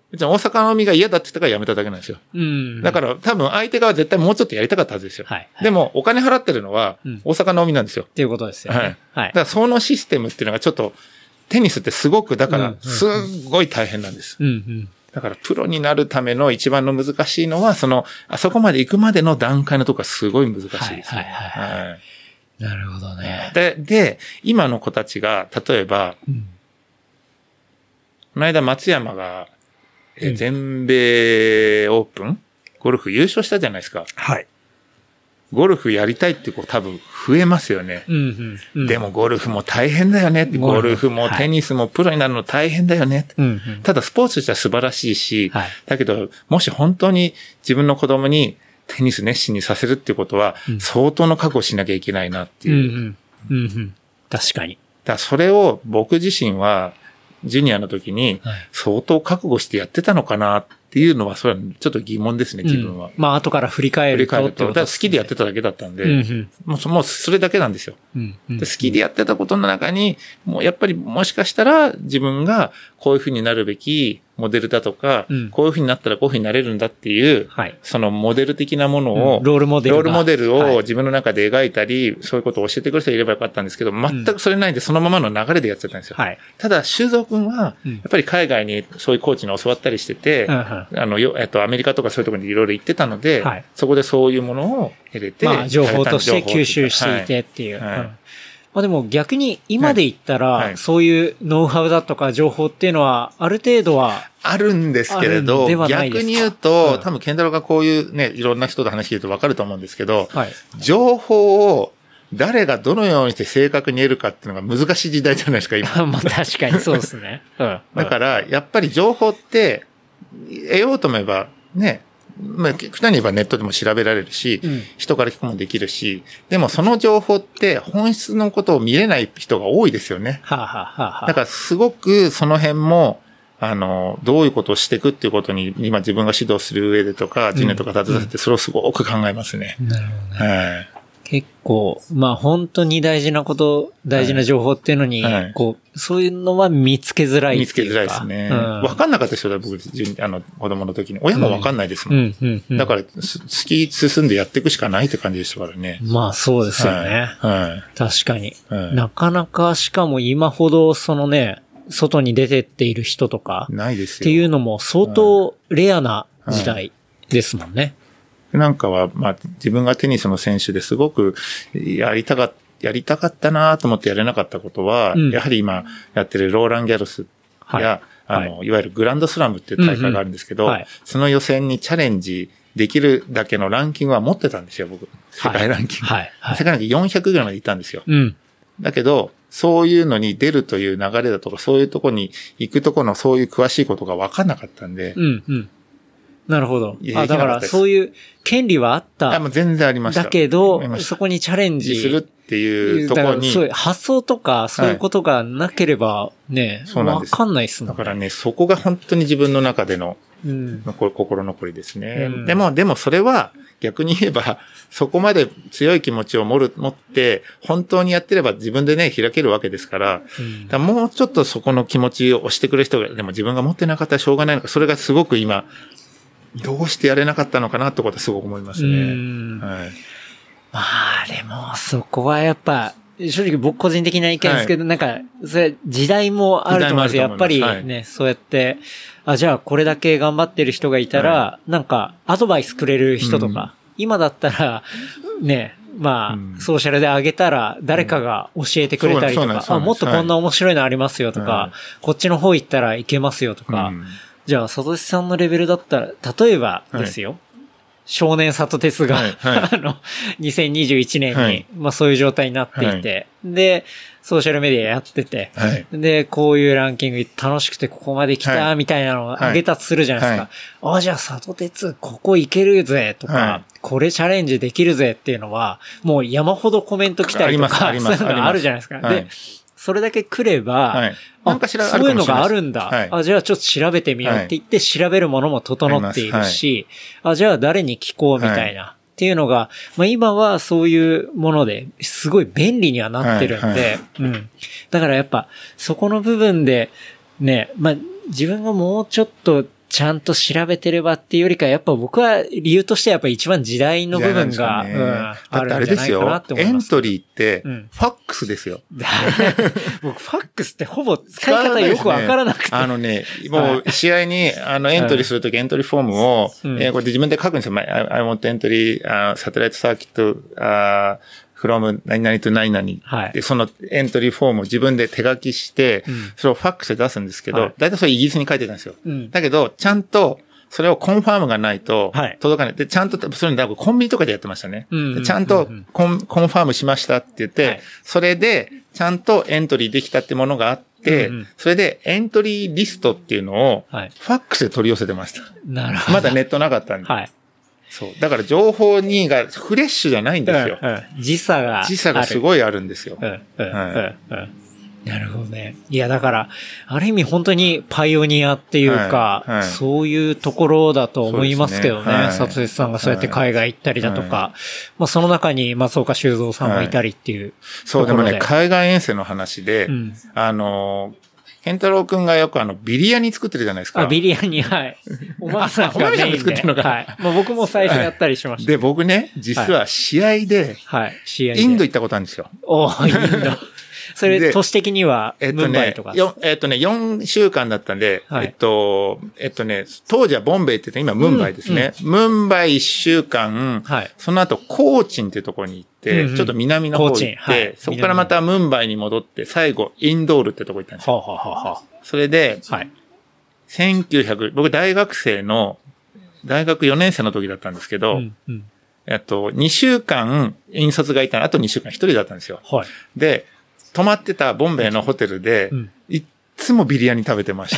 別に大阪の海が嫌だって言ったからやめただけなんですよ。うん。だから多分相手側は絶対もうちょっとやりたかったはずですよ。はい。はい、でもお金払ってるのは大阪の海なんですよ。 っていうことですよね。はい。はい。 だからそのシステムっていうのがちょっと、テニスってすごく、だからすっごい大変なんです。うんうん。だからプロになるための一番の難しいのは、その、あそこまで行くまでの段階のとこがすごい難しいです、ね。はいはいはい。はい。 なるほどね。 で、で、今の子たちが、例えば、うんこの間松山が、え、うん、全米オープンゴルフ優勝したじゃないですか。はい。ゴルフやりたいって子多分増えますよね。うんうんうん、でもゴルフも大変だよねって。ゴルフもテニスもプロになるの大変だよねって。はい、ただスポーツとしては素晴らしいし、はい、だけどもし本当に自分の子供にテニス熱心にさせるっていうことは、相当の覚悟しなきゃいけないなっていう。うんうんうんうん、確かに。 だからそれを僕自身は、ジュニアの時に相当覚悟してやってたのかなっていうのは、それはちょっと疑問ですね、自分は。うん、 まあ、後から振り返ると。振り返ると。 だから好きでやってただけだったんで、うんうん、もう、もうそれだけなんですよ、うんうん。で好きでやってたことの中に、もうやっぱりもしかしたら自分がこういうふうになるべきモデルだとか、うん、こういうふうになったらこういうふうになれるんだっていう、はい、そのモデル的なものを、 うん、ロールモデル。 ロールモデルを自分の中で描いたり、はい、そういうことを教えてくれる人いればよかったんですけど、全くそれないんでそのままの流れでやっちゃったんですよ。はい、ただ、修造君は、やっぱり海外にそういうコーチに教わったりしてて、うん、あの、よ、えっと、アメリカとかそういうところにいろいろ行ってたので、はい、そこでそういうものを入れて、 まあ、情報として吸収していてっていう。はいはい、 まあでも逆に今で言ったら、 はいはい、 そういうノウハウだとか情報っていうのは、ある程度は、 あるんですけれど、逆に言うと、うん、多分ケンタロウがこういうね、いろんな人と話聞いると分かると思うんですけど、はい、情報を誰がどのようにして正確に得るかっていうのが難しい時代じゃないですか、今。 まあ確かにそうですね。うん、 だから、やっぱり情報って得ようと思えば、ね、まあ、極端に言えばネットでも調べられるし、うん、人から聞くもできるし、でもその情報って本質のことを見れない人が多いですよね。 はあはあはあ、 だからすごくその辺も、あの、どういうことをしていくっていうことに、今自分が指導する上でとか、人年とか立てさせて、それをすごく考えますね。 うんうん、なるほどね。はい。結構、まあ本当に大事なこと、大事な情報っていうのに、はい、こう、そういうのは見つけづらいっていうか。 見つけづらいですね。わ、うん、かんなかった人だ、僕、あの、子供の時に。親もわかんないですもん。うんうんうん、だから、突き進んでやっていくしかないって感じでしたからね。 まあそうですよね。はい。はい、確かに、 はい。 なかなか、しかも今ほど、そのね、外に出てっている人とか。 ないですよ。 っていうのも相当レアな時代ですもんね。はいはいなんかは、まあ、自分がテニスの選手ですごくやりたかった、やりたかったなと思ってやれなかったことは、うん、やはり今やってるローラン・ギャロスや、はい、あの、はい、いわゆるグランドスラムっていう大会があるんですけど、うんうんはい、その予選にチャレンジできるだけのランキングは持ってたんですよ、僕。世界ランキング。はいはい、世界ランキングよんひゃくぐらいまで行ったんですよ。うん、だけど、そういうのに出るという流れだとか、そういうとこに行くとこのそういう詳しいことが分かんなかったんで、 うんうんなるほど。あ、だからそういう権利はあった。 あ、もう全然ありました。 だけど、そこにチャレンジするっていうところに。 そういう発想とかそういうことがなければね、はい、わかんないっすもんね。 だからね、そこが本当に自分の中での、うん、心残りですね、うん。でも、でもそれは逆に言えば、そこまで強い気持ちを持る、持って、本当にやってれば自分でね、開けるわけですから、うん、だからもうちょっとそこの気持ちを押してくれる人が、でも自分が持ってなかったらしょうがないのか、それがすごく今、どうしてやれなかったのかなってことはすごく思いますね。うんはい、 まあでもそこはやっぱ正直僕個人的な意見ですけど、はい、なんかそれ時代もあると思うんですよ。やっぱりね、はい、そうやってあじゃあこれだけ頑張ってる人がいたら、はい、なんかアドバイスくれる人とか、うん、今だったらねまあ、うん、ソーシャルで上げたら誰かが教えてくれたりとか、あもっとこんな面白いのありますよとか、はい、こっちの方行ったらいけますよとか。うんじゃあ、サトシさんのレベルだったら、例えばですよ。はい、少年サトテツが、はいはい、あの、にせんにじゅういちねんに、はい、まあそういう状態になっていて、はい、で、ソーシャルメディアやってて、はい、で、こういうランキング楽しくてここまで来た、みたいなのを上げたとするじゃないですか。はい、あ、じゃあサトテツここ行けるぜ、とか、はい、これチャレンジできるぜっていうのは、もう山ほどコメント来たりとか、そういうのがあるじゃないですか。はい、で、それだけ来れば、はい、なんかそういうのがあるんだ、はい。あ、じゃあちょっと調べてみようって言って調べるものも整っているし、はい、あ、じゃあ誰に聞こうみたいな、はい、っていうのが、まあ今はそういうものですごい便利にはなってるんで、はいはい、うん。だからやっぱそこの部分でね、まあ自分がもうちょっとちゃんと調べてればっていうよりか、やっぱ僕は理由としてはやっぱ一番時代の部分が、ねうん、あるんじゃないかなって思います。エントリーって、ファックスですよ。 僕、ファックスってほぼ使い方よくわからなくて。 あのね、もう試合にあのエントリーするときエントリーフォームを、うん、えー、これで自分で書くんですよ。I want entry, uh, satellite circuit, uh, from 何々と何々、はい、で、そのエントリーフォームを自分で手書きして、うん、それをファックスで出すんですけど、はい、だいたいそれイギリスに書いてたんですよ。うん、だけど、ちゃんと、それをコンファームがないと、届かない。で、ちゃんと、それにコンビニとかでやってましたね。うんうんうんうん、ちゃんとコン、コンファームしましたって言って、はい、それで、ちゃんとエントリーできたってものがあって、うんうん、それでエントリーリストっていうのを、ファックスで取り寄せてました。 なるほど。 まだネットなかったんで。はい。そう。だから情報にがフレッシュじゃないんですよ。 うんうん、時差が。 時差がすごいあるんですよ。 うんうんうんうん、なるほどね。いや、だから、ある意味本当にパイオニアっていうか、はいはい、そういうところだと思いますけどね。サトシさんがそうやって海外行ったりだとか、はい、まあその中に松岡修造さんもいたりっていう、はい。 そう、でもね、海外遠征の話で、うん、あの、健太郎くんがよくあの、ビリヤニ作ってるじゃないですか。 あ、ビリヤニ、はい。おばあさんがメインで。作ってるのか。はい。まあ僕も最初やったりしました。 はい、で、僕ね、実は試合で、はい。試合で。インド行ったことあるんですよ。 おー、インド。 それ、都市的には、 えっとね、えっとね、よんしゅうかんだったんで、はい、えっと、えっとね、当時はボンベイって言って、今、ムンバイですね。うんうん、ムンバイいっしゅうかん、はい、その後、コーチンっていうところに行って、うんうん、ちょっと南の方行って、はい、そこからまたムンバイに戻って、最後、インドールってとこ行ったんですよ。ははははそれで、はい、せんきゅうひゃく、僕大学生の、大学よねん生の時だったんですけど、うんうん、えっと、にしゅうかん、引率がいたの、あとにしゅうかん一人だったんですよ。はい、で、泊まってたボンベイのホテルで、うん、いつもビリヤニ食べてました。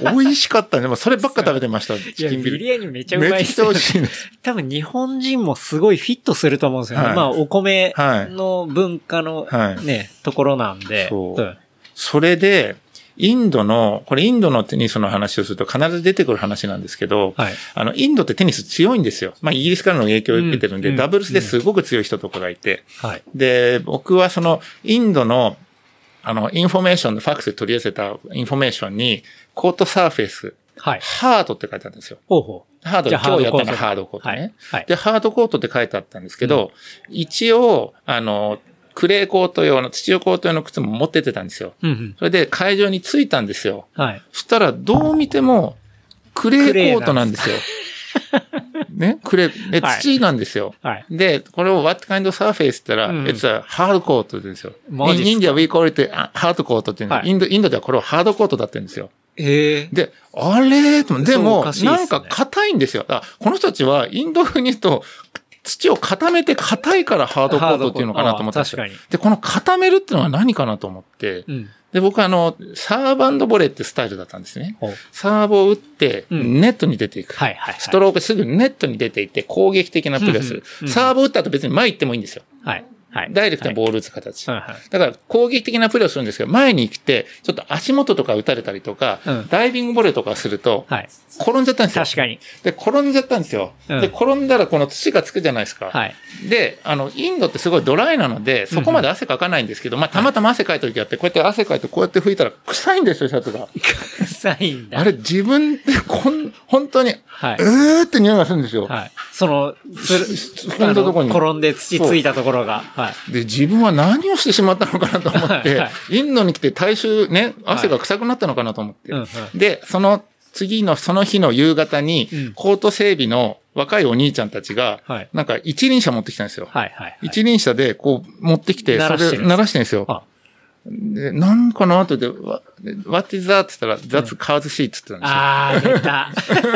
美味しかったね。もうそればっか食べてました。チキンビリ。 ビリヤニめちゃうまいです。 めっちゃ美味しいです。 多分日本人もすごいフィットすると思うんですよね。はい、まあお米の文化のね、はい、ところなんで。 そう。うん、それで、インドの、これインドのテニスの話をすると必ず出てくる話なんですけど、はい、あの、インドってテニス強いんですよ。まあ、イギリスからの影響を受けてるんで、うん、ダブルスですごく強い人とかがいて、うん、で、僕はその、インドの、あの、インフォメーションのファックスで取り寄せたインフォメーションに、コートサーフェイス、はい、ハードって書いてあったんですよ。ほうほうハード、今日やったのはハードコートね、はいはい。で、ハードコートって書いてあったんですけど、うん、一応、あの、クレーコート用の、土用コート用の靴も持ってってたんですよ。うんうん、それで会場に着いたんですよ。はい。そしたらどう見ても、クレーコートなんですよ。ねクレー、で、土なんですよ。はい。で、これを What kind of surface って言ったら、うん、It's a hard coat ですよ。In India we call it hard coat っていうの、はい、インド、インドではこれをハードコートだって言うんですよ。ええー。で、あれーでも、ね、なんか硬いんですよ。あ、この人たちはインド風に言うと、土を固めて硬いからハードコートっていうのかなと思ったんですよ。で、この固めるっていうのは何かなと思って、うん、で、僕はあの、サーブ&ボレーってスタイルだったんですね。サーブを打って、ネットに出ていく。ストロークすぐネットに出ていって、攻撃的なプレーをする。サーブを打った後別に前行ってもいいんですよ。はいはい、ダイレクトなボール打つ形。はいはい、だから攻撃的なプレーをするんですけど、前に来て、ちょっと足元とか打たれたりとか、うん、ダイビングボレーとかすると、はい、転んじゃったんですよ。 確かに。 で、転んじゃったんですよ。うん、で、転んだらこの土がつくじゃないですか。はい、で、あの、インドってすごいドライなので、そこまで汗かかないんですけど、うん、まあ、たまたま汗かいた時あって、こうやって汗かいてこうやって拭いたら臭いんですよ、シャツが。 臭いんだ。 あれ、自分でこん、本当に、はい、えーって匂いがするんですよ。はい。 その、つる、あのとこに転んで土ついたところが。はい。 で、自分は何をしてしまったのかなと思って、はい、インドに来て体臭ね、汗が臭くなったのかなと思って。はい、で、その次の、その日の夕方に、コート整備の若いお兄ちゃんたちが、なんか一輪車持ってきたんですよ。はいはいはい、一輪車でこう持ってきて、それ鳴らしてるんですよ。で、なんかな後で、What is that? って言ったら、That's cars seat って言ったんですよ。 ああ、出た。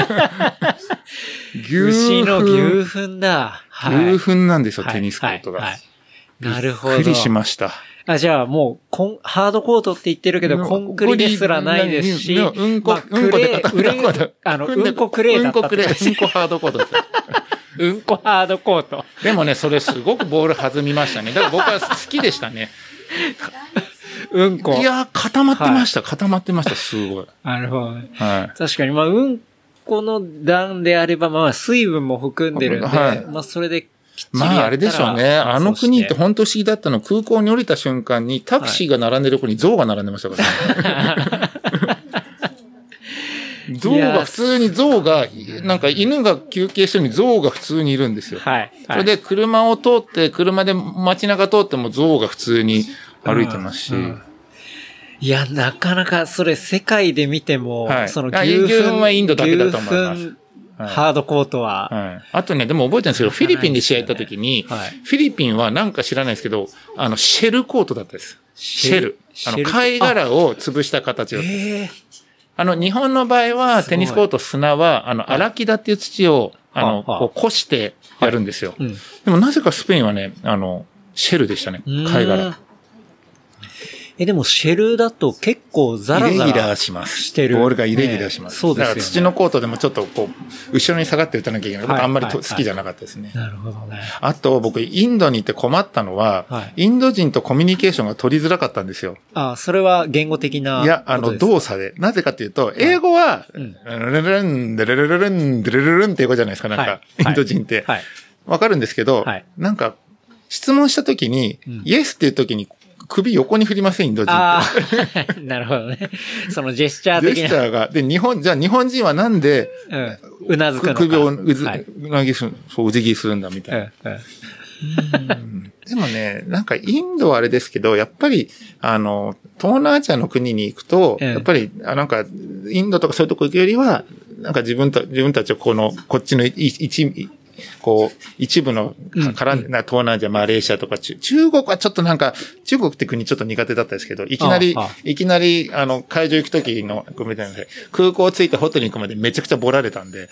牛の牛糞だ。 牛糞なんですよ、テニスコートが。はいはいはい、 なるほど。 びっくりしました。 あ、じゃあもう、コン、ハードコートって言ってるけど、コンクリですらないですし、 うんこ、まあ、うんこで固めたコート。 あの、うんこクレーだった。 うんこクレー、うんこハードコートだった。 うんこハードコート。 でもね、それすごくボール弾みましたね。だから僕は好きでしたね。 うんこ。 いや、固まってました。はい、固まってました。すごい。 なるほどね。はい。確かに、まあ、うんこの段であれば、まあ、水分も含んでるんで、はい、まあ、それできっちりやったら。 まあ、あれでしょうね。あの国って本当不思議だったの、空港に降りた瞬間にタクシーが並んでる子に象が並んでましたからね。象が普通に象が、なんか犬が休憩してるのに象が普通にいるんですよ。はい。はい、それで車を通って、車で街中通っても象が普通に歩いてますし。うんうん、 いや、なかなかそれ世界で見ても、はい、その牛糞はインドだけだと思います。 はい、ハードコートは、 はい。あとね、でも覚えてるんですけど、フィリピンで試合行った時に、はい、フィリピンはなんか知らないですけど、あの、シェルコートだったです。シェル。あの、貝殻を潰した形だったです。あの、日本の場合は、テニスコート砂は、あの、荒木田っていう土を、あの、こう、こしてやるんですよ。はいうん、でもなぜかスペインはね、あの、シェルでしたね。貝殻。 え、でもシェルだと結構ザラザラしてる。 イレギュラーします。ボールがイレギュラーします。ね、そうですね。だから土のコートでもちょっとこう、後ろに下がって打たなきゃいけない。僕あんまり好きじゃなかったですね。 なるほどね。 あと僕、インドに行って困ったのは、はい、インド人とコミュニケーションが取りづらかったんですよ。 ああ、それは言語的な。 いや、あの、動作で。なぜかというと、英語は、うん、ルルルン、デレレレレン、デレレレンって英語じゃないですか、なんか、はい、インド人って。はい。わかるんですけど、はい、なんか、質問したときに、うん、イエスっていうときに、首横に振りません、インド人って。ああ、なるほどね。そのジェスチャー的な。 ジェスチャーが。で、日本、じゃあ日本人はなんで、 うん、うなずくのか。 首をうず、はい、うなぎする、そう、うじぎするんだ、みたいな。うんうん、 でもね、なんかインドはあれですけど、やっぱり、あの、東南アジアの国に行くと、うん、やっぱり、なんか、インドとかそういうとこ行くよりは、なんか自分た、自分たちをこの、こっちの一、こう、一部の、から、うん、東南アジア、マレーシアとか、中国はちょっとなんか、中国って国ちょっと苦手だったですけど、いきなり、ああいきなり、あの、会場行くときの、ごめんなさい、空港着いてホテルに行くまでめちゃくちゃボラれたんで。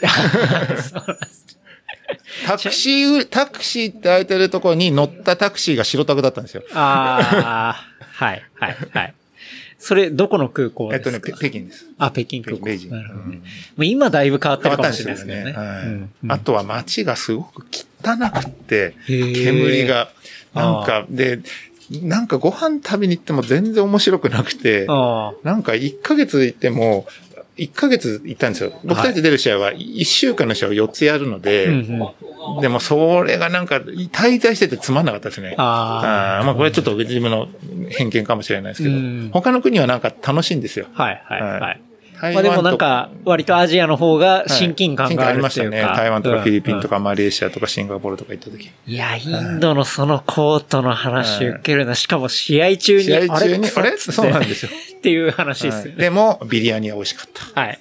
タクシー、タクシーって空いてるところに乗ったタクシーが白タクだったんですよ。 ああ、はい、はい、はい。それ、どこの空港ですか？ えっとね、北京です。 あ、北京空港。 北京。 なるほどね。うん、今だいぶ変わってるかもしれないですけどね。 はいうんうん、あとは街がすごく汚くて、煙が、なんか、で、なんかご飯食べに行っても全然面白くなくて、なんかいっかげつ行っても、いっかげつ行ったんですよ。僕たち出る試合はいっしゅうかんの試合をよっつやるので、はいうんうん、でもそれがなんか滞在しててつまんなかったですね。ああまあこれちょっと自分の偏見かもしれないですけど、うん、他の国はなんか楽しいんですよ。 はいはいはい。はいまあでもなんか、割とアジアの方が親近感があるっていうか、はい、親近感ありましたね。台湾とかフィリピンとかマレーシアとかシンガポールとか行った時。 いや、インドのそのコートの話受けるな。しかも試合中に。 試合中に、あれそうなんですよ。 っていう話ですよね。 はい、でも、ビリヤニは美味しかった。 はい。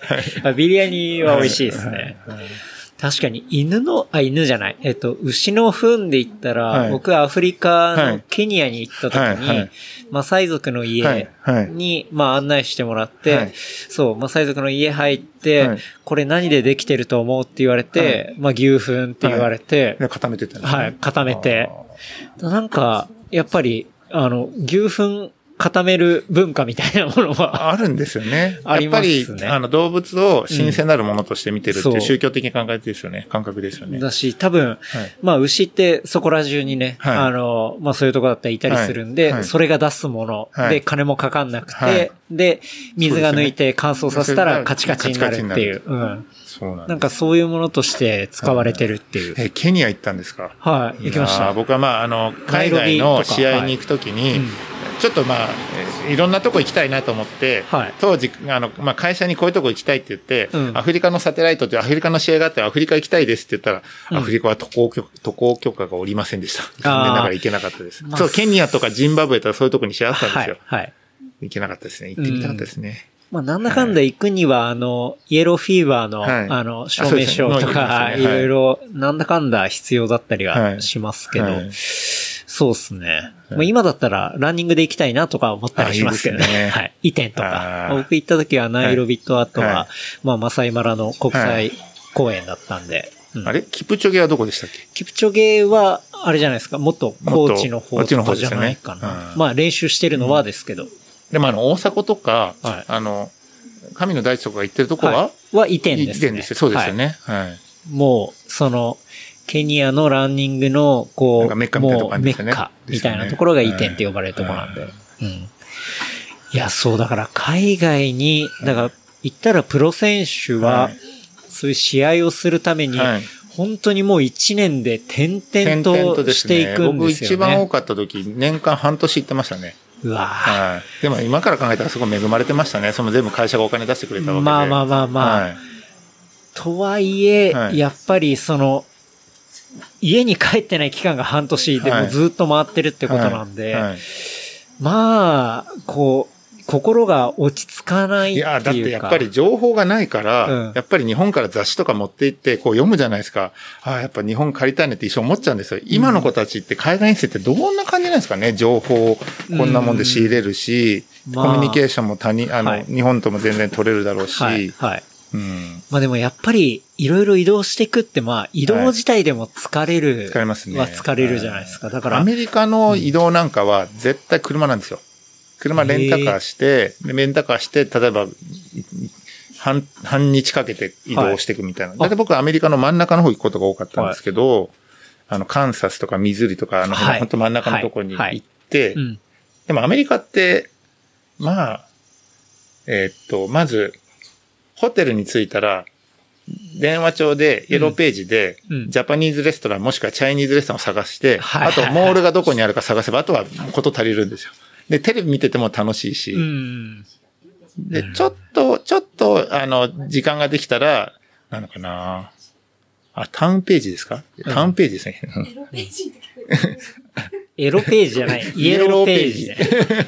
ビリヤニは美味しいですね。確かに犬の、あ、犬じゃない。えっと、牛の糞で言ったら、はい、僕アフリカのケニアに行った時に、はいはい、マサイ族の家に、はいはいまあ案内してもらって、はい、そう、マサイ族の家入って、はい、これ何でできてると思うって言われて、はい、まあ牛糞って言われて、 はい、固めてたんですね。 はい、固めて。なんか、やっぱり、あの、牛糞、固める文化みたいなものはあるんですよね。ありますね。やっぱり、あの、動物を新鮮なるものとして見てるっていう宗教的な考えですよね。感覚ですよね。 だし、多分、はい、まあ、牛ってそこら中にね、はい、あの、まあ、そういうとこだったらいたりするんで、はい、それが出すもの、はい、で、金もかかんなくて、はい、で、水が抜いて乾燥させたらカチカチになるっていう。うん。そうなんなんかそういうものとして使われてるっていう。 え、ケニア行ったんですか？ はい、行きました。 僕はまあ、あの、海外の試合に行くときに、はいうんちょっとまあ、いろんなとこ行きたいなと思って、はい、当時、あの、まあ、会社にこういうとこ行きたいって言って、うん、アフリカのサテライトってアフリカの試合があってアフリカ行きたいですって言ったら、うん、アフリカは渡航許可、渡航許可がおりませんでした。残念ながら行けなかったです。まあ、そう、ケニアとかジンバブエとかそういうとこに試合あったんですよ。はい。はい、行けなかったですね。行ってみたかったですね。 うん、まあ、なんだかんだ行くには、あの、イエローフィーバーの、はい、あの、証明書とか、いろいろ、なんだかんだ必要だったりはしますけど、はいはいそうですね。まあ、今だったらランニングで行きたいなとか思ったりしますけどね。いいねはい。イテンとか。僕行った時はナイロビとあとは、はい、まあマサイマラの国際公園だったんで。 うん、あれキプチョゲはどこでしたっけ？ キプチョゲは、あれじゃないですか。もっと高知の方とかじゃないかな。ねうん、まあ練習してるのはですけど。うん、 でもあの、大迫とか、はい、あの、神の大地とか行ってるとこは、はい、 はイテンですね。 イテンですよ。そうですよね。はい。はい、 もう、その、ケニアのランニングの、こう、 メッカみたいなところですね。もうメッカみたいなところがイテンって呼ばれるところなんで。うん。いや、そう、だから海外に、だから言ったらプロ選手は、そういう試合をするために、本当にもう一年で転々としていくんですよね。 僕一番多かった時、年間半年行ってましたね。 うわはい。でも今から考えたらすごい恵まれてましたね。その全部会社がお金出してくれたわけで。 まあまあまあまあ。はい、とはいえ、はい、やっぱりその、家に帰ってない期間が半年でもずっと回ってるってことなんで、はいはいはい、まあ、こう、心が落ち着かないっていうか。いや、 だってやっぱり情報がないから、うん、やっぱり日本から雑誌とか持って行ってこう読むじゃないですか。ああ、やっぱ日本借りたいねって一生思っちゃうんですよ。今の子たちって海外遠征ってどんな感じなんですかね。情報をこんなもんで仕入れるし、うんまあ、コミュニケーションも他人、あの、はい、日本とも全然取れるだろうし、はいはいうん、まあでもやっぱりいろいろ移動していくってまあ移動自体でも疲れる、はい、疲れますね。は疲れるじゃないですか。だからアメリカの移動なんかは絶対車なんですよ。車レンタカーして、レンタカーして、例えば半半日かけて移動していくみたいな。だって僕はアメリカの真ん中の方行くことが多かったんですけど、はい、あのカンサスとかミズーリとかあの辺、はい、本当真ん中のところに行って、はいはいうん、でもアメリカってまあえー、っとまずホテルに着いたら、電話帳で、イエローページで、ジャパニーズレストランもしくはチャイニーズレストランを探して、あとモールがどこにあるか探せば、あとはこと足りるんですよ。で、テレビ見てても楽しいし、で、ちょっと、ちょっと、あの、時間ができたら、なのかなあ、タウンページですかタウンページですね。 エロページじゃない。イエローページね。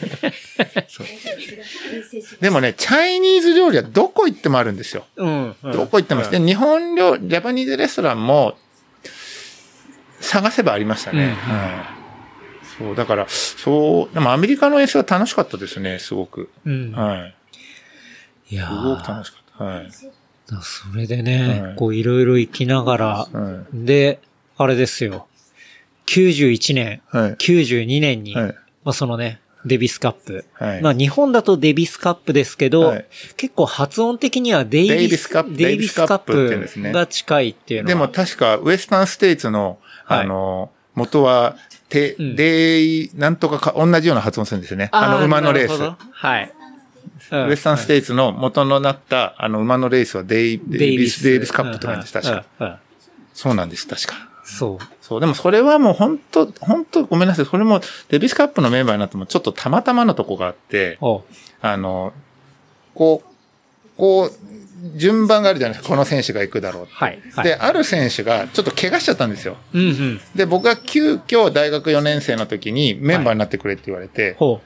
でもね、チャイニーズ料理はどこ行ってもあるんですよ。うん。うん、どこ行ってもある。で、日本料理、ジャパニーズレストランも探せばありましたね。うん、うん、そう、だから、そう、でもアメリカの遠征は楽しかったですね、すごく。うん。はい。いやー。すごく楽しかった。はい。 だそれでね、はい、こういろいろ行きながら、はい、で、あれですよ。きゅうじゅういちねん、はい、きゅうじゅうにねんに、はい、まあそのね、デビスカップ。はい、まあ日本だとデビスカップですけど、はい、結構発音的にはデイビスカップ。デイビスカップが近いっていうのは。 でも確かウエスタンステイツの、あの、元は、て、うん、デイ、なんとかか、同じような発音するんですよね。あ, あの馬のレース。はい。うん、ウエスタンステイツの元のなった、あの馬のレースはデイ、デイビス、デイビスカップとか言うんです、確か、うんうん。そうなんです、確か。そう。そう。でもそれはもう本当本当ごめんなさい。それもデビスカップのメンバーになってもちょっとたまたまのとこがあって、あの、こう、こう、順番があるじゃないですか。この選手が行くだろうって。はいはい、で、ある選手がちょっと怪我しちゃったんですよ。うんうん、で、僕が急遽大学よねん生の時にメンバーになってくれって言われて、はい、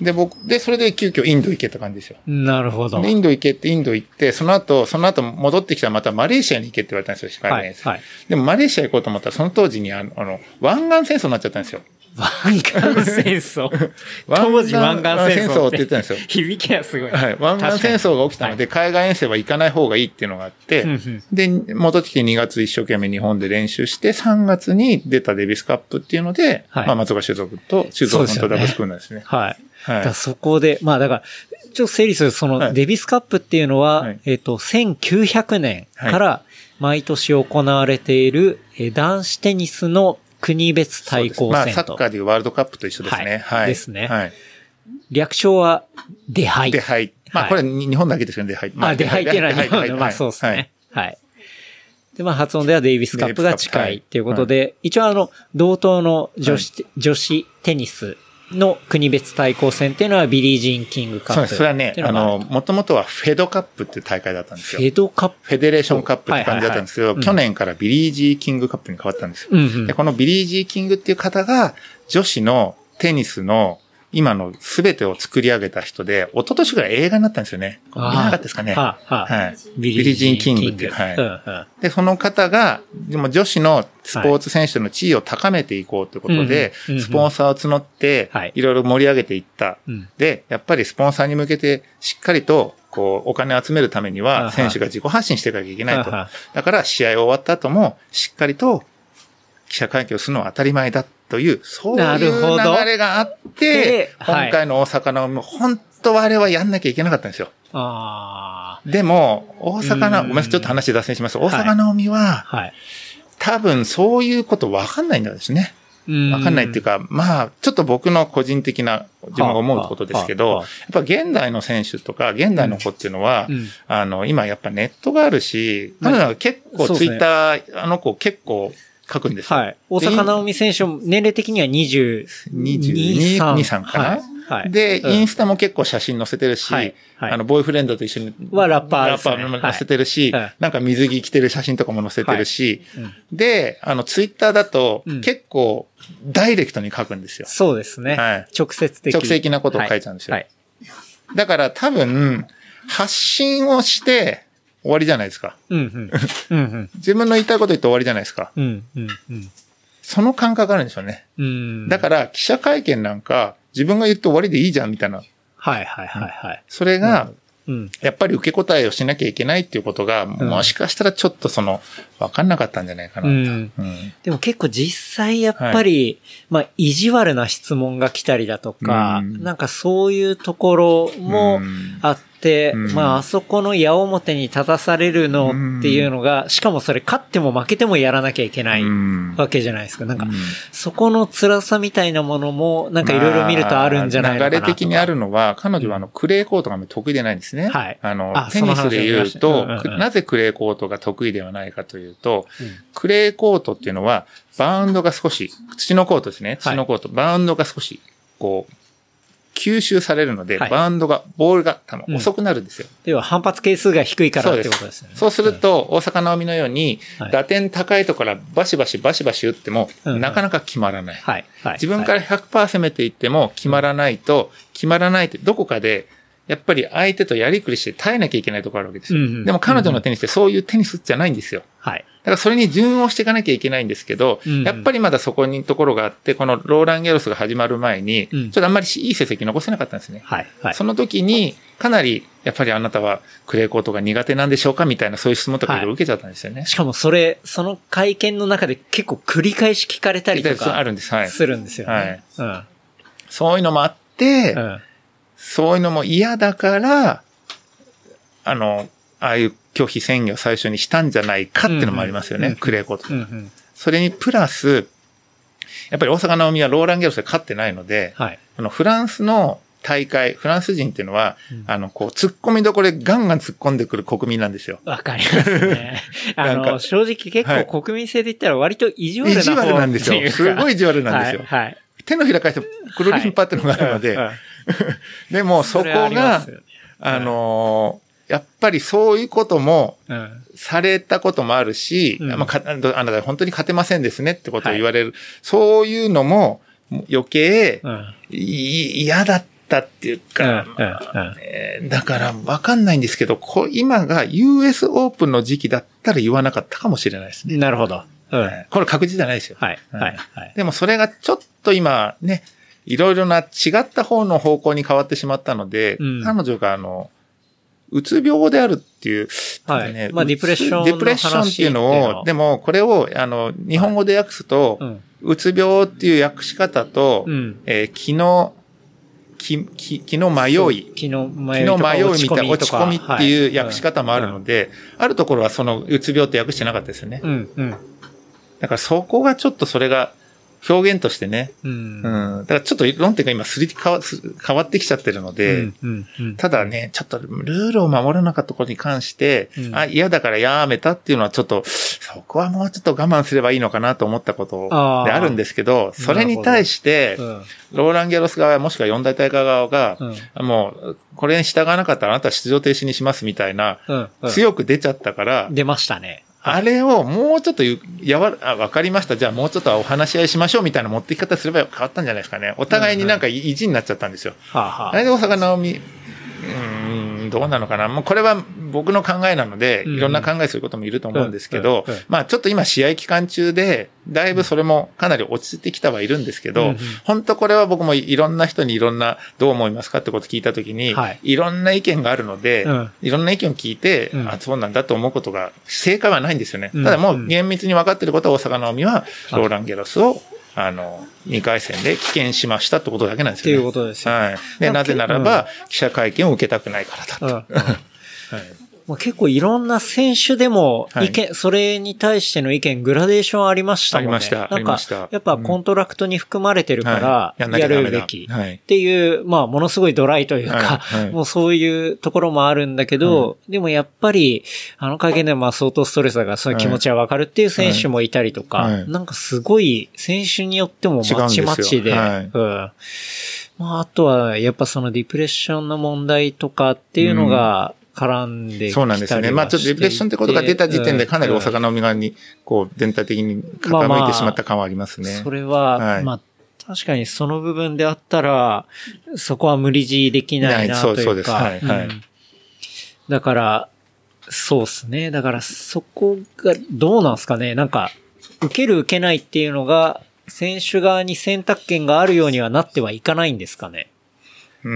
で、僕、で、それで急遽インド行けって感じですよ。 なるほど。 インド行けってインド行って、その後、その後戻ってきたらまたマレーシアに行けって言われたんですよ、海外遠征。はい。でもマレーシア行こうと思ったら、その当時にあの、あの湾岸戦争になっちゃったんですよ。 湾岸戦争当時湾岸戦争って言ってたんですよ。 響きはすごい。 はい。湾岸戦争が起きたので、海外遠征は行かない方がいいっていうのがあって、はい、で、戻ってきてにがつ一生懸命日本で練習して、さんがつに出たデビスカップっていうので、はい、まあ松岡修造君と修造君とダブス君なんですね。 はい。はい、だそこで、まあだから、ちょっと整理するそのデビスカップっていうのは、はい、えっと、せんきゅうひゃくねんから毎年行われている男子テニスの国別対抗戦と。まあサッカーでいうワールドカップと一緒ですね。はい。はい、 ですね。はい。略称は、デハイ。 デハイ。まあこれ日本だけですけど、デハイ。 まあデハイっていうのは日本の、まあそうですね。はい。はい、で、まあ発音ではデイビスカップが近いっていうことで、はい、一応あの、同等の女子、はい、女子テニス、の国別対抗戦っていうのはビリー・ジーン・キングカップ。 そうです。それはね、あの、もともとはフェドカップっていう大会だったんですよ。 フェドカップフェデレーションカップって感じだったんですけど、はいはいはい、去年からビリー・ジー・キングカップに変わったんですよ。うんうん、でこのビリー・ジー・キングっていう方が、女子のテニスの今の全てを作り上げた人で、一昨年ぐらい映画になったんですよね。見なかったですかね。はあはあ、はい。ビリー・ジーン・キングっていう。はい、うんうん。で、その方が、でも女子のスポーツ選手の地位を高めていこうということで、はい、スポンサーを募って、いろいろ盛り上げていった。うん、で、やっぱりスポンサーに向けてしっかりと、こう、お金を集めるためには、選手が自己発信していかなきゃいけないと。だから、試合終わった後も、しっかりと記者会見をするのは当たり前だという、そういう流れがあって、今回の大阪の、はい、本当はあれはやんなきゃいけなかったんですよ。あでも、大阪の、ごめんなさい、ちょっと話脱線します。大阪直美は、はい、多分そういうこと分かんないんですね。分かんないっていうか、まあ、ちょっと僕の個人的な、自分が思うことですけど、やっぱ現代の選手とか、現代の子っていうのは、うん、あの、今やっぱネットがあるし、彼女は結構ツイッター、ね、あの子結構、書くんですよ。はい。 大阪直美選手も年齢的にはにじゅうに、 さん。に、さんかな、はいはい、で、うん、インスタも結構写真載せてるし、はいはい、あの、ボーイフレンドと一緒に。 はラッパーですね。ラッパーも載せてるし、はい、なんか水着着てる写真とかも載せてるし、はいうん、で、あの、ツイッターだと、結構、ダイレクトに書くんですよ。 そうですね。はい。直接的。 直接的なことを書いちゃうんですよ。はい。はい、だから多分、発信をして、終わりじゃないですか。うんうんうんうん、自分の言いたいこと言って終わりじゃないですか。うんうんうん、その感覚あるんでしょうね。うん、だから記者会見なんか自分が言って終わりでいいじゃんみたいな。 はいはいはいはい。 それが、うん、やっぱり受け答えをしなきゃいけないっていうことが、うん、もしかしたらちょっとその分かんなかったんじゃないかなと。うんうん、でも結構実際やっぱり、はい、まあ意地悪な質問が来たりだとか、うん、なんかそういうところもあって。で、うん、まあ、あそこの矢面に立たされるのっていうのが、うん、しかもそれ勝っても負けてもやらなきゃいけないわけじゃないですか。なんか、うん、そこの辛さみたいなものも、なんかいろいろ見るとあるんじゃないのかなとか、 まあ、流れ的にあるのは、彼女はあの、クレーコートが得意でないんですね。はい。あの、あテニスで言うと、うんうんうん、なぜクレーコートが得意ではないかというと、うん、クレーコートっていうのは、バウンドが少し、土のコートですね。土のコート、はい、バウンドが少し、こう、 吸収されるので、はい、バウンドが、ボールが多分遅くなるんですよ。 では反発係数が低いからってことですよね。 そうすると、大坂なおみのように、打点高いところからバシバシバシバシ打っても、なかなか決まらない。はいはい、自分から ひゃくパーセント 攻めていっても決まらないと、決まらないってどこかで、やっぱり相手とやりくりして耐えなきゃいけないところあるわけですよ。うんうん、でも彼女のテニスってそういうテニスじゃないんですよ。はい。だからそれに順応していかなきゃいけないんですけど、うんうん、やっぱりまだそこにところがあって、このローランギャロスが始まる前に、うん、ちょっとあんまりいい成績残せなかったんですね。はい。はい。その時に、かなり、やっぱりあなたはクレーコートが苦手なんでしょうかみたいなそういう質問とかいろいろ受けちゃったんですよね。はい、 しかもそれ、その会見の中で結構繰り返し聞かれたりとか。 あるんです。はい。 するんですよね。はい。うん。 そういうのもあって、うん、そういうのも嫌だから、あの、ああいう拒否宣言を最初にしたんじゃないかっていうのもありますよね。うんうん、クレーコートとか、うんうん。それにプラス、やっぱり大坂なおみはローランギャロスで勝ってないので、はい、あのフランスの大会、フランス人っていうのは、うん、あの、こう、突っ込みどころでガンガン突っ込んでくる国民なんですよ。 わかりますね。あの、正直結構国民性で言ったら割と意地悪な方、 意地悪なんですよ。すごい意地悪なんですよ。はいはい、手のひら返して黒リンパっていうのがあるので、はいはい、でもそこが、あのー、やっぱりそういうことも、されたこともあるし、うん、まあ、あなた本当に勝てませんですねってことを言われる。はい、そういうのも余計、うん、嫌だったっていうか、うんうんえー、だからわかんないんですけど、こ今が ユーエス オープンの時期だったら言わなかったかもしれないですね。 なるほど。 うん、これ確実じゃないですよ。 はい。はい。はい。 でもそれがちょっと今ね、いろいろな違った方の方向に変わってしまったので、うん、彼女があの、うつ病であるっていう、 はいね、まあディプレッションディプレッションっていうのを、でもこれをあの日本語で訳すと、はいうん、うつ病っていう訳し方と、うんえー、気の気気気の迷い、 気の迷い、 気の迷いみたいな落ち込みっていう訳し方もあるので、はいうん、あるところはそのうつ病って訳してなかったですよね。うんうん、だからそこがちょっとそれが表現としてね、うん、うん。だからちょっと論点が今すり変わ、変わってきちゃってるので、うんうんうん、ただね、ちょっとルールを守らなかったことに関して、うん、あ、嫌だからやめたっていうのはちょっと、そこはもうちょっと我慢すればいいのかなと思ったことであるんですけど、それに対して、うん、ローラン・ギャロス側もしくは四大大会側が、うん、もう、これに従わなかったらあなたは出場停止にしますみたいな、うんうん、強く出ちゃったから、 出ましたね。 あれをもうちょっとやわあ、わかりました。じゃあもうちょっとお話し合いしましょうみたいな持ってき方すれば変わったんじゃないですかね。お互いになんか意地になっちゃったんですよ。うんうん、あれで大坂なおみ、うーん、どうなのかな。もうこれは僕の考えなので、いろんな考えすることもいると思うんですけど、まあちょっと今試合期間中で、だいぶそれもかなり落ち着いてきたはいるんですけど、うんうん、本当これは僕もいろんな人にいろんなどう思いますかってことを聞いたときに、はい、いろんな意見があるので、うん、いろんな意見を聞いて、うん、あ、そうなんだと思うことが正解はないんですよね。うん、ただもう厳密に分かっていることは大坂なおみはローラン・ギャロスをあの、にかい戦で棄権しましたってことだけなんですよね。 っていうことですよね。 はい。で、なぜならば、記者会見を受けたくないからだと。うんうんはいまあ、結構いろんな選手でも意見、はい、それに対しての意見グラデーションありましたもんね。 ありました。 なんか、やっぱコントラクトに含まれてるからやるべきっていう、まあものすごいドライというか、はいはい、もうそういうところもあるんだけど、はい、でもやっぱりあの会見でまあ相当ストレスだからそういう気持ちはわかるっていう選手もいたりとか、はいはい、なんかすごい選手によってもまちまちで、はい、うん。まああとはやっぱそのディプレッションの問題とかっていうのが、うん絡んできたりそうなんですよね。まあちょっとディプレッションってことが出た時点でかなり大坂なおみ側にこう全体的に傾いてしまった感はありますね。 まあまあそれは、はい、まあ確かにその部分であったらそこは無理強いできないなというか。そうです。はいはい、うん。だからそうですね。だからそこがどうなんですかね。なんか受ける受けないっていうのが選手側に選択権があるようにはなってはいかないんですかね。 うん、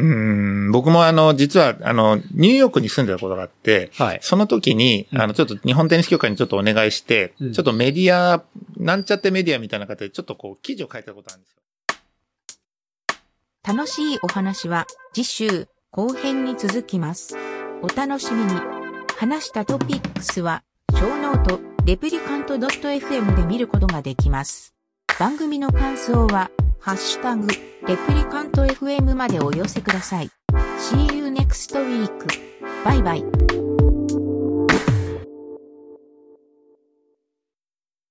僕もあの、実はあの、ニューヨークに住んでたことがあって、はい、その時に、あの、ちょっと日本テニス協会にちょっとお願いして、うん、ちょっとメディア、なんちゃってメディアみたいな形でちょっとこう、記事を書いたことあるんですよ。 楽しいお話は次週後編に続きます。お楽しみに。話したトピックスは、ショーノート、レプリカント .fm で見ることができます。番組の感想は、ハッシュタグ、レプリカント エフエム までお寄せください。See you next week. バイバイ。